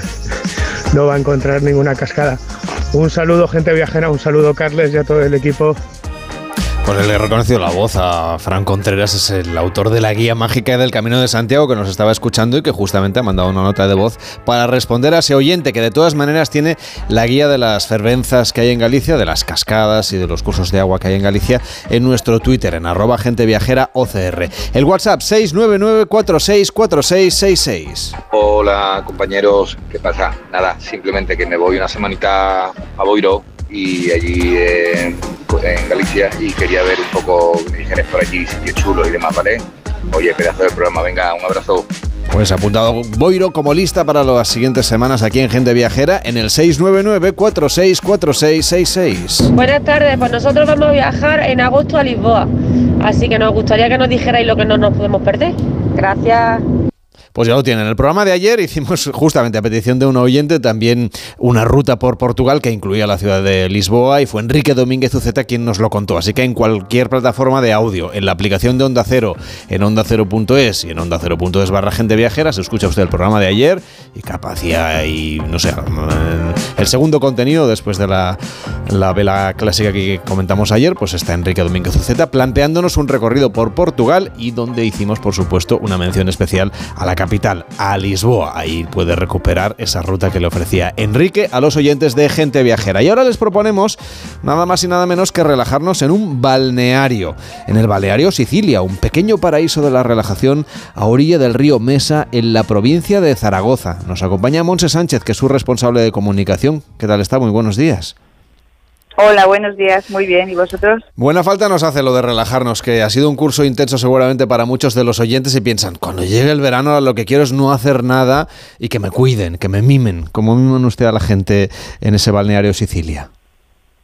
no va a encontrar ninguna cascada. Un saludo, gente viajera, un saludo, Carles, y a todo el equipo. Pues le he reconocido la voz a Fran Contreras, es el autor de la guía mágica del Camino de Santiago, que nos estaba escuchando y que justamente ha mandado una nota de voz para responder a ese oyente que de todas maneras tiene la guía de las fervenzas que hay en Galicia, de las cascadas y de los cursos de agua que hay en Galicia en nuestro Twitter, en arroba gente viajera O C R. El WhatsApp seis nueve nueve, cuatro seis cuatro seis seis seis. Hola compañeros, ¿qué pasa? Nada, simplemente que me voy una semanita a Boiro y allí eh, en Galicia y quería ver un poco, me dijeron por allí sitios chulos y demás, ¿vale? Oye, pedazo del programa, venga, un abrazo. Pues apuntado Boiro como lista para las siguientes semanas aquí en Gente Viajera en el seis nueve nueve, cuatro seis cuatro seis seis seis. Buenas tardes, pues nosotros vamos a viajar en agosto a Lisboa, así que nos gustaría que nos dijerais lo que no nos podemos perder. Gracias. Pues ya lo tienen. En el programa de ayer hicimos, justamente a petición de un oyente, también una ruta por Portugal que incluía la ciudad de Lisboa, y fue Enrique Domínguez Uceta quien nos lo contó. Así que en cualquier plataforma de audio, en la aplicación de Onda Cero, en onda cero punto es y en onda cero punto es barra gente viajera, se escucha usted el programa de ayer y capaz ya y no sé, el segundo contenido después de la, la vela clásica que comentamos ayer, pues está Enrique Domínguez Uceta planteándonos un recorrido por Portugal y donde hicimos, por supuesto, una mención especial a la capital, a Lisboa. Ahí puede recuperar esa ruta que le ofrecía Enrique a los oyentes de Gente Viajera. Y ahora les proponemos nada más y nada menos que relajarnos en un balneario, en el balneario Sicilia, un pequeño paraíso de la relajación a orilla del río Mesa en la provincia de Zaragoza. Nos acompaña Montse Sánchez, que es su responsable de comunicación. ¿Qué tal está? Muy buenos días. Hola, buenos días, muy bien, ¿y vosotros? Buena falta nos hace lo de relajarnos, que ha sido un curso intenso seguramente para muchos de los oyentes y piensan, cuando llegue el verano lo que quiero es no hacer nada y que me cuiden, que me mimen, como miman usted a la gente en ese balneario Sicilia.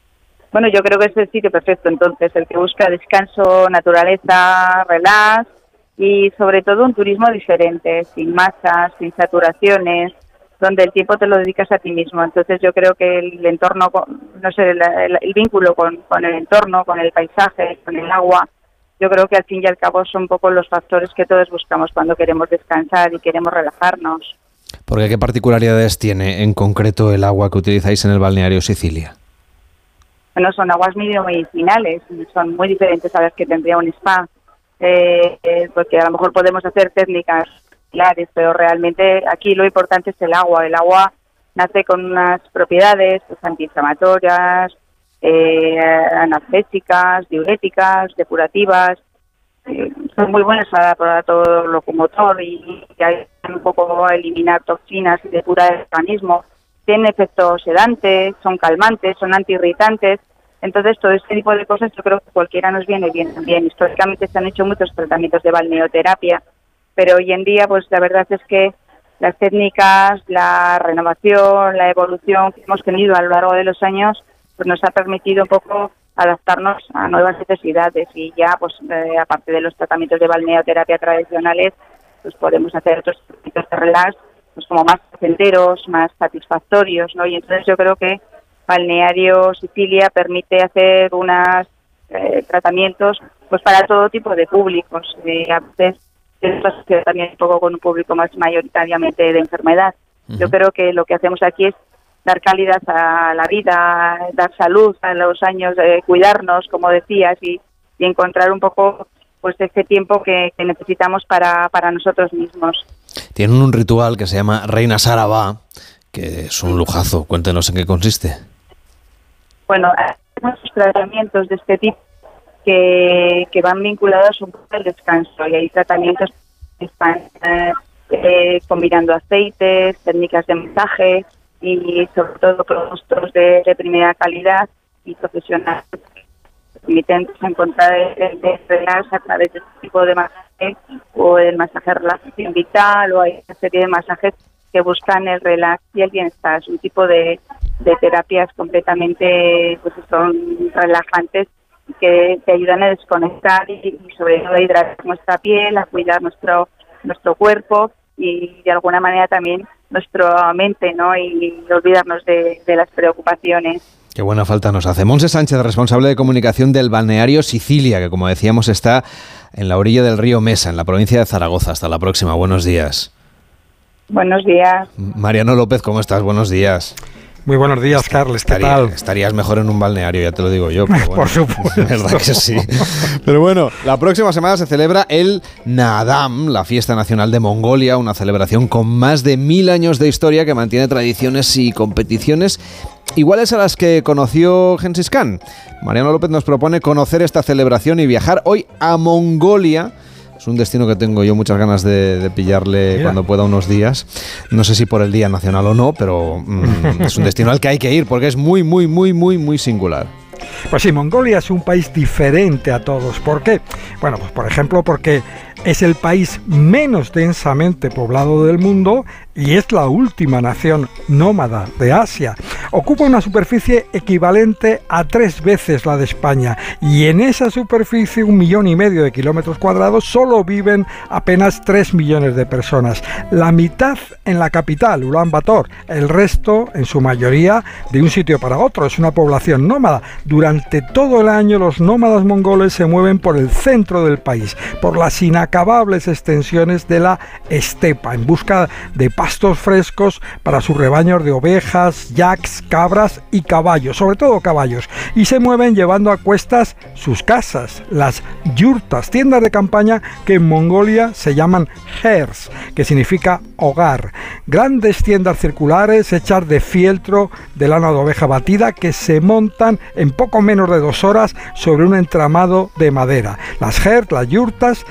Bueno, yo creo que es el sitio perfecto, entonces, el que busca descanso, naturaleza, relax y sobre todo un turismo diferente, sin masas, sin saturaciones, donde el tiempo te lo dedicas a ti mismo. Entonces yo creo que el entorno, no sé, el, el, el vínculo con, con el entorno, con el paisaje, con el agua, yo creo que al fin y al cabo son un poco los factores que todos buscamos cuando queremos descansar y queremos relajarnos. Porque ¿qué particularidades tiene en concreto el agua que utilizáis en el balneario Sicilia? Bueno, son aguas medicinales, son muy diferentes a las que tendría un spa, eh, eh, porque a lo mejor podemos hacer técnicas similares, pero realmente aquí lo importante es el agua. El agua nace con unas propiedades pues, antiinflamatorias, eh, analgésicas, diuréticas, depurativas, eh, son muy buenas para, para todo lo locomotor y, y hay un poco a eliminar toxinas y depurar el organismo. Tienen efectos sedantes, son calmantes, son antiirritantes. Entonces, todo este tipo de cosas yo creo que cualquiera nos viene bien también. Históricamente se han hecho muchos tratamientos de balneoterapia, pero hoy en día, pues la verdad es que las técnicas, la renovación, la evolución que hemos tenido a lo largo de los años, pues nos ha permitido un poco adaptarnos a nuevas necesidades y ya, pues eh, aparte de los tratamientos de balneoterapia tradicionales, pues podemos hacer otros tratamientos de relax, pues como más placenteros, más satisfactorios, ¿no? Y entonces yo creo que Balneario Sicilia permite hacer unos eh, tratamientos pues para todo tipo de públicos. Eh, a veces esto asociado también un poco con un público más mayoritariamente de enfermedad. Uh-huh. Yo creo que lo que hacemos aquí es dar calidad a la vida, dar salud a los años, eh, cuidarnos, como decías, y, y encontrar un poco pues este tiempo que, que necesitamos para, para nosotros mismos. Tienen un ritual que se llama Reina Sara va, que es un lujazo. Cuéntenos en qué consiste. Bueno, hacemos tratamientos de este tipo que, que van vinculados un poco al descanso, y hay tratamientos que están eh, eh, combinando aceites, técnicas de masaje y sobre todo productos de, de primera calidad y profesionales que permiten encontrar el, el relax a través de este tipo de masaje o el masaje relajación vital, o hay una serie de masajes que buscan el relax y el bienestar. Es un tipo de, de terapias completamente pues son relajantes que te ayudan a desconectar y, y sobre todo a hidratar nuestra piel, a cuidar nuestro nuestro cuerpo y de alguna manera también nuestra mente, ¿no? Y, y olvidarnos de, de las preocupaciones. Qué buena falta nos hace. Monse Sánchez, responsable de comunicación del balneario Sicilia, que como decíamos está en la orilla del río Mesa, en la provincia de Zaragoza. Hasta la próxima. Buenos días. Buenos días. Mariano López, ¿cómo estás? Buenos días. Muy buenos días, Carles, ¿qué Estaría, tal? Estarías mejor en un balneario, ya te lo digo yo. Pero bueno, por supuesto. Es verdad que sí. Pero bueno, la próxima semana se celebra el Naadam, la fiesta nacional de Mongolia, una celebración con más de mil años de historia que mantiene tradiciones y competiciones iguales a las que conoció Gengis Khan. Mariano López nos propone conocer esta celebración y viajar hoy a Mongolia. Es un destino que tengo yo muchas ganas de, de pillarle Mira. cuando pueda unos días. No sé si por el Día Nacional o no, pero mm, es un destino al que hay que ir porque es muy, muy, muy, muy, muy singular. Pues sí, Mongolia es un país diferente a todos. ¿Por qué? Bueno, pues por ejemplo porque es el país menos densamente poblado del mundo y es la última nación nómada de Asia. Ocupa una superficie equivalente a tres veces la de España y en esa superficie, un millón y medio de kilómetros cuadrados, solo viven apenas tres millones de personas. La mitad en la capital, Ulan Bator, el resto, en su mayoría, de un sitio para otro. Es una población nómada. Durante todo el año los nómadas mongoles se mueven por el centro del país, por las inacabables extensiones de la estepa, en busca de pastos frescos para sus rebaños de ovejas, yaks, cabras y caballos, sobre todo caballos, y se mueven llevando a cuestas sus casas, las yurtas, tiendas de campaña que en Mongolia se llaman hers, que significa hogar, grandes tiendas circulares hechas de fieltro de lana de oveja batida que se montan en poco menos de dos horas sobre un entramado de madera. Las hers, las yurtas, definen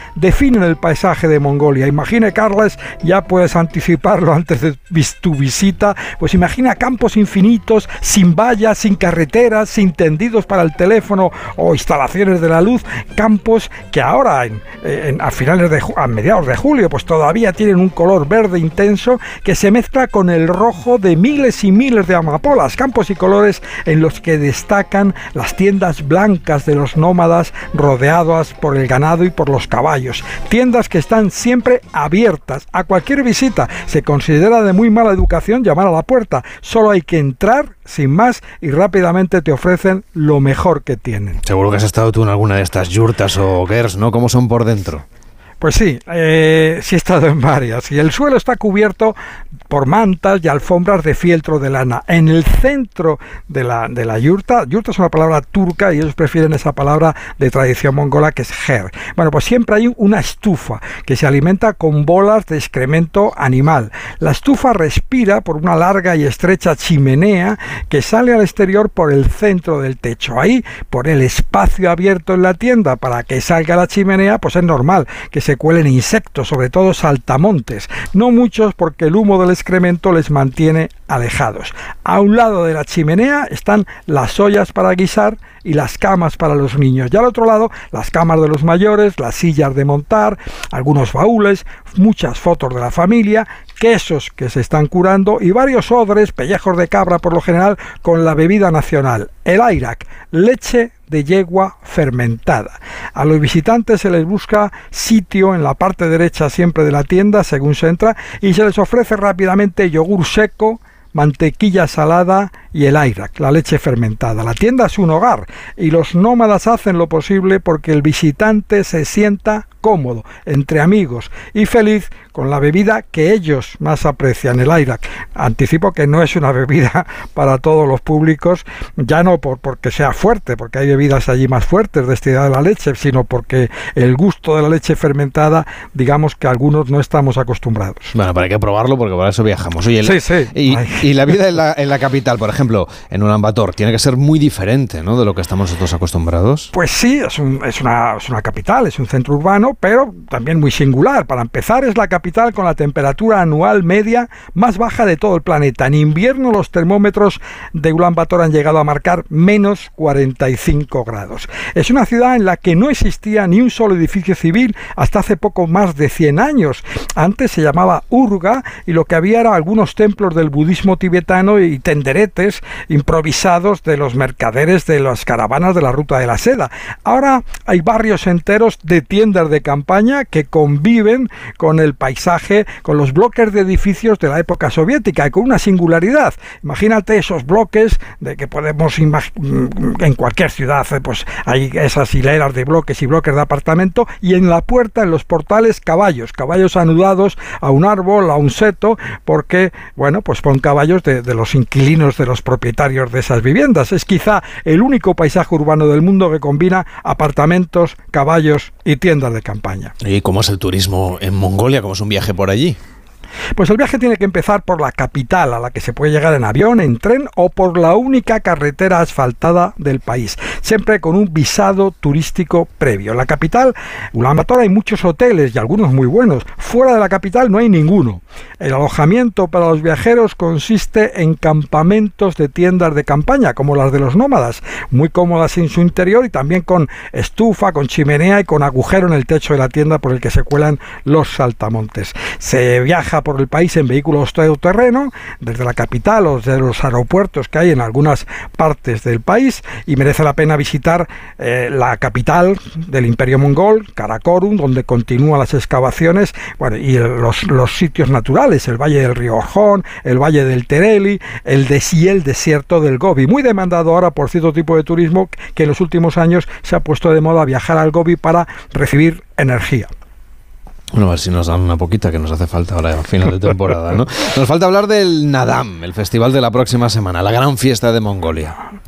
definen el paisaje de Mongolia. Imagine, Carles, ya puedes anticiparlo antes de tu visita, pues imagina campos infinitos, sin vallas, sin carreteras, sin tendidos para el teléfono o instalaciones de la luz, campos que ahora, en, en, a finales de a mediados de julio, pues todavía tienen un color verde intenso que se mezcla con el rojo de miles y miles de amapolas, campos y colores en los que destacan las tiendas blancas de los nómadas rodeadas por el ganado y por los caballos, tiendas que están siempre abiertas a cualquier visita. Se considera de muy mala educación llamar a la puerta, solo hay que entrar sin más y rápidamente te ofrecen lo mejor que tienen. Seguro que has estado tú en alguna de estas yurtas o gers, ¿no? ¿Cómo son por dentro? Pues sí, eh, sí he estado en varias, y el suelo está cubierto por mantas y alfombras de fieltro de lana. En el centro de la, de la yurta, yurta es una palabra turca y ellos prefieren esa palabra de tradición mongola que es ger. Bueno, pues siempre hay una estufa que se alimenta con bolas de excremento animal. La estufa respira por una larga y estrecha chimenea que sale al exterior por el centro del techo. Ahí, por el espacio abierto en la tienda para que salga la chimenea, pues es normal que se cuelen insectos, sobre todo saltamontes. No muchos, porque el humo del excremento les mantiene alejados. A un lado de la chimenea están las ollas para guisar y las camas para los niños. Y al otro lado, las camas de los mayores, las sillas de montar, algunos baúles, muchas fotos de la familia, quesos que se están curando y varios odres, pellejos de cabra por lo general, con la bebida nacional, el ayrak, leche de yegua fermentada. A los visitantes se les busca sitio en la parte derecha siempre de la tienda según se entra y se les ofrece rápidamente yogur seco, mantequilla salada y el ayrak, la leche fermentada. La tienda es un hogar y los nómadas hacen lo posible porque el visitante se sienta cómodo, entre amigos y feliz con la bebida que ellos más aprecian, el ayrak. Anticipo que no es una bebida para todos los públicos, ya no por, porque sea fuerte, porque hay bebidas allí más fuertes destinadas a la leche, sino porque el gusto de la leche fermentada, digamos que algunos no estamos acostumbrados. Bueno, pero hay que probarlo porque para eso viajamos. Oye, sí, sí. Y, y la vida en la, en la capital, por ejemplo, en Ulan Bator, tiene que ser muy diferente, ¿no?, de lo que estamos nosotros acostumbrados. Pues sí, es, un, es, una, es una capital, es un centro urbano, pero también muy singular. Para empezar, es la capital con la temperatura anual media más baja de todo el planeta. En invierno los termómetros de Ulan Bator han llegado a marcar menos cuarenta y cinco grados. Es una ciudad en la que no existía ni un solo edificio civil hasta hace poco más de cien años. Antes se llamaba Urga y lo que había era algunos templos del budismo tibetano y tenderetes improvisados de los mercaderes de las caravanas de la Ruta de la Seda. Ahora hay barrios enteros de tiendas de campaña que conviven con el paisaje, con los bloques de edificios de la época soviética y con una singularidad. Imagínate esos bloques de que podemos en cualquier ciudad, pues hay esas hileras de bloques y bloques de apartamento y en la puerta, en los portales, caballos, caballos anudados a un árbol, a un seto, porque, bueno, pues son caballos de, de los inquilinos, de los propietarios de esas viviendas. Es quizá el único paisaje urbano del mundo que combina apartamentos, caballos y tiendas de campaña. ¿Y cómo es el turismo en Mongolia? ¿Cómo es un viaje por allí? Pues el viaje tiene que empezar por la capital, a la que se puede llegar en avión, en tren o por la única carretera asfaltada del país, siempre con un visado turístico previo. En la capital, Ulan Bator, hay muchos hoteles y algunos muy buenos. Fuera de la capital no hay ninguno. El alojamiento para los viajeros consiste en campamentos de tiendas de campaña, como las de los nómadas, muy cómodas en su interior y también con estufa, con chimenea y con agujero en el techo de la tienda por el que se cuelan los saltamontes. Se viaja por el país en vehículos todoterreno, desde la capital o desde los aeropuertos que hay en algunas partes del país, y merece la pena visitar eh, la capital del Imperio Mongol, Karakorum, donde continúan las excavaciones, bueno, y los, los sitios naturales, el valle del río Orjón, el valle del Tereli, el des y el desierto del Gobi, muy demandado ahora por cierto tipo de turismo que en los últimos años se ha puesto de moda viajar al Gobi para recibir energía. Bueno, a ver si nos dan una poquita que nos hace falta ahora a final de temporada, ¿no? Nos falta hablar del Nadam, el festival de la próxima semana, la gran fiesta de Mongolia.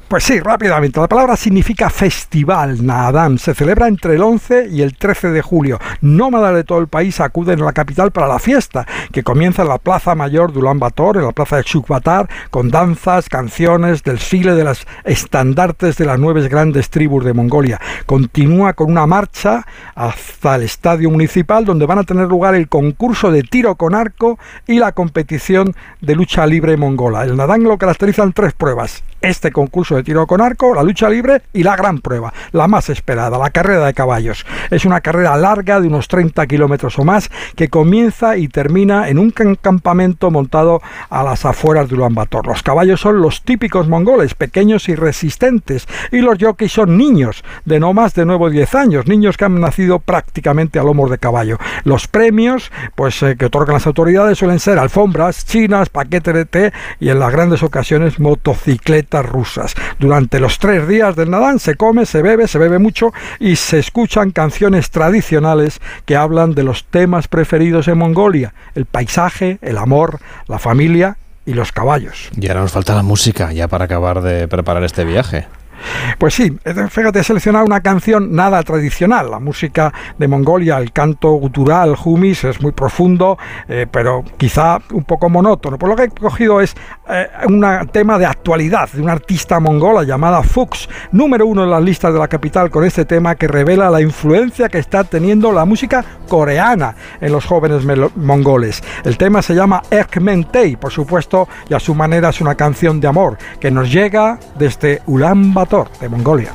Pues sí, rápidamente. La palabra significa festival, Naadam. Se celebra entre el once y el trece de julio. Nómadas de todo el país acuden a la capital para la fiesta, que comienza en la Plaza Mayor de Ulan Bator, en la Plaza de Chukbatar, con danzas, canciones, desfile de las estandartes de las nueve grandes tribus de Mongolia. Continúa con una marcha hasta el estadio municipal, donde van a tener lugar el concurso de tiro con arco y la competición de lucha libre mongola. El Naadam lo caracterizan tres pruebas: este concurso de tiro con arco, la lucha libre y la gran prueba, la más esperada, la carrera de caballos. Es una carrera larga de unos treinta kilómetros o más, que comienza y termina en un campamento montado a las afueras de Ulan Bator. Los caballos son los típicos mongoles, pequeños y resistentes, y los jockeys son niños de no más de nueve o diez años, niños que han nacido prácticamente a lomos de caballo. Los premios pues eh, que otorgan las autoridades suelen ser alfombras chinas, paquetes de té y en las grandes ocasiones motocicletas rusas. Durante los tres días del Naadam se come, se bebe, se bebe mucho y se escuchan canciones tradicionales que hablan de los temas preferidos en Mongolia: el paisaje, el amor, la familia y los caballos. Y ahora nos falta la música ya para acabar de preparar este viaje. Pues sí, fíjate, he seleccionado una canción nada tradicional. La música de Mongolia, el canto gutural, humis, es muy profundo, eh, pero quizá un poco monótono. Por lo que he cogido es eh, un tema de actualidad, de una artista mongola llamada Fuchs, número uno en las listas de la capital con este tema que revela la influencia que está teniendo la música coreana en los jóvenes mongoles. El tema se llama Erkmentei, por supuesto, y a su manera es una canción de amor que nos llega desde Ulan Bator de Mongolia.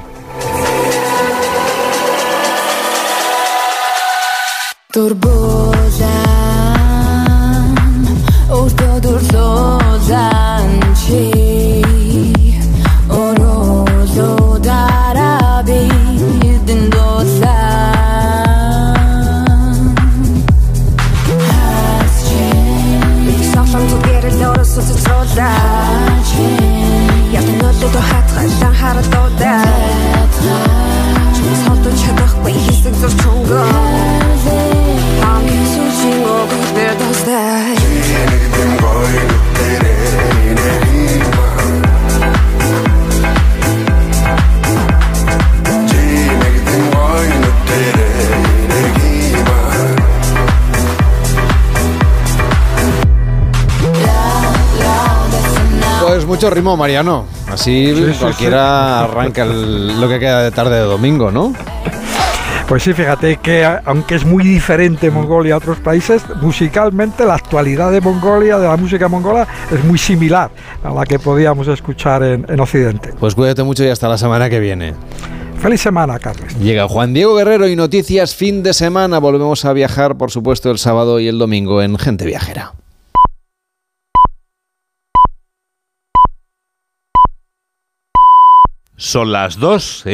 Pues mucho ritmo, Mariano. Así sí, sí, cualquiera sí, sí. arranca el, lo que queda de tarde de domingo, ¿no? Pues sí, fíjate que aunque es muy diferente Mongolia a otros países, musicalmente la actualidad de Mongolia, de la música mongola, es muy similar a la que podíamos escuchar en, en Occidente. Pues cuídate mucho y hasta la semana que viene. Feliz semana, Carles. Llega Juan Diego Guerrero y noticias fin de semana. Volvemos a viajar, por supuesto, el sábado y el domingo en Gente Viajera. Son las dos.